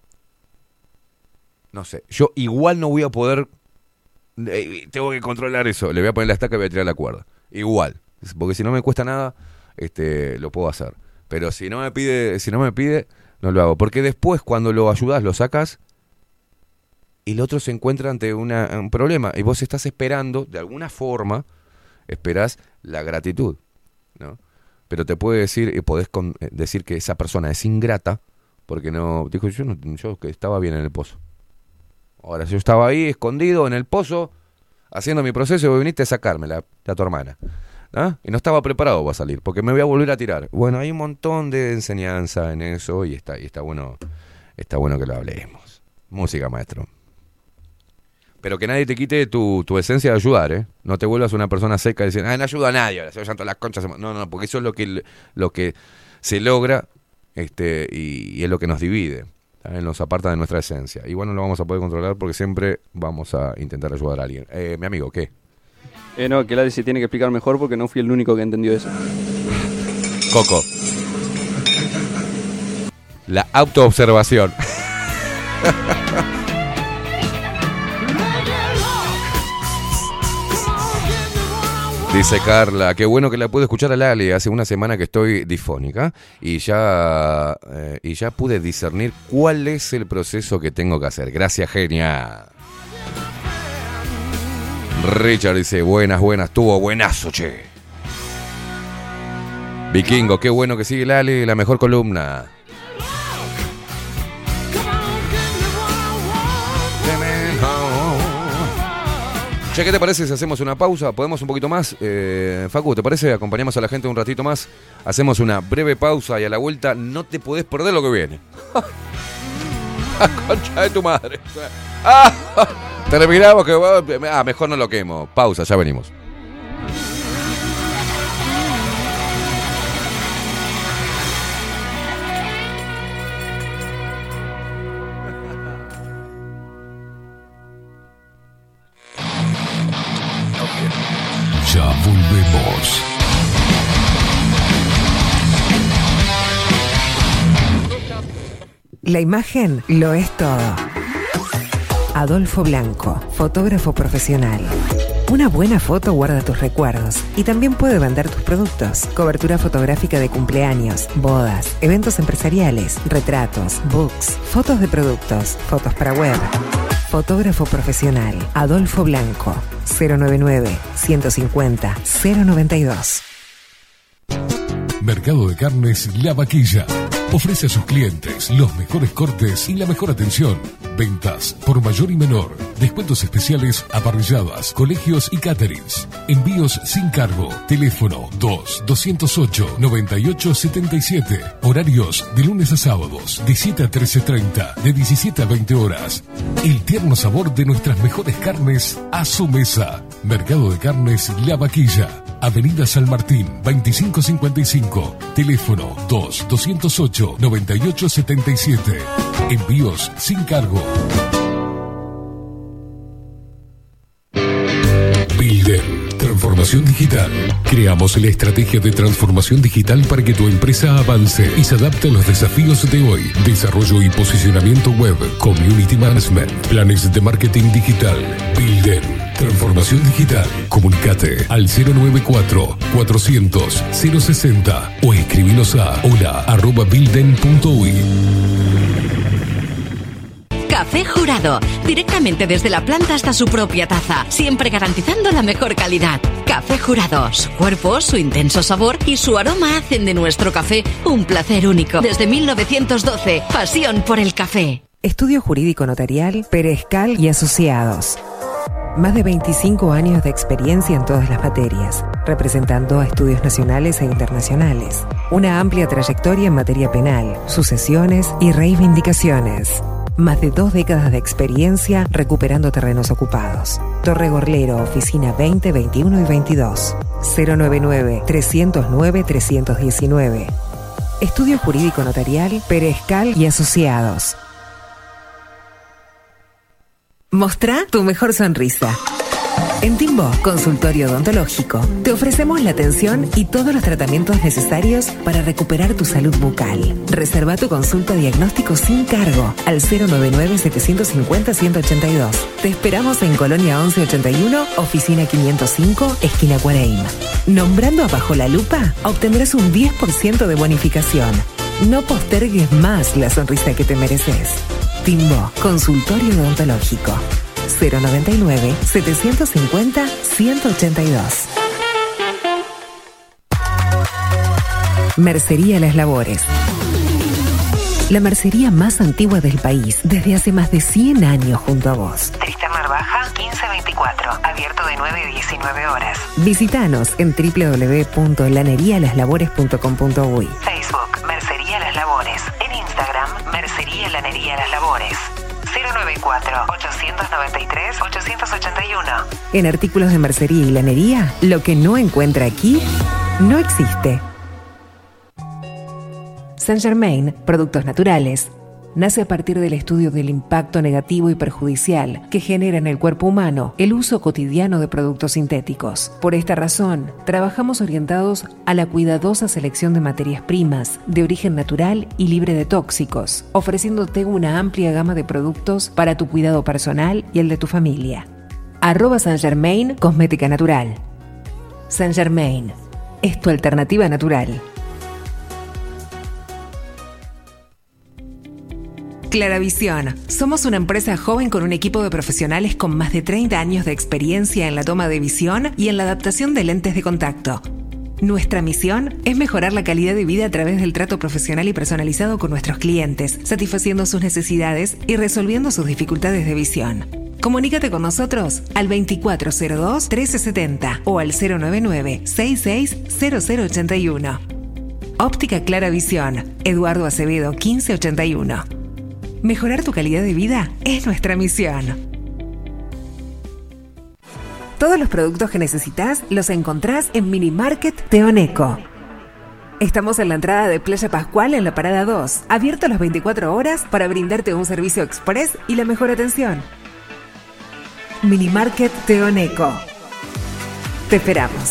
No sé. Yo igual no voy a poder... Eh, tengo que controlar eso. Le voy a poner la estaca y voy a tirar la cuerda. Igual. Porque si no me cuesta nada, este, lo puedo hacer. Pero si no me pide, si no me pide, no lo hago. Porque después, cuando lo ayudás, lo sacas... y el otro se encuentra ante una, un problema y vos estás esperando, de alguna forma, esperás la gratitud, ¿no? Pero te puede decir, y podés con, decir que esa persona es ingrata porque no, dijo, yo, no, yo que estaba bien en el pozo. Ahora, yo estaba ahí, escondido en el pozo, haciendo mi proceso y vos viniste a sacarme la, a tu hermana, ¿no? Y no estaba preparado para salir, porque me voy a volver a tirar. Bueno, hay un montón de enseñanza en eso y está, y está bueno, está bueno que lo hablemos. Música, maestro. Pero que nadie te quite tu, tu esencia de ayudar, ¿eh? No te vuelvas una persona seca y decir, ah, no ayudo a nadie, ahora se vayan todas las conchas. No, no, porque eso es lo que, lo que se logra este, y, y es lo que nos divide, ¿saben? Nos aparta de nuestra esencia. Igual no lo vamos a poder controlar porque siempre vamos a intentar ayudar a alguien. Eh, mi amigo, ¿qué? Eh, no, que Lali se tiene que explicar mejor porque no fui el único que entendió eso. Coco. La autoobservación. Dice Carla, qué bueno que la pude escuchar a Lali. Hace una semana que estoy difónica y ya, eh, y ya pude discernir cuál es el proceso que tengo que hacer. Gracias, genia. Richard dice, buenas, buenas, estuvo buenazo, che. Vikingo, qué bueno que sigue Lali, la mejor columna. Che, ¿qué te parece si hacemos una pausa? ¿Podemos un poquito más? Eh, Facu, ¿te parece? Acompañamos a la gente un ratito más. Hacemos una breve pausa y a la vuelta no te podés perder lo que viene. Concha de tu madre. Ah, terminamos que... Ah, mejor no lo quemo. Pausa, ya venimos. Ya volvemos. La imagen lo es todo. Adolfo Blanco, fotógrafo profesional. Una buena foto guarda tus recuerdos y también puede vender tus productos. Cobertura fotográfica de cumpleaños, bodas, eventos empresariales, retratos, books, fotos de productos, fotos para web. Fotógrafo profesional, Adolfo Blanco, cero noventa y nueve, ciento cincuenta, cero noventa y dos. Mercado de Carnes La Vaquilla. Ofrece a sus clientes los mejores cortes y la mejor atención. Ventas por mayor y menor. Descuentos especiales a parrilladas, colegios y caterings. Envíos sin cargo. Teléfono dos, doscientos ocho, noventa y ocho setenta y siete. Horarios de lunes a sábados, de siete a trece treinta, de diecisiete a veinte horas. El tierno sabor de nuestras mejores carnes a su mesa. Mercado de Carnes La Vaquilla. Avenida San Martín, veinticinco cincuenta y cinco. Teléfono dos, doscientos ocho, noventa y ocho setenta y siete. Envíos sin cargo. Builden. Transformación digital. Creamos la estrategia de transformación digital para que tu empresa avance y se adapte a los desafíos de hoy. Desarrollo y posicionamiento web, community management, planes de marketing digital. Builden. Transformación digital. Comunicate al cero noventa y cuatro, cuatrocientos, cero sesenta o escribinos a hola arroba builden punto uy. Café Jurado, directamente desde la planta hasta su propia taza, siempre garantizando la mejor calidad. Café Jurado, su cuerpo, su intenso sabor y su aroma hacen de nuestro café un placer único. Desde mil novecientos doce, pasión por el café. Estudio Jurídico Notarial, Perezcal y Asociados. Más de veinticinco años de experiencia en todas las materias, representando a estudios nacionales e internacionales. Una amplia trayectoria en materia penal, sucesiones y reivindicaciones. Más de dos décadas de experiencia recuperando terrenos ocupados. Torre Gorlero, oficina veinte, veintiuno y veintidós. cero noventa y nueve, trescientos nueve, trescientos diecinueve. Estudio Jurídico Notarial, Perezcal y Asociados. Mostrá tu mejor sonrisa. En Timbo, consultorio odontológico, te ofrecemos la atención y todos los tratamientos necesarios para recuperar tu salud bucal. Reserva tu consulta diagnóstico sin cargo al cero noventa y nueve, setecientos cincuenta, ciento ochenta y dos. Te esperamos en Colonia once ochenta y uno, oficina quinientos cinco, esquina Cuareim. Nombrando a Bajo la Lupa, obtendrás un diez por ciento de bonificación. No postergues más la sonrisa que te mereces. Timbo, consultorio odontológico. cero noventa y nueve, setecientos cincuenta, ciento ochenta y dos. Mercería Las Labores. La mercería más antigua del país, desde hace más de cien años junto a vos. Tristán Narvaja, quince veinticuatro, abierto de nueve a diecinueve horas. Visítanos en doble u doble u doble u punto lanería las labores punto com punto uy. Facebook, Mercería Las Labores. En Instagram, Mercería Lanería Las Labores. cero noventa y cuatro, ochocientos noventa y tres, ochocientos ochenta y uno. En artículos de mercería y lanería, lo que no encuentra aquí, no existe. Saint Germain, productos naturales, nace a partir del estudio del impacto negativo y perjudicial que genera en el cuerpo humano el uso cotidiano de productos sintéticos. Por esta razón, trabajamos orientados a la cuidadosa selección de materias primas de origen natural y libre de tóxicos, ofreciéndote una amplia gama de productos para tu cuidado personal y el de tu familia. Arroba Saint Germain Cosmética Natural. Saint Germain, es tu alternativa natural. Claravisión. Somos una empresa joven con un equipo de profesionales con más de treinta años de experiencia en la toma de visión y en la adaptación de lentes de contacto. Nuestra misión es mejorar la calidad de vida a través del trato profesional y personalizado con nuestros clientes, satisfaciendo sus necesidades y resolviendo sus dificultades de visión. Comunícate con nosotros al veinticuatro cero dos, trece setenta o al cero noventa y nueve, sesenta y seis, cero cero ochenta y uno. Óptica Claravisión. Eduardo Acevedo, quince ochenta y uno. Mejorar tu calidad de vida es nuestra misión. Todos los productos que necesitas los encontrás en Mini Market Teoneco. Estamos en la entrada de Playa Pascual en la Parada dos, abierto las veinticuatro horas para brindarte un servicio express y la mejor atención. Mini Market Teoneco. Te esperamos.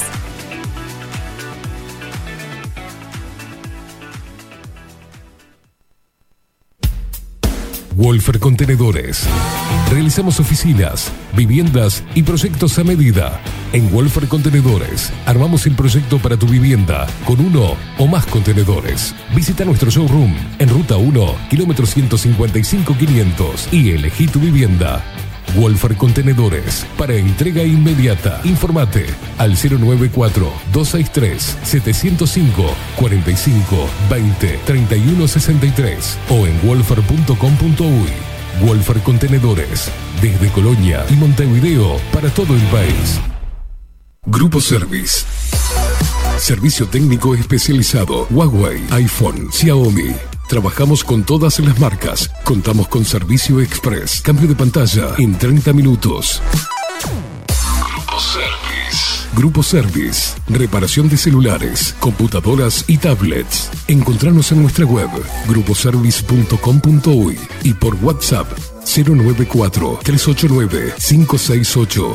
Wolfer Contenedores. Realizamos oficinas, viviendas y proyectos a medida. En Wolfer Contenedores armamos el proyecto para tu vivienda con uno o más contenedores. Visita nuestro showroom en Ruta uno, kilómetro ciento cincuenta y cinco quinientos y elegí tu vivienda. Wolfer Contenedores, para entrega inmediata. Informate al cero nueve cuatro, dos seis tres, siete cero cinco, cuatro cinco, veinte, treinta y uno sesenta y tres o en wolfer punto com punto uy. Wolfer Contenedores, desde Colonia y Montevideo para todo el país. Grupo Service. Servicio técnico especializado. Huawei, iPhone, Xiaomi. Trabajamos con todas las marcas. Contamos con servicio express. Cambio de pantalla en treinta minutos. Grupo Service. Grupo Service. Reparación de celulares, computadoras y tablets. Encontranos en nuestra web grupo service punto com punto uy y por WhatsApp cero nueve cuatro, tres ocho nueve, cinco seis ocho.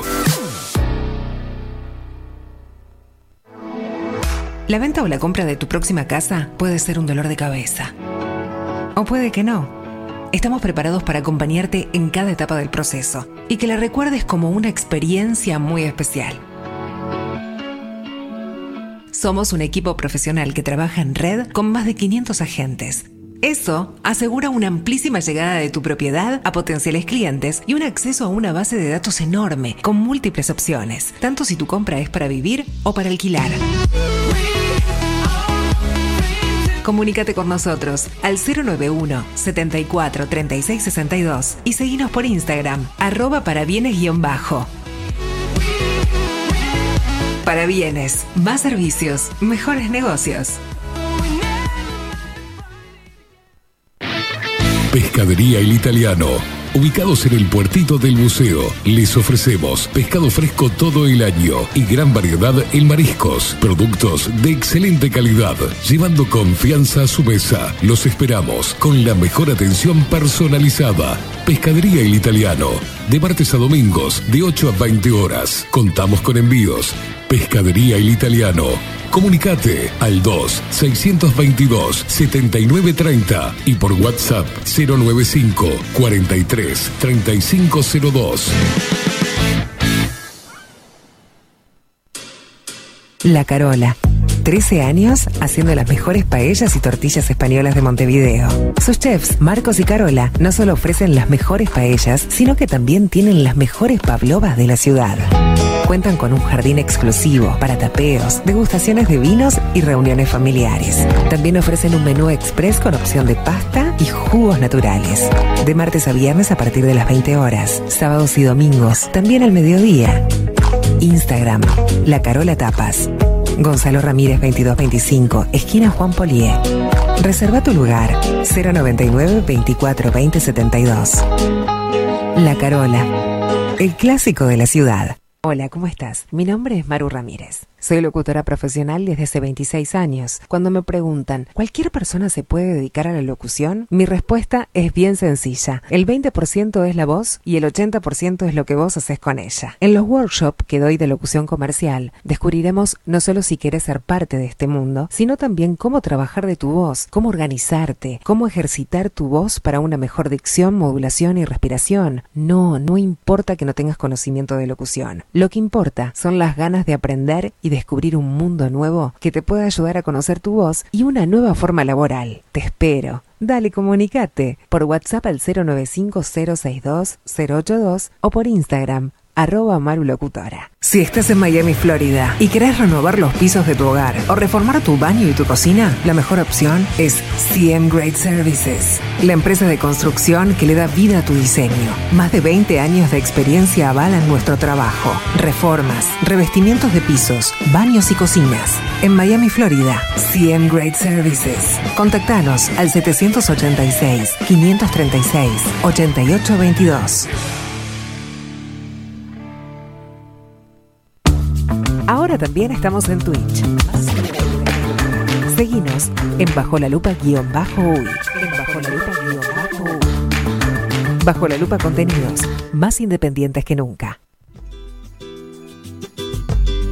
La venta o la compra de tu próxima casa puede ser un dolor de cabeza. O puede que no. Estamos preparados para acompañarte en cada etapa del proceso y que la recuerdes como una experiencia muy especial. Somos un equipo profesional que trabaja en red con más de quinientos agentes. Eso asegura una amplísima llegada de tu propiedad a potenciales clientes y un acceso a una base de datos enorme con múltiples opciones, tanto si tu compra es para vivir o para alquilar. Comunícate con nosotros al cero nueve uno, setenta y cuatro, treinta y seis sesenta y dos y seguinos por Instagram, arroba parabienes guión bajo. Parabienes, más servicios, mejores negocios. Pescadería El Italiano. Ubicados en el puertito del buceo, les ofrecemos pescado fresco todo el año y gran variedad en mariscos, productos de excelente calidad, llevando confianza a su mesa. Los esperamos con la mejor atención personalizada. Pescadería El Italiano, de martes a domingos, de ocho a veinte horas. Contamos con envíos. Pescadería El Italiano. Comunicate al dos, seiscientos veintidós, setenta y nueve treinta y por WhatsApp cero nueve cinco, cuarenta y tres, treinta y cinco cero dos. La Carola. trece años haciendo las mejores paellas y tortillas españolas de Montevideo. Sus chefs, Marcos y Carola, no solo ofrecen las mejores paellas, sino que también tienen las mejores pavlovas de la ciudad. Cuentan con un jardín exclusivo para tapeos, degustaciones de vinos y reuniones familiares. También ofrecen un menú express con opción de pasta y jugos naturales. De martes a viernes a partir de las veinte horas. Sábados y domingos, también al mediodía. Instagram, La Carola Tapas. Gonzalo Ramírez veintidós veinticinco, esquina Juan Polié. Reserva tu lugar cero noventa y nueve, veinticuatro, veinte, setenta y dos. La Carola, el clásico de la ciudad. Hola, ¿cómo estás? Mi nombre es Maru Ramírez. Soy locutora profesional desde hace veintiséis años. Cuando me preguntan, ¿cualquier persona se puede dedicar a la locución? Mi respuesta es bien sencilla. El veinte por ciento es la voz y el ochenta por ciento es lo que vos haces con ella. En los workshops que doy de locución comercial, descubriremos no solo si querés ser parte de este mundo, sino también cómo trabajar de tu voz, cómo organizarte, cómo ejercitar tu voz para una mejor dicción, modulación y respiración. No, no importa que no tengas conocimiento de locución. Lo que importa son las ganas de aprender y descubrir un mundo nuevo que te pueda ayudar a conocer tu voz y una nueva forma laboral. Te espero. Dale, comunicate por WhatsApp al cero nueve cinco, cero seis dos, cero ocho dos o por Instagram, arroba marulocutora. Si estás en Miami, Florida y querés renovar los pisos de tu hogar o reformar tu baño y tu cocina, la mejor opción es C M Great Services, la empresa de construcción que le da vida a tu diseño. Más de veinte años de experiencia avalan nuestro trabajo. Reformas, revestimientos de pisos, baños y cocinas. En Miami, Florida, C M Great Services. Contactanos al setecientos ochenta y seis, quinientos treinta y seis, ochenta y ocho veintidós. Ahora también estamos en Twitch. Seguinos en Bajo la Lupa guión bajo uy. En Bajo la Lupa guión bajo uy. Bajo la Lupa contenidos más independientes que nunca.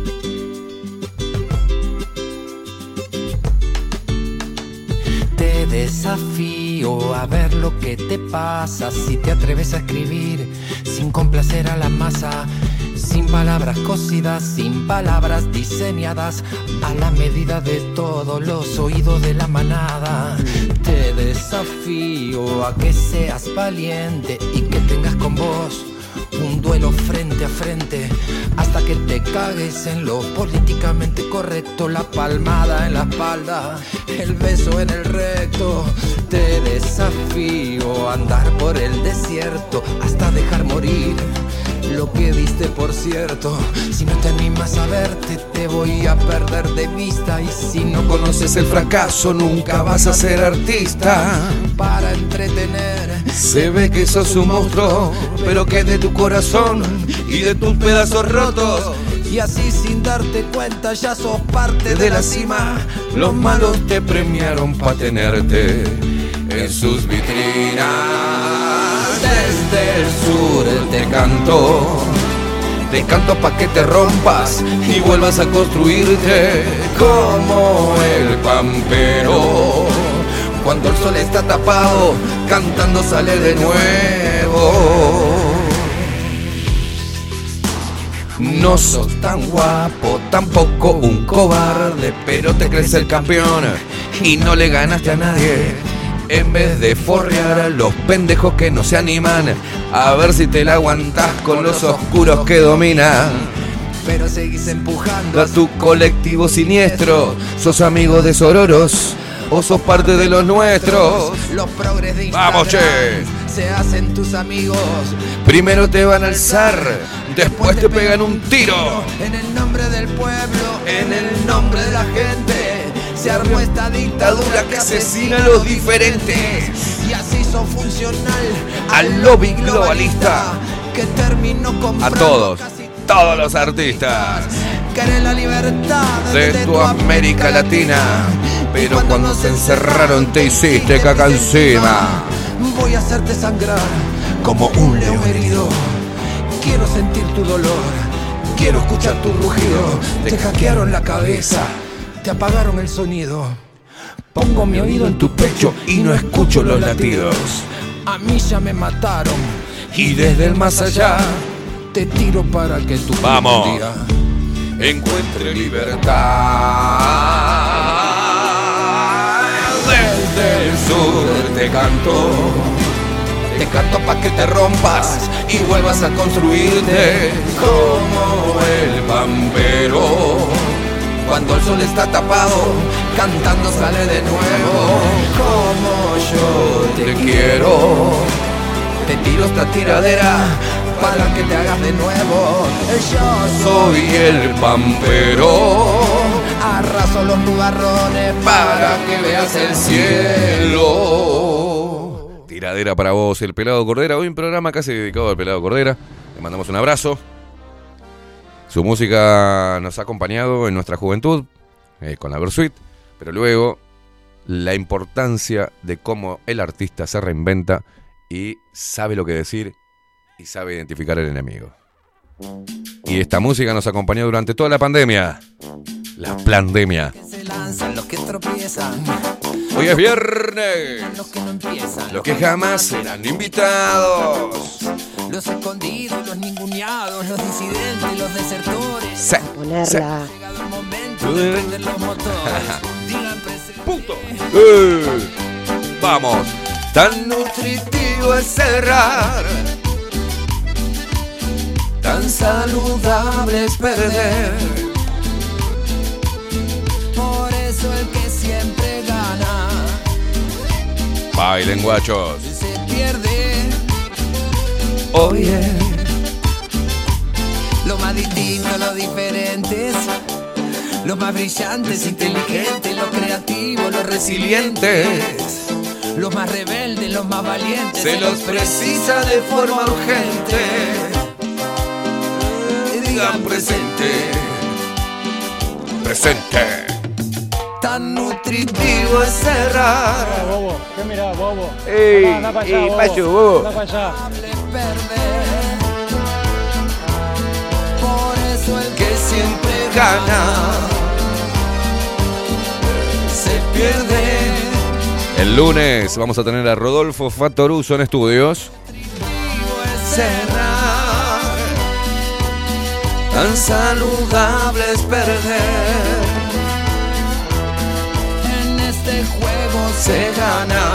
Te desafío a ver lo que te pasa si te atreves a escribir sin complacer a la masa, sin palabras cosidas, sin palabras diseñadas a la medida de todos los oídos de la manada. Te desafío a que seas valiente y que tengas con vos un duelo frente a frente hasta que te cagues en lo políticamente correcto, la palmada en la espalda, el beso en el recto. Te desafío a andar por el desierto hasta dejar morir lo que diste por cierto. Si no te animas a verte, te voy a perder de vista. Y si no conoces el fracaso, nunca vas a ser artista. Para entretener, Se ve que sos un monstruo, pero que de tu corazón y de tus pedazos rotos. y así sin darte cuenta ya sos parte de, De la la cima. cima, los malos te premiaron pa' tenerte en sus vitrinas. Desde el sur te canto, te canto pa' que te rompas y vuelvas a construirte como el pampero. Cuando el sol está tapado, cantando sale de nuevo. No sos tan guapo, tampoco un cobarde, pero te crees el campeón y no le ganaste a nadie. En vez de forrear a los pendejos que no se animan a ver si te la aguantás con los oscuros que dominan. Pero seguís empujando A tu colectivo siniestro, sos amigo de sororos o sos parte de los nuestros. los progres de Instagram. Vamos, che. Se hacen tus amigos. Primero te van a alzar, después te pegan un tiro. En el nombre del pueblo, en el nombre de la gente, se armó esta dictadura que asesina a los diferentes. Y así son funcional Al lobby globalista, que terminó con a todos, todos los artistas querer la libertad de tu América Latina. Pero cuando se encerraron te hiciste caca encima. Voy a hacerte sangrar como un león herido. Quiero sentir tu dolor, quiero escuchar tu rugido. Te hackearon la cabeza, te apagaron el sonido. Pongo mi oído en tu pecho y no escucho los latidos. A mí ya me mataron Y desde el más allá te tiro para que tu Vamos. día encuentre libertad. Desde el sur te canto, te canto pa' que te rompas y vuelvas a construirte como el pampero. cuando el sol está tapado, cantando sale de nuevo. Como yo te quiero, Te tiro esta tiradera para que te hagas de nuevo. Yo soy el pampero. Arraso los nubarrones Para que veas el cielo. Tiradera para vos, el Pelado Cordera. Hoy un programa casi dedicado al Pelado Cordera. Le mandamos un abrazo. Su música nos ha acompañado en nuestra juventud, eh, con la Versuit, pero luego la importancia de cómo el artista se reinventa y sabe lo que decir y sabe identificar el enemigo. Y esta música nos acompañó durante toda la pandemia. La pandemia. se lanzan, los que tropiezan, Hoy es viernes. los que no empiezan, Los que jamás serán invitados. los escondidos, los ninguneados, los disidentes, los desertores. Sí, Ponerla. Llegado el momento de prender los motores. Digan presente. Punto. Eh, vamos. Tan nutritivo es cerrar, tan saludable es perder. Por eso el que siempre gana Bailen, guachos. se pierde. Oye, Lo más distinto, los diferentes, los más brillantes, inteligentes, los creativos, los resilientes, los más rebeldes, los más valientes. se los precisa de forma urgente. Digan presente. Presente. Tan nutritivo es cerrar. Bobo, ¿qué mirá, bobo? Ey, Andá para allá, ey, bobo. Pacho, bobo. Andá para allá. Por eso el Que siempre gana se pierde. El lunes vamos a tener a Rodolfo Fattoruso en estudios. Cerrar, tan saludable es perder. En este juego se gana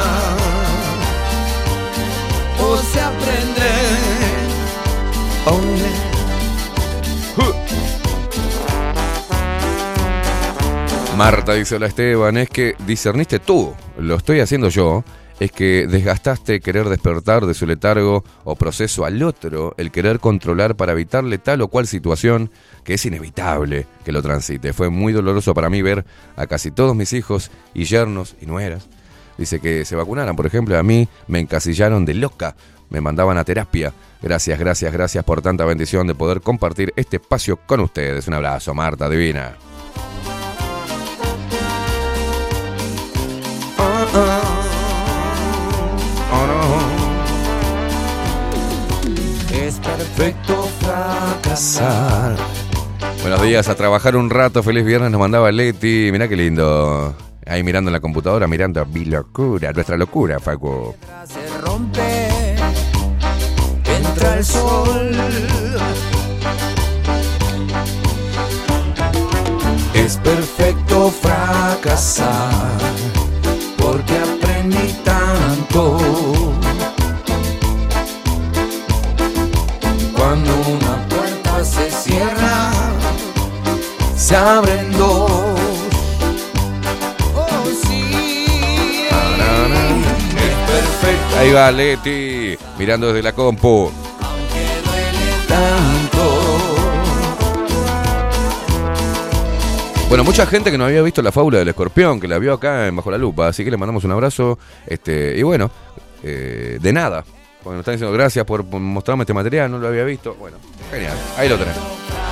o se aprende. Oh, yeah. Marta dice: hola Esteban, es que discerniste tú, lo estoy haciendo yo, es que desgastaste querer despertar de su letargo o proceso al otro, el querer controlar para evitarle tal o cual situación que es inevitable que lo transite. Fue muy doloroso para mí ver a casi todos mis hijos y yernos y nueras. Dice que se vacunaran, por ejemplo, a mí me encasillaron de loca, me mandaban a terapia. Gracias, gracias, gracias por tanta bendición de poder compartir este espacio con ustedes. Un abrazo, Marta divina. Oh, no. Es perfecto fracasar. Buenos días, a trabajar un rato, feliz viernes, nos mandaba Leti. Mirá qué lindo. Ahí mirando en la computadora, mirando a mi locura, nuestra locura, Facu. Se rompe, entra el sol. Es perfecto fracasar, porque aprendí tanto. Cuando una puerta se cierra, se abren dos. Oh, sí. Es perfecto. Ahí va Leti, mirando desde la compu. Aunque duele tanto. Bueno, mucha gente que no había visto la fábula del escorpión, que la vio acá en Bajo la Lupa, así que le mandamos un abrazo. Este, y bueno, eh, de nada. Porque nos están diciendo gracias por mostrarme este material, no lo había visto. Bueno, genial, ahí lo tenés.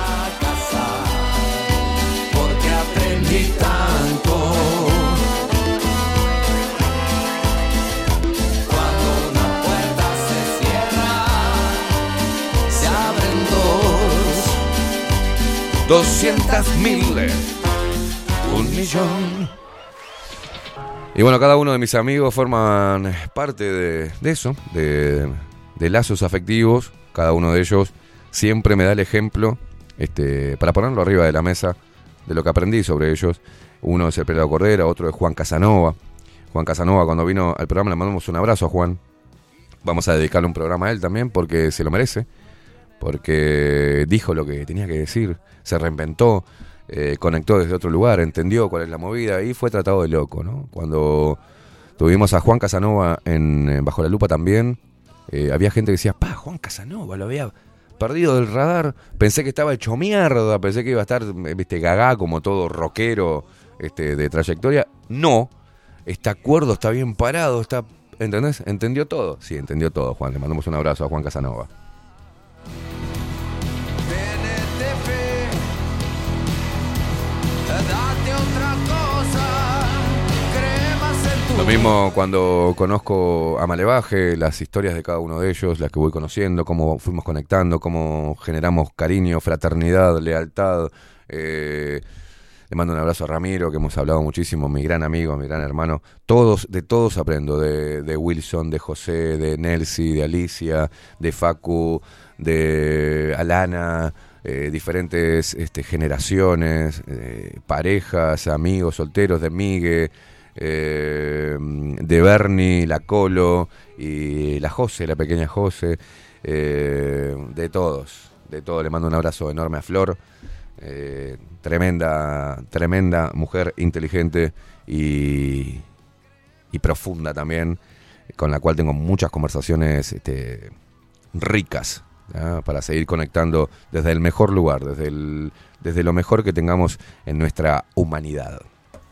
Porque aprendí tanto. Cuando una puerta se cierra, se abren dos. Doscientas mil. Un millón. Y bueno, cada uno de mis amigos forman parte de, de eso, de, de lazos afectivos. Cada uno de ellos siempre me da el ejemplo, este, para ponerlo arriba de la mesa, de lo que aprendí sobre ellos. Uno es el Pelado Cordera, otro es Juan Casanova. Juan Casanova, cuando vino al programa, le mandamos un abrazo a Juan. Vamos a dedicarle un programa a él también, porque se lo merece. Porque dijo lo que tenía que decir, se reinventó. Eh, conectó desde otro lugar, entendió cuál es la movida y fue tratado de loco, ¿no? Cuando tuvimos a Juan Casanova en, en Bajo la Lupa también, eh, había gente que decía, pa, Juan Casanova, lo había perdido del radar, pensé que estaba hecho mierda, pensé que iba a estar, viste, gagá, como todo rockero este, de trayectoria. No, está cuerdo, está bien parado, está, ¿entendés? ¿Entendió todo? Sí, entendió todo, Juan. Le mandamos un abrazo a Juan Casanova. Date otra cosa, cree más en tu. Lo mismo cuando conozco a Malevaje, las historias de cada uno de ellos, las que voy conociendo, cómo fuimos conectando, cómo generamos cariño, fraternidad, lealtad. Eh, le mando un abrazo a Ramiro, que hemos hablado muchísimo, mi gran amigo, mi gran hermano. Todos, de todos aprendo, de, de Wilson, de José, de Nelsi, de Alicia, de Facu, de Alana. Eh, diferentes este, generaciones, eh, parejas, amigos, solteros, de Migue, eh, de Bernie, la Colo y la Jose, la pequeña Jose, eh, de todos, de todos. Le mando un abrazo enorme a Flor, eh, tremenda, tremenda mujer, inteligente y, y profunda también, con la cual tengo muchas conversaciones este, ricas. ¿Ah? Para seguir conectando desde el mejor lugar, desde, el, desde lo mejor que tengamos en nuestra humanidad.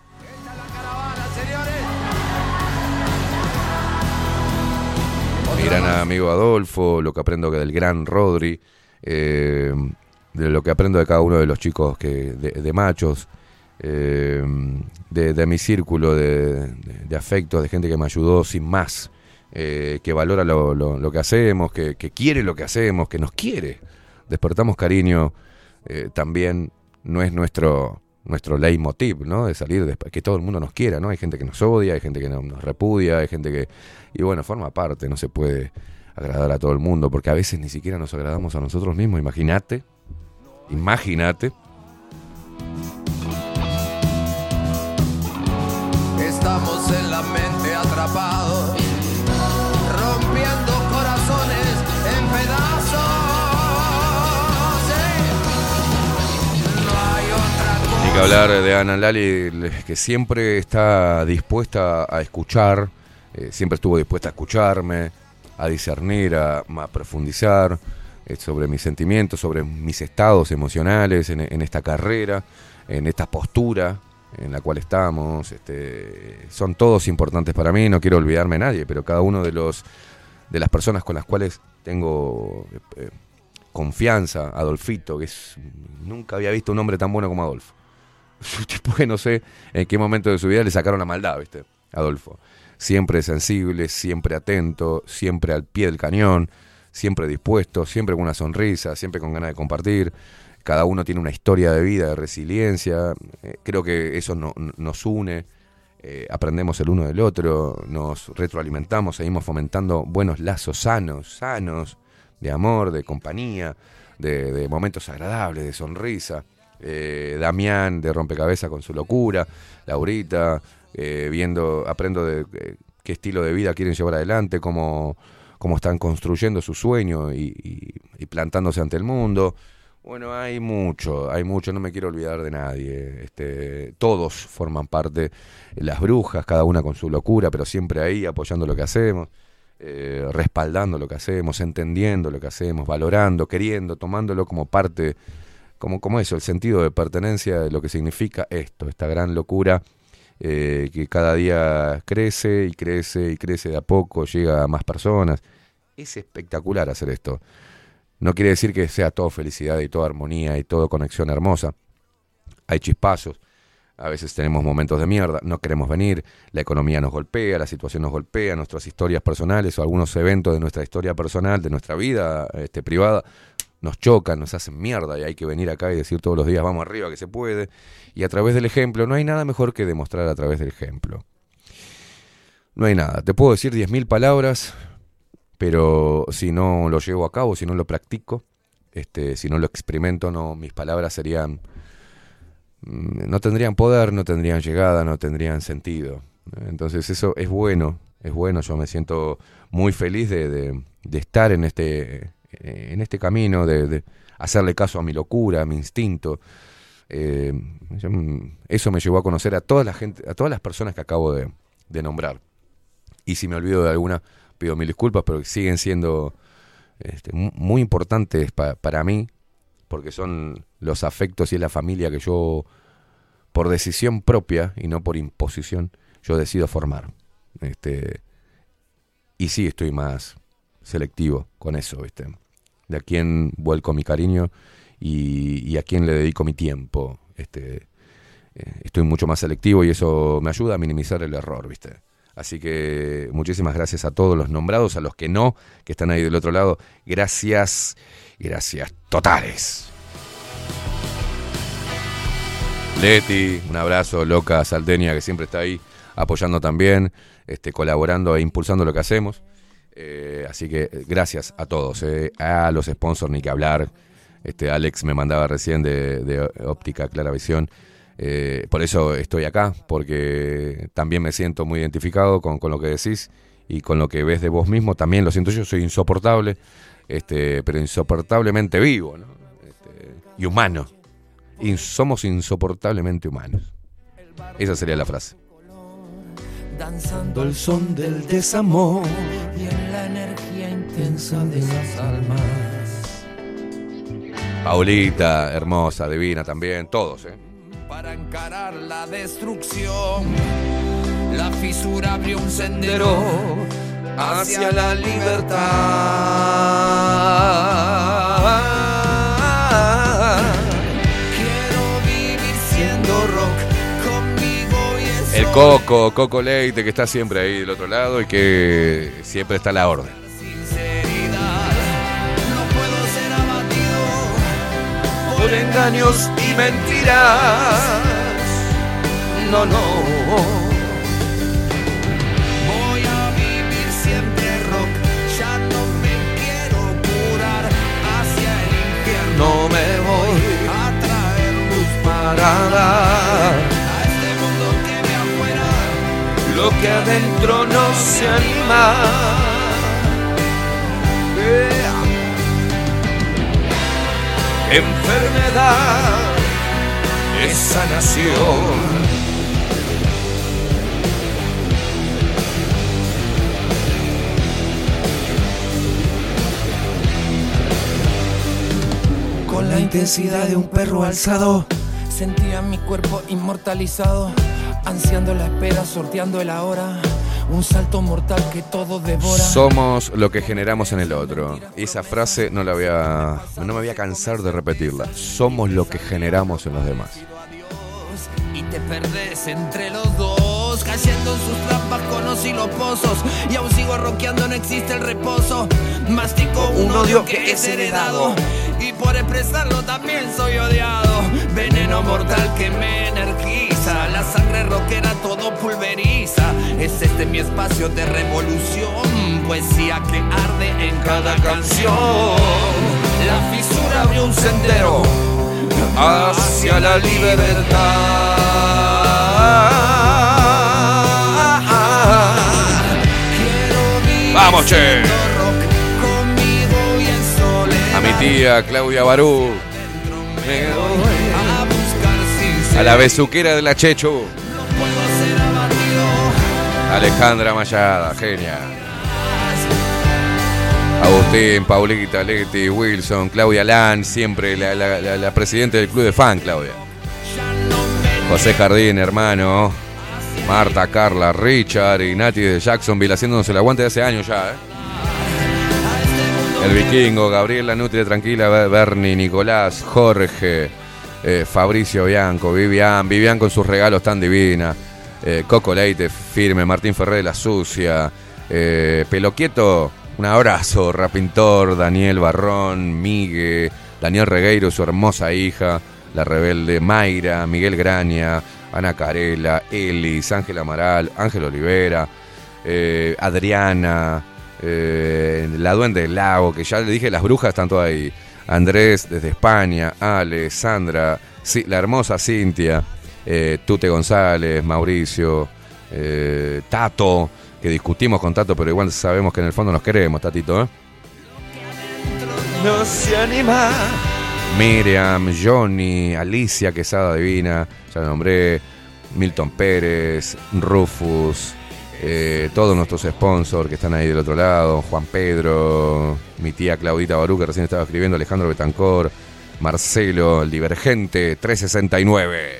Mi gran amigo Adolfo, lo que aprendo del gran Rodri, eh, de lo que aprendo de cada uno de los chicos que de, de machos, eh, de, de mi círculo de, de, de afectos, de gente que me ayudó sin más. Eh, que valora lo, lo, lo que hacemos, que, que quiere lo que hacemos, que nos quiere. Despertamos cariño, eh, también no es nuestro, nuestro leitmotiv, ¿no? De salir, de, que todo el mundo nos quiera, ¿no? Hay gente que nos odia, hay gente que no, nos repudia, hay gente que... Y bueno, forma parte, no se puede agradar a todo el mundo, porque a veces ni siquiera nos agradamos a nosotros mismos. Imagínate, imagínate. Estamos en la mente atrapados, rompiendo corazones en pedazos. No hay otra cosa. Hay que hablar de Ana Lali, que siempre está dispuesta a escuchar, eh, siempre estuvo dispuesta a escucharme, a discernir, a, a profundizar eh, sobre mis sentimientos, sobre mis estados emocionales en, en esta carrera, en esta postura en la cual estamos. Este, son todos importantes para mí, no quiero olvidarme de nadie, pero cada uno de los de las personas con las cuales tengo eh, confianza, Adolfito, que es, nunca había visto un hombre tan bueno como Adolfo. Tipo que no sé en qué momento de su vida le sacaron la maldad, ¿viste? Adolfo. Siempre sensible, siempre atento, siempre al pie del cañón, siempre dispuesto, siempre con una sonrisa, siempre con ganas de compartir. Cada uno tiene una historia de vida, de resiliencia. Eh, creo que eso no, nos une, eh, aprendemos el uno del otro, nos retroalimentamos, seguimos fomentando buenos lazos sanos, sanos, de amor, de compañía, de, de momentos agradables, de sonrisa. Eh, Damián de Rompecabezas con su locura, Laurita, eh, viendo, aprendo de eh, qué estilo de vida quieren llevar adelante, cómo, cómo están construyendo su sueño y, y, y plantándose ante el mundo. Bueno, hay mucho, hay mucho, no me quiero olvidar de nadie. Este, todos forman parte, las brujas, cada una con su locura, pero siempre ahí apoyando lo que hacemos, eh, respaldando lo que hacemos, entendiendo lo que hacemos, valorando, queriendo, tomándolo como parte, como, como eso, el sentido de pertenencia de lo que significa esto, esta gran locura eh, que cada día crece y crece y crece de a poco, llega a más personas. Es espectacular hacer esto. No quiere decir que sea todo felicidad y toda armonía y toda conexión hermosa. Hay chispazos, a veces tenemos momentos de mierda, no queremos venir, la economía nos golpea, la situación nos golpea, nuestras historias personales o algunos eventos de nuestra historia personal, de nuestra vida este, privada, nos chocan, nos hacen mierda y hay que venir acá y decir todos los días vamos arriba que se puede. Y a través del ejemplo, no hay nada mejor que demostrar a través del ejemplo. No hay nada, te puedo decir diez mil palabras, pero si no lo llevo a cabo, si no lo practico, este, si no lo experimento, no, mis palabras serían, no tendrían poder, no tendrían llegada, no tendrían sentido. Entonces eso es bueno, es bueno. Yo me siento muy feliz de, de, de estar en este, en este camino, de, de hacerle caso a mi locura, a mi instinto. Eh, eso me llevó a conocer a toda la gente, a todas las personas que acabo de, de nombrar. Y si me olvido de alguna, pido mil disculpas, pero siguen siendo este, muy importantes pa, para mí, porque son los afectos y es la familia que yo, por decisión propia y no por imposición, yo decido formar. Este, y sí estoy más selectivo con eso, ¿viste? De a quién vuelco mi cariño y, y a quién le dedico mi tiempo. Este, eh, estoy mucho más selectivo y eso me ayuda a minimizar el error, ¿viste? Así que muchísimas gracias a todos los nombrados, a los que no, que están ahí del otro lado. Gracias, gracias totales. Leti, un abrazo, loca salteña que siempre está ahí apoyando también, este, colaborando e impulsando lo que hacemos. Eh, así que gracias a todos, eh, a los sponsors ni que hablar. Este, Alex me mandaba recién de, de Óptica Claravisión. Eh, por eso estoy acá, porque también me siento muy identificado con, con lo que decís y con lo que ves de vos mismo. También lo siento yo, soy insoportable, este, pero insoportablemente vivo, ¿no? Este, y humano. Y somos insoportablemente humanos. Esa sería la frase. Danzando el son del desamor y en la energía intensa de las almas. Paulita, hermosa, divina también, todos, ¿eh? Para encarar la destrucción, la fisura abrió un sendero hacia la libertad. Quiero vivir siendo rock conmigo y eso. El Coco, Coco Leite, que está siempre ahí del otro lado y que siempre está a la orden. Sinceridad, no puedo ser abatido por engaños y mentiras. no, no. Voy a vivir siempre rock, ya no me quiero curar. Hacia el infierno No me voy a traer luz para dar a este mundo que ve afuera. lo que adentro no se anima. Yeah. Enfermedad es sanación. Con la intensidad de un perro alzado, sentía mi cuerpo inmortalizado, ansiando la espera, sorteando el ahora. Un salto mortal que todo devora. Somos lo que generamos en el otro. Esa frase no la voy a, no me voy a cansar de repetirla. Somos lo que generamos en los demás. Y te perdés entre los dos, cayendo en sus trampas, conos y los pozos. Y aún sigo rockeando, no existe el reposo. Mastico un, un odio que es heredado, y por expresarlo también soy odiado. Veneno mortal que me energiza, la sangre rockera todo pulveriza. Es este mi espacio de revolución, poesía que arde en cada canción. La fisura abrió un sendero hacia la libertad. ¡Vamos, che! A mi tía Claudia Barú, a la besuquera de la Chechu, Alejandra Mayada, genia, Agustín, Paulita, Leti, Wilson, Claudia Lan, siempre la, la, la, la presidenta del club de fan, Claudia. José Jardín, hermano. Marta, Carla, Richard y Nati de Jacksonville haciéndonos el aguante de hace años ya, ¿eh? El Vikingo, Gabriel, la Nutria Tranquila, Bernie, Nicolás, Jorge, eh, Fabricio Bianco, Vivian, Vivian con sus regalos tan divina, eh, Coco Leite, firme, Martín Ferrer, la sucia, eh, Peloquieto, un abrazo, Rapintor, Daniel Barrón, Migue, Daniel Regueiro, su hermosa hija, la rebelde Mayra, Miguel Graña, Ana Carela, Elis, Ángel Amaral, Ángel Olivera, eh, Adriana, eh, la Duende del Lago, que ya le dije, las brujas están todas ahí, Andrés desde España, Ale, Sandra, sí, la hermosa Cintia, eh, Tute González, Mauricio, eh, Tato, que discutimos con Tato, pero igual sabemos que en el fondo nos queremos, Tatito, ¿eh? No se anima. Miriam, Johnny, Alicia Quesada Divina, ya la nombré, Milton Pérez, Rufus, eh, todos nuestros sponsors que están ahí del otro lado, Juan Pedro, mi tía Claudita Barú, que recién estaba escribiendo, Alejandro Betancor, Marcelo, el Divergente, trescientos sesenta y nueve.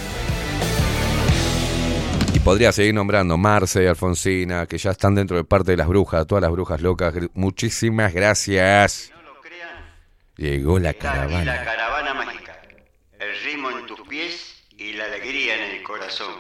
Y podría seguir nombrando Marce y Alfonsina, que ya están dentro de parte de las brujas, todas las brujas locas. Muchísimas gracias. Llegó la caravana. La caravana mágica. El ritmo en tus pies y la alegría en el corazón.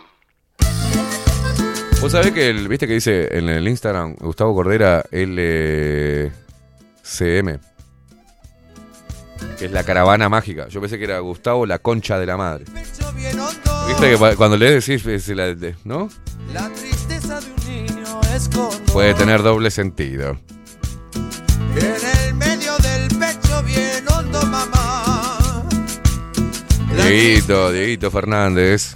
Vos sabés que, el, viste que dice en el Instagram, Gustavo Cordera L C M, que es la caravana mágica. Yo pensé que era Gustavo la concha de la madre. Viste que cuando le decís, es la, ¿no? La tristeza de un niño es color. Puede tener doble sentido. En el medio del pecho bien hondo, mamá. Dieguito, Dieguito Fernández.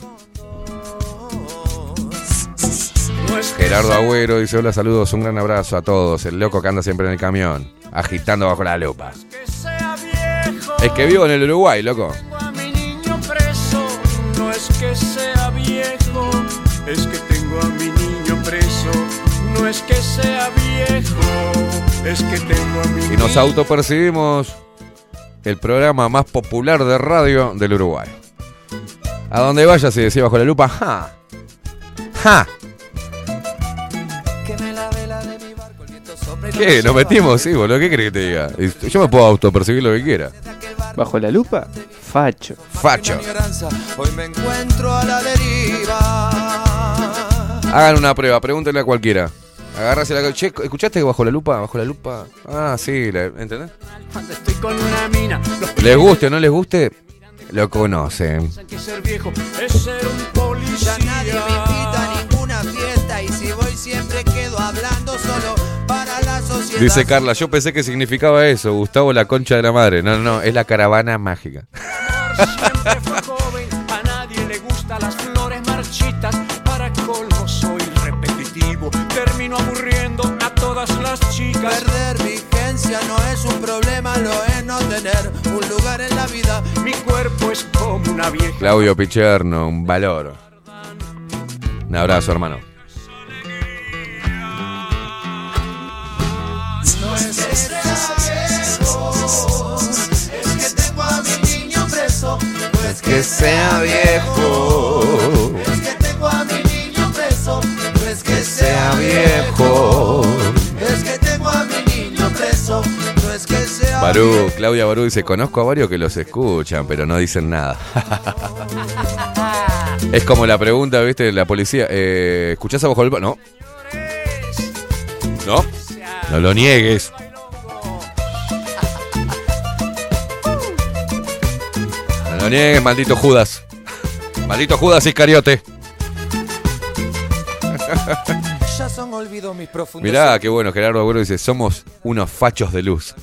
Gerardo Agüero dice: hola, saludos, un gran abrazo a todos. El loco que anda siempre en el camión, agitando bajo la lupa. Es que vivo en el Uruguay, loco. No es que sea viejo, es que tengo a mi niño preso. No es que sea viejo, es que tengo a mi niño. Y nos autopercibimos el programa más popular de radio del Uruguay. A donde vaya se decía bajo la lupa, ja, ja. ¿Qué? ¿Nos metimos? Sí, boludo, ¿qué crees que te diga? Yo me puedo autopercibir lo que quiera. ¿Bajo la lupa? Facho. Facho. Hoy me encuentro a la deriva. Hagan una prueba, pregúntenle a cualquiera. Agárrase la... Che, ¿escuchaste que bajo la lupa? Bajo la lupa. Ah, sí, la... ¿entendés? Estoy con una mina. Les guste o no les guste, lo conocen. Que ser viejo es ser un policía. Ya nadie me invita a ninguna fiesta y si voy siempre quedo hablando solo para la sociedad. Dice Carla, yo pensé que significaba eso, Gustavo la concha de la madre. No, no, es la caravana mágica. Siempre fue joven, a nadie le gustan las flores marchitas. Para colmo soy repetitivo, termino aburriendo a todas las chicas. Perder vigencia no es un problema, lo es no tener un lugar en la vida. Mi cuerpo es como una vieja. Claudio Picherno, un valor. Un abrazo, hermano. No es que sea viejo, es que tengo a mi niño preso. No es que sea viejo, es que tengo a mi niño preso. No es que sea viejo, es que tengo a mi niño preso. No es que sea Barú, Claudia Barú dice, conozco a varios que los escuchan, pero no dicen nada. Es como la pregunta, ¿viste? La policía, eh, ¿escuchás a Bajo el Palo? No. No. No lo niegues. No lo niegues, maldito Judas. Maldito Judas Iscariote. Ya son olvido mis profundos. Mirá, qué bueno, Gerardo Agüero dice, somos unos fachos de luz.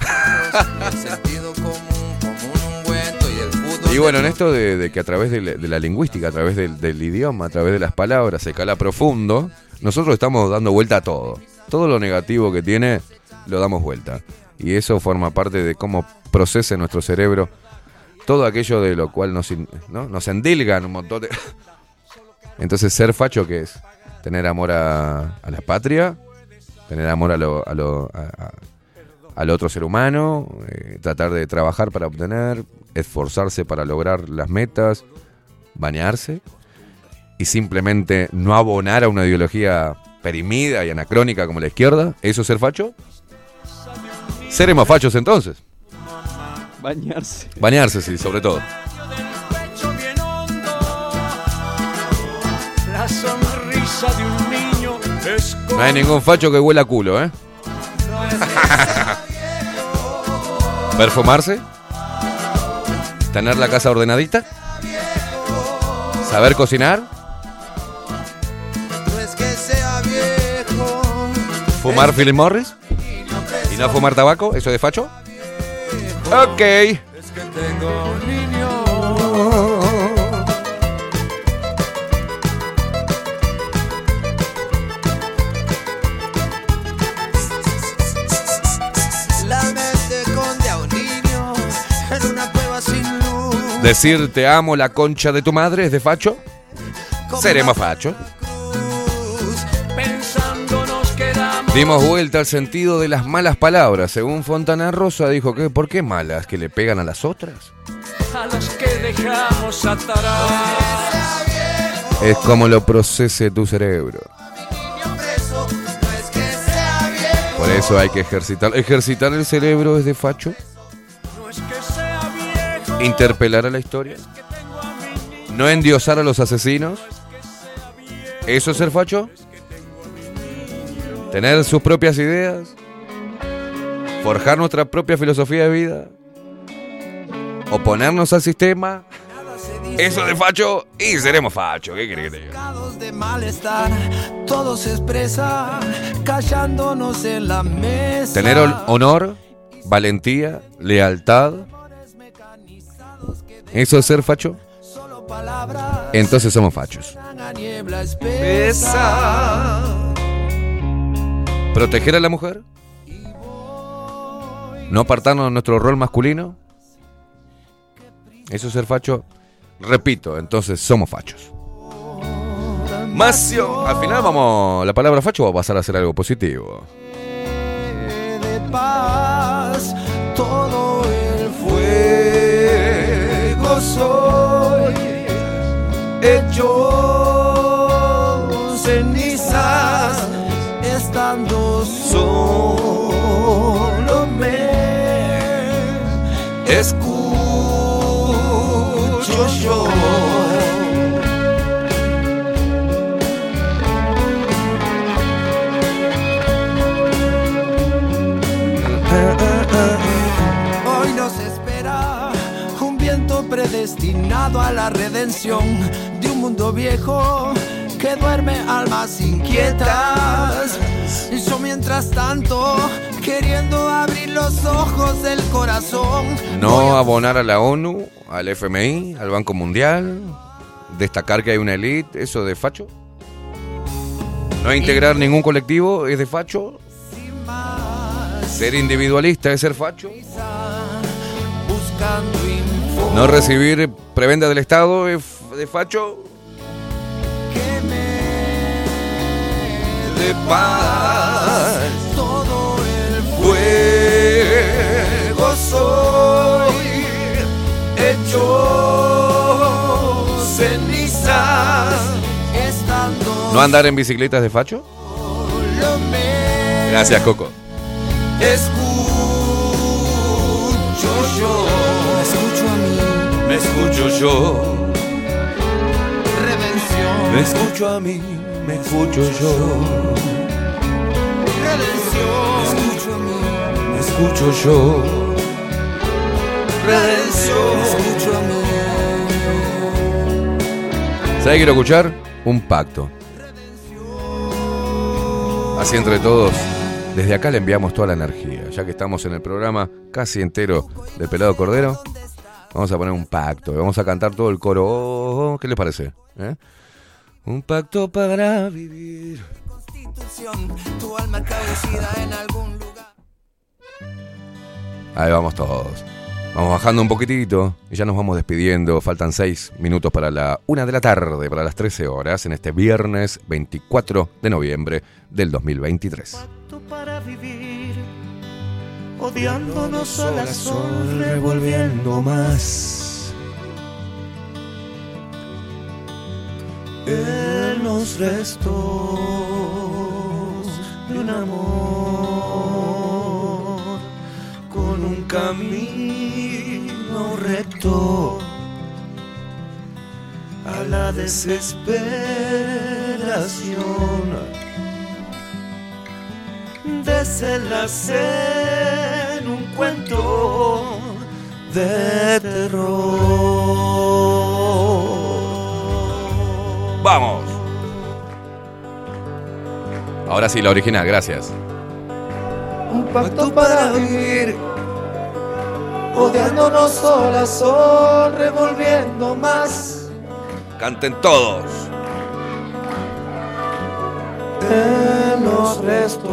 Y bueno, en esto de, de que a través de la, de la lingüística, a través del, del idioma, a través de las palabras, se cala profundo, nosotros estamos dando vuelta a todo. Todo lo negativo que tiene, lo damos vuelta. Y eso forma parte de cómo procesa nuestro cerebro todo aquello de lo cual nos, ¿no? nos endilgan un montón de... Entonces, ser facho, ¿qué es? Tener amor a, a la patria, tener amor a lo, a lo, a, a, al otro ser humano, eh, tratar de trabajar para obtener, esforzarse para lograr las metas, bañarse y simplemente no abonar a una ideología perimida y anacrónica como la izquierda. ¿Eso es ser facho? Seremos fachos entonces. Bañarse. Bañarse, sí, sobre todo. La sonrisa de un niño es como... No hay ningún facho que huela a culo, ¿eh? Perfumarse, tener la casa ordenadita, saber cocinar, fumar Philip Morris y no fumar tabaco, ¿eso es de facho? Ok. Es que tengo un niño. La mente esconde a un niño en una cueva sin luz. Decir te amo la concha de tu madre es de facho. Seremos fachos. Dimos vuelta al sentido de las malas palabras. Según Fontana Rosa dijo que ¿por qué malas? ¿Que le pegan a las otras? A los que dejamos atrás. Es como lo procese tu cerebro. Por eso hay que ejercitar. ¿Ejercitar el cerebro es de facho? ¿Interpelar a la historia? ¿No endiosar a los asesinos? ¿Eso es ser facho? ¿Tener sus propias ideas? ¿Forjar nuestra propia filosofía de vida? ¿Oponernos al sistema? Eso de facho y seremos facho. ¿Qué querés que te diga? De malestar, todo se expresa callándonos en la mesa. Tener honor, valentía, lealtad. ¿Eso es ser facho? Entonces somos fachos. ¿Proteger a la mujer? ¿No apartarnos de nuestro rol masculino? ¿Eso es ser facho? Repito, entonces somos fachos. Macio. Al final vamos, la palabra facho va a pasar a ser algo positivo. De paz, todo el fuego soy, hecho cenizas, estando solo me escucho yo. Hoy nos espera un viento predestinado a la redención de un mundo viejo que duerme almas inquietas. Y yo mientras tanto queriendo abrir los ojos del corazón. No abonar a la ONU, al F M I, al Banco Mundial, destacar que hay una élite, eso de facho. No integrar ningún colectivo es de facho. Ser individualista es ser facho. No recibir prebenda del Estado es de facho. De paz, todo el fuego soy, hecho cenizas, estando. ¿No andar en bicicletas de facho? Gracias, Coco. Escucho yo, me escucho a mí, me escucho yo. Redención, me escucho a mí. Me escucho yo. Redención. Me escucho a mí. Me escucho yo. Redención. Me escucho a mí. ¿Sabes qué quiero escuchar? Un pacto. Así entre todos, desde acá le enviamos toda la energía. Ya que estamos en el programa casi entero de Pelado Cordero, vamos a poner un pacto. Vamos a cantar todo el coro. Oh, ¿qué les parece? ¿Eh? Un pacto para vivir. Tu alma caducida en algún lugar. Ahí vamos todos. Vamos bajando un poquitito y ya nos vamos despidiendo. Faltan seis minutos para la una de la tarde, para las trece horas, en este viernes veinticuatro de noviembre del dos mil veintitrés. Pacto para vivir, odiándonos sol a sol, revolviendo más. En los restos de un amor con un camino recto a la desesperación, desenlace en un cuento de terror. ¡Vamos! Ahora sí, la original, gracias. Un pacto para vivir, odiándonos sol a sol, revolviendo más. Canten todos. En los restos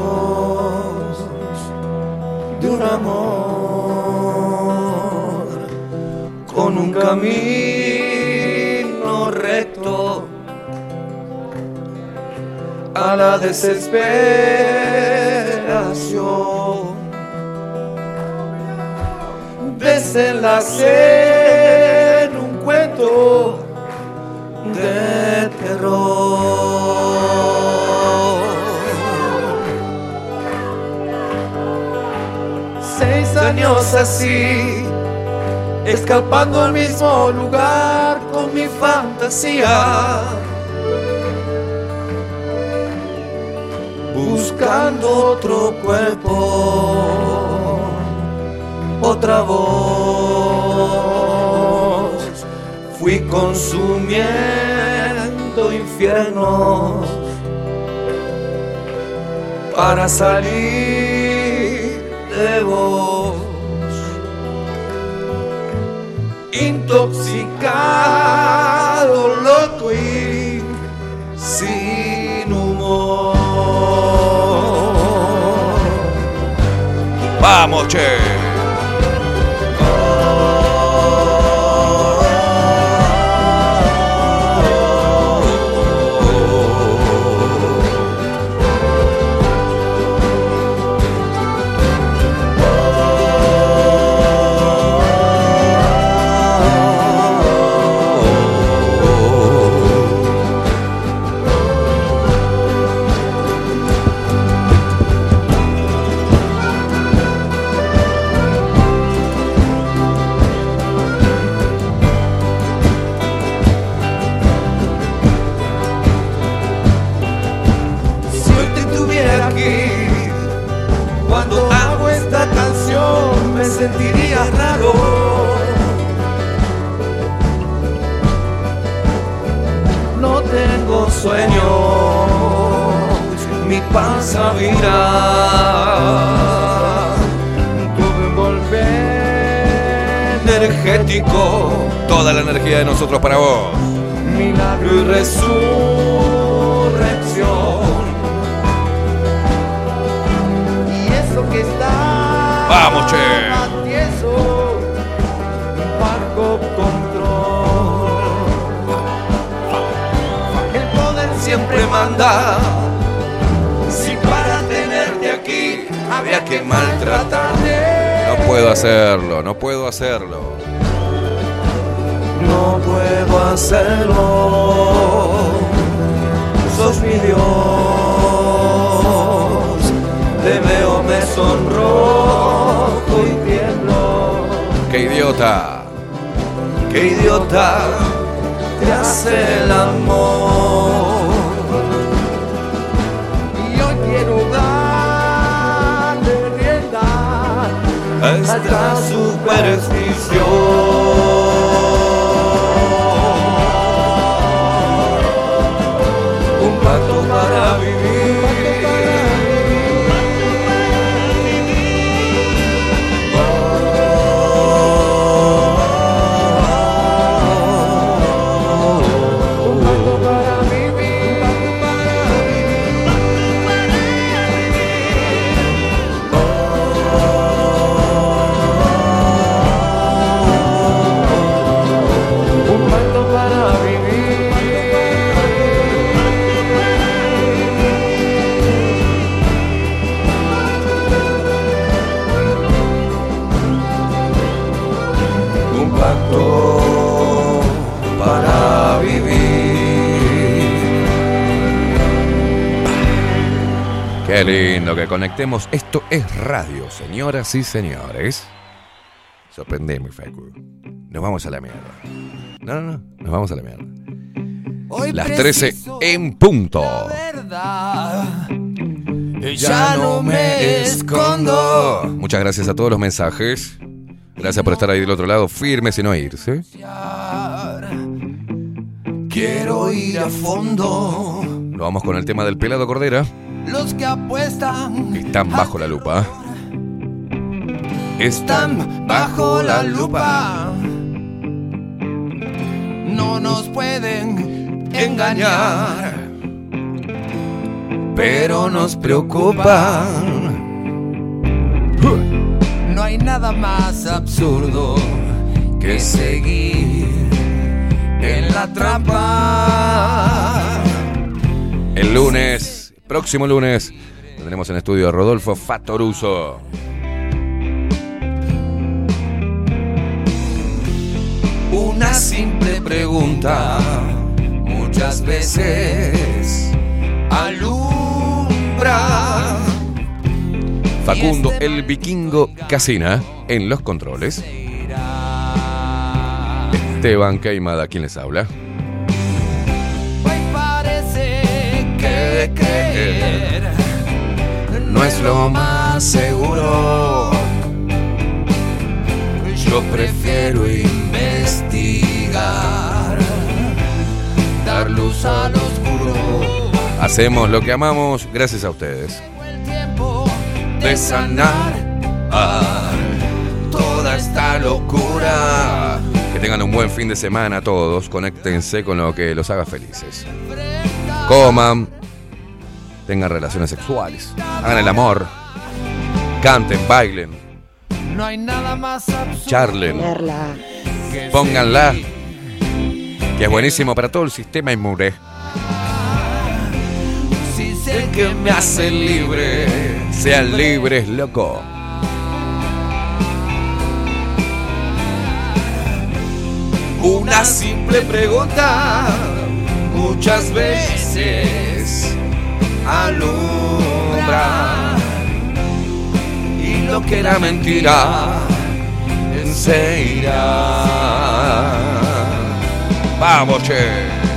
de un amor con un camino recto a la desesperación, desenlace en un cuento de terror. Seis años así, escapando al mismo lugar con mi fantasía, buscando otro cuerpo, otra voz. Fui consumiendo infiernos para salir de vos, intoxicado, loco y sin humor. ¡Vamos, che! Sentiría raro tengo sueños, mi panza virá. Tuve un golpe energético, toda la energía de nosotros para vos. Milagro y resurrección. Y eso que está vamos, che, tieso, bajo control. El poder siempre manda. Si para tenerte aquí había que maltratarte, no puedo hacerlo, no puedo hacerlo. No puedo hacerlo. Sos mi Dios. Te veo, me sonrojo y tiemblo. ¡Qué idiota! ¡Qué idiota! Te hace el amor. Y hoy quiero darle rienda a esta superstición. Para vivir, oh, un pacto para vivir, un pacto para vivir. Para vivir. Qué lindo que conectemos. Esto es radio, señoras y señores. Sorprendeme, Facu. Nos vamos a la mierda. No, no, no. Nos vamos a la mierda. Las trece en punto. Ya no me escondo. Muchas gracias a todos los mensajes. Gracias por estar ahí del otro lado, firmes y no irse. Quiero ir a fondo. Nos vamos con el tema del pelado Cordera. Los que apuestan están bajo la lupa. Están bajo la lupa. No nos pueden engañar, pero nos preocupan. No hay nada más absurdo que seguir en la trampa. El lunes, próximo lunes, tendremos en estudio a Rodolfo Fattoruso. Una simple pregunta muchas veces alumbra. Facundo el Vikingo Casina en los controles. Esteban Queimada, ¿quién les habla? Hoy parece que creer no es lo más seguro. Yo prefiero investigar, dar luz al oscuro. Hacemos lo que amamos gracias a ustedes. De sanar ah, toda esta locura. Que tengan un buen fin de semana todos. Conéctense con lo que los haga felices. Coman. Tengan relaciones sexuales. Hagan el amor. Canten, bailen. No hay nada más absurdo. Charlen. Pónganla. Que es buenísimo para todo el sistema inmune. Si sé que me hace libre. Sean libres, loco. Una simple pregunta muchas veces alumbra. Y lo que era mentira se irá. Vamos, che.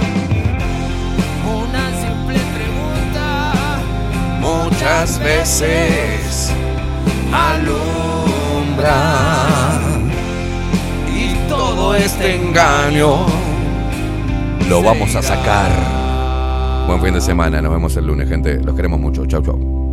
Una simple pregunta muchas veces alumbra. Y todo este engaño lo vamos a sacar. Buen fin de semana. Nos vemos el lunes, gente. Los queremos mucho. Chau, chau.